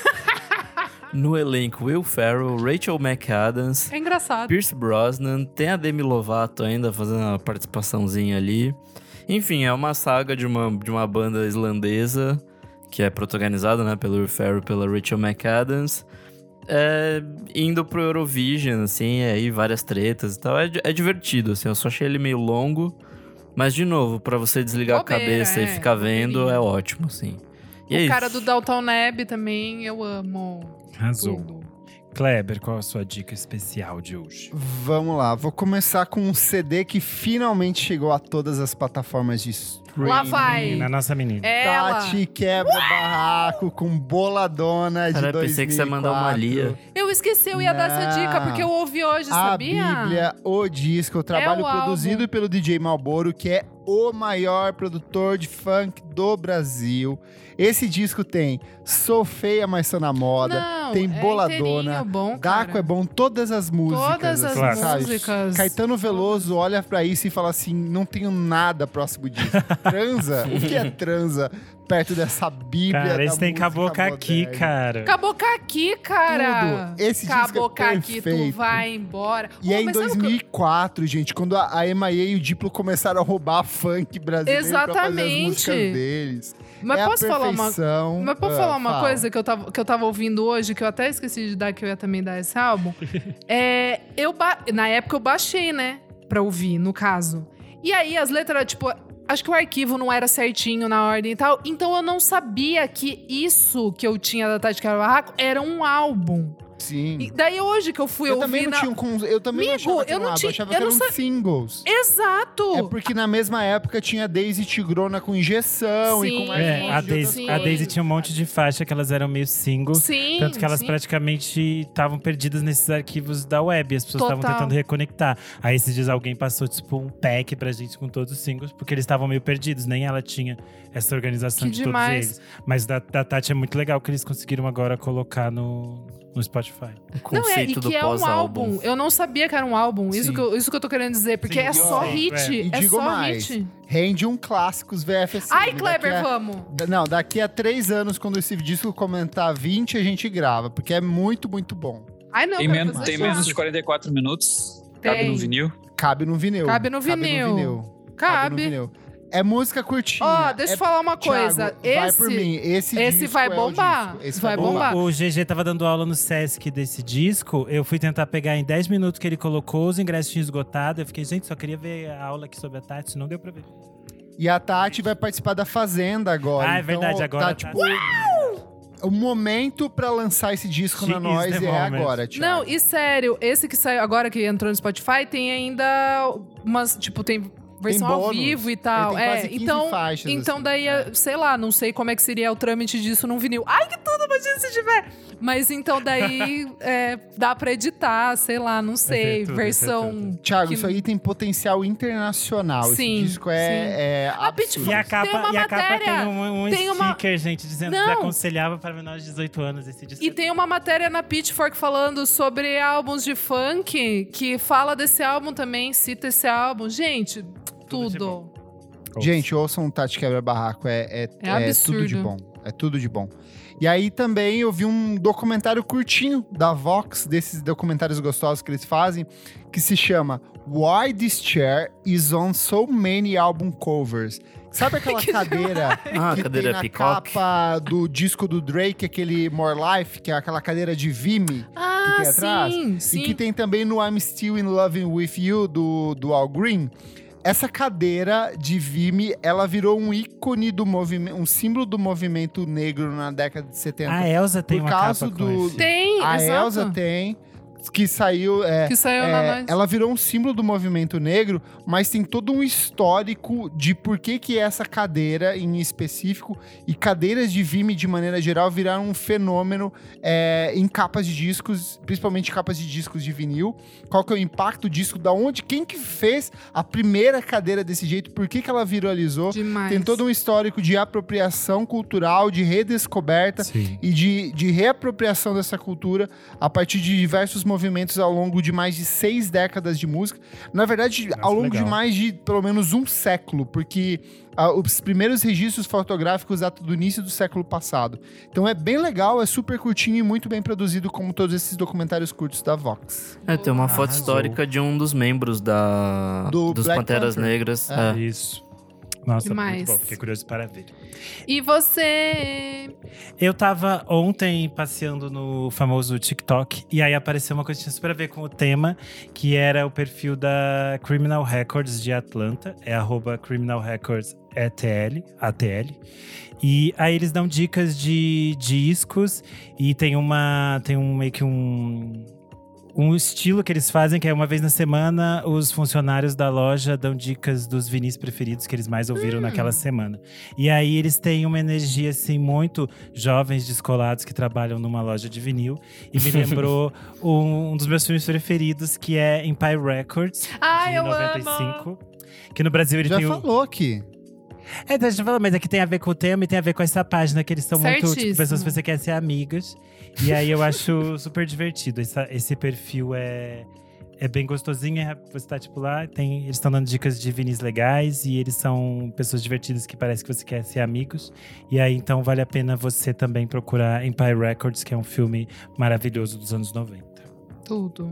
No elenco, Will Ferrell, Rachel McAdams, É engraçado. Pierce Brosnan, tem a Demi Lovato ainda fazendo uma participaçãozinha ali. Enfim, é uma saga de uma, de uma banda islandesa que é protagonizada, né, pelo Will Ferrell e pela Rachel McAdams. É, indo pro Eurovision, assim, aí várias tretas e tal. É, é divertido, assim, eu só achei ele meio longo. Mas, de novo, pra você desligar Bobeira, a cabeça é, e ficar vendo, bobeirinha. é ótimo, assim. E O é cara isso. do Downton Abbey também, eu amo. Arrasou. Tudo. Kleber, qual a sua dica especial de hoje? Vamos lá, vou começar com um C D que finalmente chegou a todas as plataformas de streaming. Lá vai. Na nossa menina. Ela. Tati quebra barraco com Boladona de Cara, dois mil e quatro. pensei que você ia mandar uma Lia. Eu esqueci, eu ia dar essa Não. dica, porque eu ouvi hoje, A sabia? Bíblia, o disco, o trabalho o produzido álbum. pelo D J Malboro, que é o maior produtor de funk do Brasil. Esse disco tem Sou Feia, Mas Sou na Moda, Não, tem é Boladona, inteirinho, bom, cara. Daco é bom, todas as músicas. Todas as assim, sabe? músicas. Caetano Veloso olha pra isso e fala assim, não tenho nada próximo disso. Transa? O que é transa perto dessa Bíblia Cara, da esse tem música Caboclo aqui, moderna? cara. Cabocaqui, cara. Tudo. Esse disco é Cabocaqui, tu perfeito. vai embora. E Ô, é em mas sabe o dois mil e quatro, gente, quando a, a M I A e o Diplo começaram a roubar funk brasileiro pra fazer as Exatamente. músicas deles. que- Mas é posso a falar uma perfeição. Mas posso Ah, falar uma fala. coisa que eu, tava, que eu tava ouvindo hoje, que eu até esqueci de dar, que eu ia também dar esse álbum? é, eu ba- Na época eu baixei, né? Pra ouvir, no caso. E aí as letras, tipo, acho que o arquivo não era certinho na ordem e tal. Então eu não sabia que isso que eu tinha da Tati Quebra Barraco era um álbum. Sim. E daí hoje que eu fui eu ouvir. também não na- tinha um cons- Eu também não Amigo, achava que eu era um não álbum, tinha- eu achava eu que não eram sa- singles. Exato! É porque na mesma época tinha Daisy Tigrona com injeção e Sim. com mais É, um a monte de Daisy, sim. a Daisy tinha um monte de faixa que elas eram meio singles. Sim. Tanto que elas sim. praticamente estavam perdidas nesses arquivos da web. As pessoas estavam Total. tentando reconectar. Aí esses dias alguém passou, tipo, um pack pra gente com todos os singles, porque eles estavam meio perdidos. Nem ela tinha essa organização Que de demais. todos eles. Mas da, da Tati é muito legal que eles conseguiram agora colocar no, no Spotify. O Não, é, e conceito do que é um pós-álbum. álbum. Eu não sabia que era um álbum. Isso Sim. que, eu, isso que eu tô querendo dizer. Porque Sim, é eu só sei, hit. é. E É digo só mais, hit. rende um clássicos V F S M. Ai, Kleber, Daqui a- vamos. Da- Não, daqui a três anos, quando esse disco comentar vinte, a gente grava, porque é muito, muito bom. Ai, não, Tem, quero men fazer tem já. menos de quarenta e quatro minutos. Cabe Tem. no vinil. Cabe no vinil. Cabe no vinil. Cabe no Cabe. vinil. É música curtinha. Ó, deixa é... eu falar uma coisa. Thiago, vai esse, por mim. Esse, esse disco vai é o bombar. disco. Esse Vai bombar. O G G tava dando aula no Sesc desse disco. Eu fui tentar pegar em dez minutos que ele colocou, os ingressos tinham esgotado. Eu fiquei, gente, só queria ver a aula aqui sobre a Tati, não deu pra ver. E a Tati vai participar da Fazenda agora. Ah, é então, verdade, agora Tá, tá- tipo, o momento pra lançar esse disco She na is nós the é moment. agora, Thiago. Não, e sério, esse que saiu agora, que entrou no Spotify, tem ainda umas, tipo, tem versão ao bônus. vivo e tal. Ele tem é, quase quinze então, faixas, então assim. daí, é, sei lá, não sei como é que seria o trâmite disso num vinil. Ai, que tudo, imagina se tiver! Mas então daí é, dá pra editar, sei lá, não sei, tudo, vai ter versão... Thiago, que- isso aí tem potencial internacional. Sim, Esse disco é, sim. é A Pitchfork absurdo. E a Tem capa, uma e a capa matéria, tem um, um tem uma- sticker, gente, dizendo Não. que aconselhava para menores de dezoito anos esse disco. E tem uma matéria na Pitchfork falando sobre álbuns de funk, que fala desse álbum também, cita esse álbum. Gente, Tudo de tudo. Gente, ouçam um Tati Quebra Barraco, é, é, É é absurdo. tudo de bom. É tudo de bom. E aí também eu vi um documentário curtinho da Vox, desses documentários gostosos que eles fazem, que se chama Why This Chair Is On So Many Album Covers, Sabe aquela cadeira Ah, que cadeira tem na peacock. capa do disco do Drake, aquele More Life, que é aquela cadeira de Vimy Ah, que tem atrás? sim, sim. E que tem também no I'm Still in Love With You, do, do Al Green. Essa cadeira de Vimy, ela virou um ícone do movimento, um símbolo do movimento negro na década de setenta. A Elsa tem Por uma causa capa com do- esse. Tem, A exato. Elsa tem, que saiu... É, Que saiu é, na Nós. ela virou um símbolo do movimento negro, mas tem todo um histórico de por que que essa cadeira em específico e cadeiras de Vimy de maneira geral viraram um fenômeno é, em capas de discos, principalmente capas de discos de vinil. Qual que é o impacto disso? Da onde? Quem que fez a primeira cadeira desse jeito? Por que que ela viralizou? Demais. Tem todo um histórico de apropriação cultural, de redescoberta Sim. e de, de reapropriação dessa cultura a partir de diversos movimentos ao longo de mais de seis décadas de música. Na verdade, Nossa, ao longo legal. de mais de pelo menos um século, porque ah, os primeiros registros fotográficos datam do início do século passado. Então é bem legal, é super curtinho e muito bem produzido, como todos esses documentários curtos da Vox. É, tem uma foto Arrasou. histórica de um dos membros da, Do dos Black Panteras Panther. Negras. É. É. Isso. Nossa, Demais. muito bom. Fiquei curioso para ver. E você? Eu tava ontem passeando no famoso TikTok e aí apareceu uma coisa que tinha super a ver com o tema, que era o perfil da Criminal Records de Atlanta. É arroba Criminal Records A T L, A T L. E aí eles dão dicas de discos e tem uma. Tem um meio que um. Um estilo que eles fazem, que é uma vez na semana, os funcionários da loja dão dicas dos vinis preferidos que eles mais ouviram Hum. naquela semana. E aí eles têm uma energia, assim, muito jovens descolados que trabalham numa loja de vinil. E me lembrou um, um dos meus filmes preferidos, que é Empire Records, Ai, de eu noventa e amo! cinco. Que no Brasil ele Já tem o… falou aqui. É, deixa eu falar, mas aqui tem a ver com o tema e tem a ver com essa página, que eles são muito, tipo, Certíssimo. pessoas que você quer ser amigas. E aí eu acho super divertido. Essa, esse perfil é, é bem gostosinho. é- Você tá, tipo, lá, tem, eles estão dando dicas de vinis legais. E eles são pessoas divertidas que parece que você quer ser amigos. E aí, então, vale a pena você também procurar Empire Records, que é um filme maravilhoso dos anos noventa. Tudo.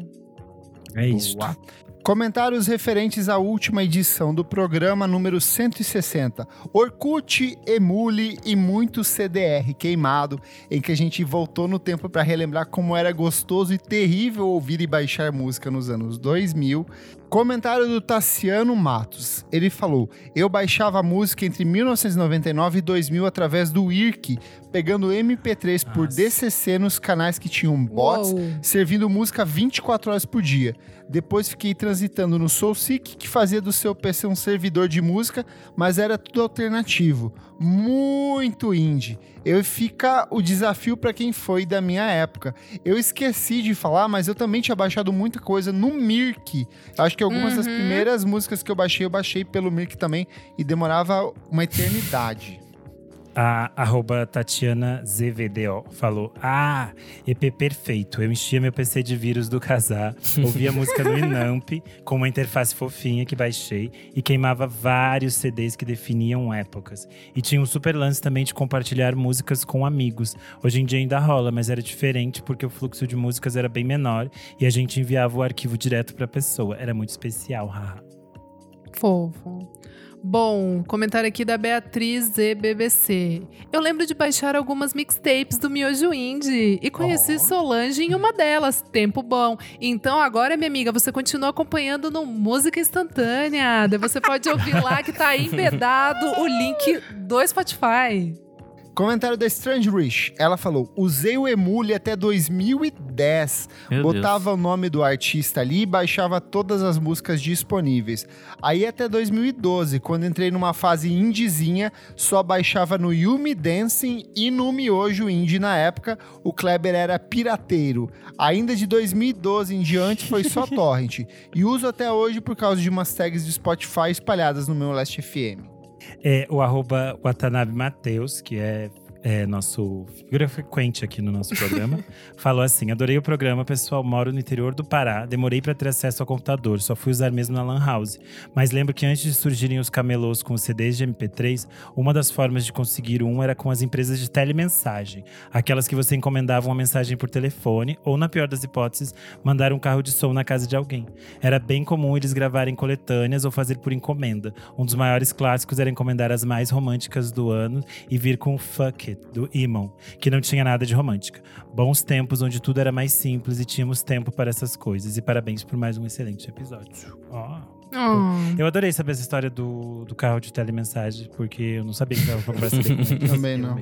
É isso. Boa. Comentários referentes à última edição do programa número cento e sessenta. Orkut, Emule e muito C D R queimado, em que a gente voltou no tempo para relembrar como era gostoso e terrível ouvir e baixar música nos anos dois mil. Comentário do Tassiano Matos. Ele falou: eu baixava música entre mil novecentos e noventa e nove e dois mil através do I R C, pegando M P três por Nossa. D C C nos canais que tinham bots, Uou. servindo música vinte e quatro horas por dia. Depois fiquei transitando no SoulSeek, que fazia do seu P C um servidor de música, mas era tudo alternativo. Muito indie. Eu fica o desafio para quem foi da minha época. Eu esqueci de falar, mas eu também tinha baixado muita coisa no Mirk. Acho que algumas das Uhum. primeiras músicas que eu baixei, eu baixei pelo Mirk também, e demorava uma eternidade. A arroba Tatiana Z V D O falou: Ah, E P perfeito. Eu enchia meu P C de vírus do Casar, ouvia música no Inamp, com uma interface fofinha que baixei, e queimava vários C Ds que definiam épocas. E tinha um super lance também de compartilhar músicas com amigos. Hoje em dia ainda rola, mas era diferente porque o fluxo de músicas era bem menor e a gente enviava o arquivo direto pra pessoa. Era muito especial, haha. Fofo. Bom, comentário aqui da Beatriz Z B B C. Eu lembro de baixar algumas mixtapes do Miojo Indie e conheci Oh. Solange em uma delas. Tempo bom. Então agora, minha amiga, você continua acompanhando no Música Instantânea. Daí você pode ouvir lá que tá embedado o link do Spotify. Comentário da Strange Rich. Ela falou: usei o Emule até dois mil e dez. Meu Botava o nome do artista ali e baixava todas as músicas disponíveis. Aí até dois mil e doze, quando entrei numa fase indiezinha, só baixava no Yumi Dancing e no Miojo Indie na época. O Kleber era pirateiro. Ainda de dois mil e doze em diante foi só torrent. E uso até hoje por causa de umas tags de Spotify espalhadas no meu Last F M. É o arroba Watanabe Mateus, que é é, nosso figura frequente aqui no nosso programa, falou assim: adorei o programa, pessoal, moro no interior do Pará, demorei para ter acesso ao computador, só fui usar mesmo na Lan House. Mas lembro que antes de surgirem os camelôs com os C Ds de M P três, uma das formas de conseguir um era com as empresas de telemensagem, aquelas que você encomendava uma mensagem por telefone ou, na pior das hipóteses, mandar um carro de som na casa de alguém. Era bem comum eles gravarem coletâneas ou fazer por encomenda. Um dos maiores clássicos era encomendar as mais românticas do ano e vir com Fuck It, do Emon, que não tinha nada de romântica. Bons tempos onde tudo era mais simples e tínhamos tempo para essas coisas. E parabéns por mais um excelente episódio. Oh. Oh. Eu adorei saber essa história do, do carro de telemensagem, porque eu não sabia que dava pra conversar bem com ele. Também não.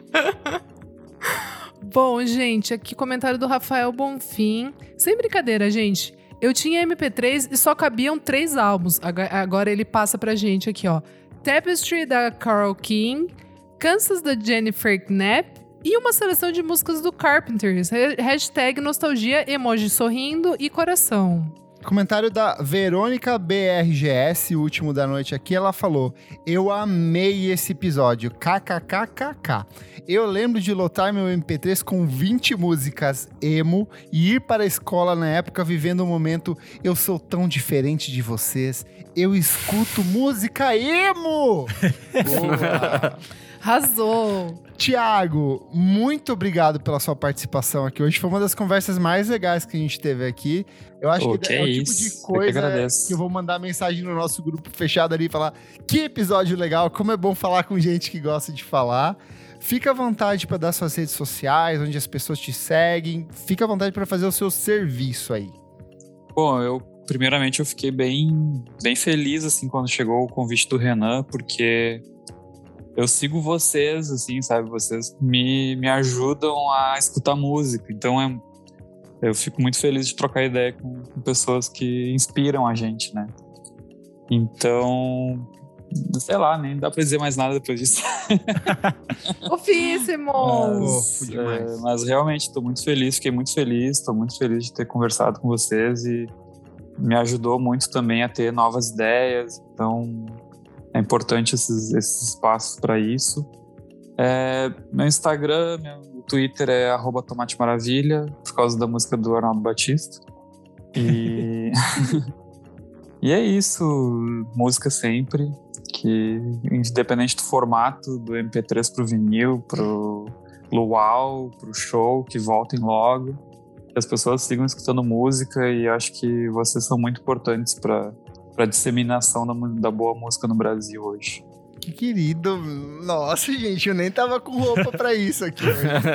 Bom, gente, aqui comentário do Rafael Bonfim. Sem brincadeira, gente. Eu tinha M P três e só cabiam três álbuns. Agora ele passa pra gente aqui, ó. Tapestry, da Carole King, Kansas, da Jennifer Knapp e uma seleção de músicas do Carpenters. Hashtag nostalgia, emoji sorrindo e coração. Comentário da Verônica B R G S, o último da noite aqui, ela falou: eu amei esse episódio, kkkk. Eu lembro de lotar meu M P três com vinte músicas emo e ir para a escola na época vivendo o momento eu sou tão diferente de vocês, eu escuto música emo! Boa! Arrasou! Tiago, muito obrigado pela sua participação aqui hoje. Foi uma das conversas mais legais que a gente teve aqui. Eu acho oh, que, que é, é o tipo isso. de coisa que, que eu vou mandar mensagem no nosso grupo fechado ali e falar: que episódio legal, como é bom falar com gente que gosta de falar. Fica à vontade para dar suas redes sociais, onde as pessoas te seguem. Fica à vontade para fazer o seu serviço aí. Bom, eu primeiramente eu fiquei bem, bem feliz assim quando chegou o convite do Renan, porque eu sigo vocês, assim, sabe? Vocês me, me ajudam a escutar música. Então, é, eu fico muito feliz de trocar ideia com, com pessoas que inspiram a gente, né? Então, sei lá, nem dá pra dizer mais nada depois disso. Fofíssimo! Mas, é, mas realmente, tô muito feliz, fiquei muito feliz. Tô muito feliz de ter conversado com vocês e me ajudou muito também a ter novas ideias. Então, é importante esses, esses espaços para isso. É, meu Instagram, meu Twitter é arroba Tomate Maravilha, por causa da música do Arnaldo Batista. E, e é isso, música sempre, que independente do formato, do M P três pro vinil, pro luau, pro show, que voltem logo, que as pessoas sigam escutando música, e acho que vocês são muito importantes para para disseminação da, da boa música no Brasil hoje. Que querido. Nossa, gente, eu nem tava com roupa pra isso aqui.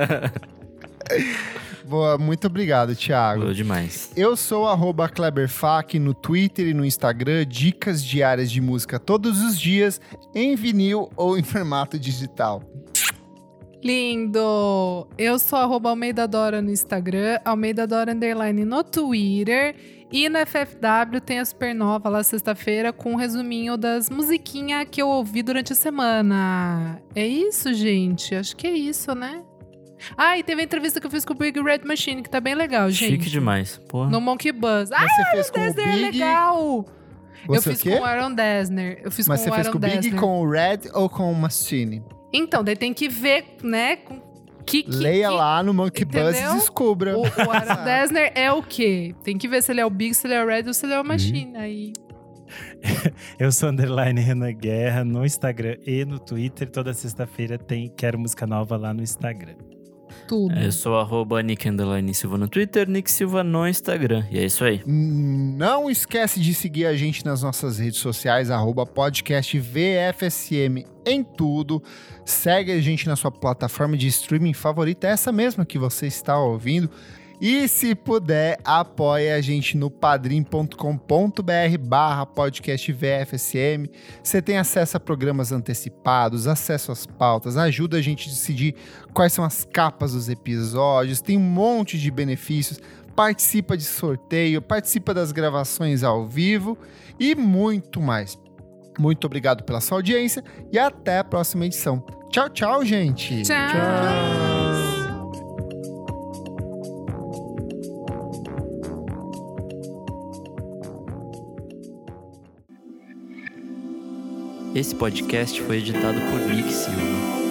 Boa, muito obrigado, Thiago. Boa demais. Eu sou arroba KleberFac no Twitter e no Instagram, dicas diárias de música todos os dias, em vinil ou em formato digital. Lindo! Eu sou arroba Almeida Dora no Instagram, Almeida Dora Underline no Twitter. E no F F W tem a Supernova lá sexta-feira com um resuminho das musiquinhas que eu ouvi durante a semana. É isso, gente? Acho que é isso, né? Ah, e teve a entrevista que eu fiz com o Big Red Machine, que tá bem legal, gente. Chique demais. Porra. No Monkey Buzz. Ah, Você fez com o Dessner Big... é legal! Você eu fiz o quê? com o Aaron Dessner. Eu fiz Mas com você o fez Aaron com o Big, Dessner. com o Red ou com o Machine? Então, daí tem que ver, né? Com que, que, Leia que... lá no Monkey Entendeu? Buzz e descubra. O, o Aaron Dessner é o quê? Tem que ver se ele é o Big, se ele é o Red ou se ele é o Machine. Uhum. Aí... Eu sou underline Renan Guerra no Instagram e no Twitter. Toda sexta-feira tem Quero Música Nova lá no Instagram. Tudo. Eu sou arroba Nick Underline Silva no Twitter, Nick Silva no Instagram. E é isso aí. Não esquece de seguir a gente nas nossas redes sociais, arroba podcast V F S M em tudo. Segue a gente na sua plataforma de streaming favorita, essa mesma que você está ouvindo. E se puder, apoie a gente no padrim.com.br barra podcast V F S M. Você tem acesso a programas antecipados, acesso às pautas, ajuda a gente a decidir quais são as capas dos episódios, tem um monte de benefícios, participa de sorteio, participa das gravações ao vivo e muito mais. Muito obrigado pela sua audiência e até a próxima edição. Tchau, tchau, gente! Tchau! Tchau. Esse podcast foi editado por Nick Silva.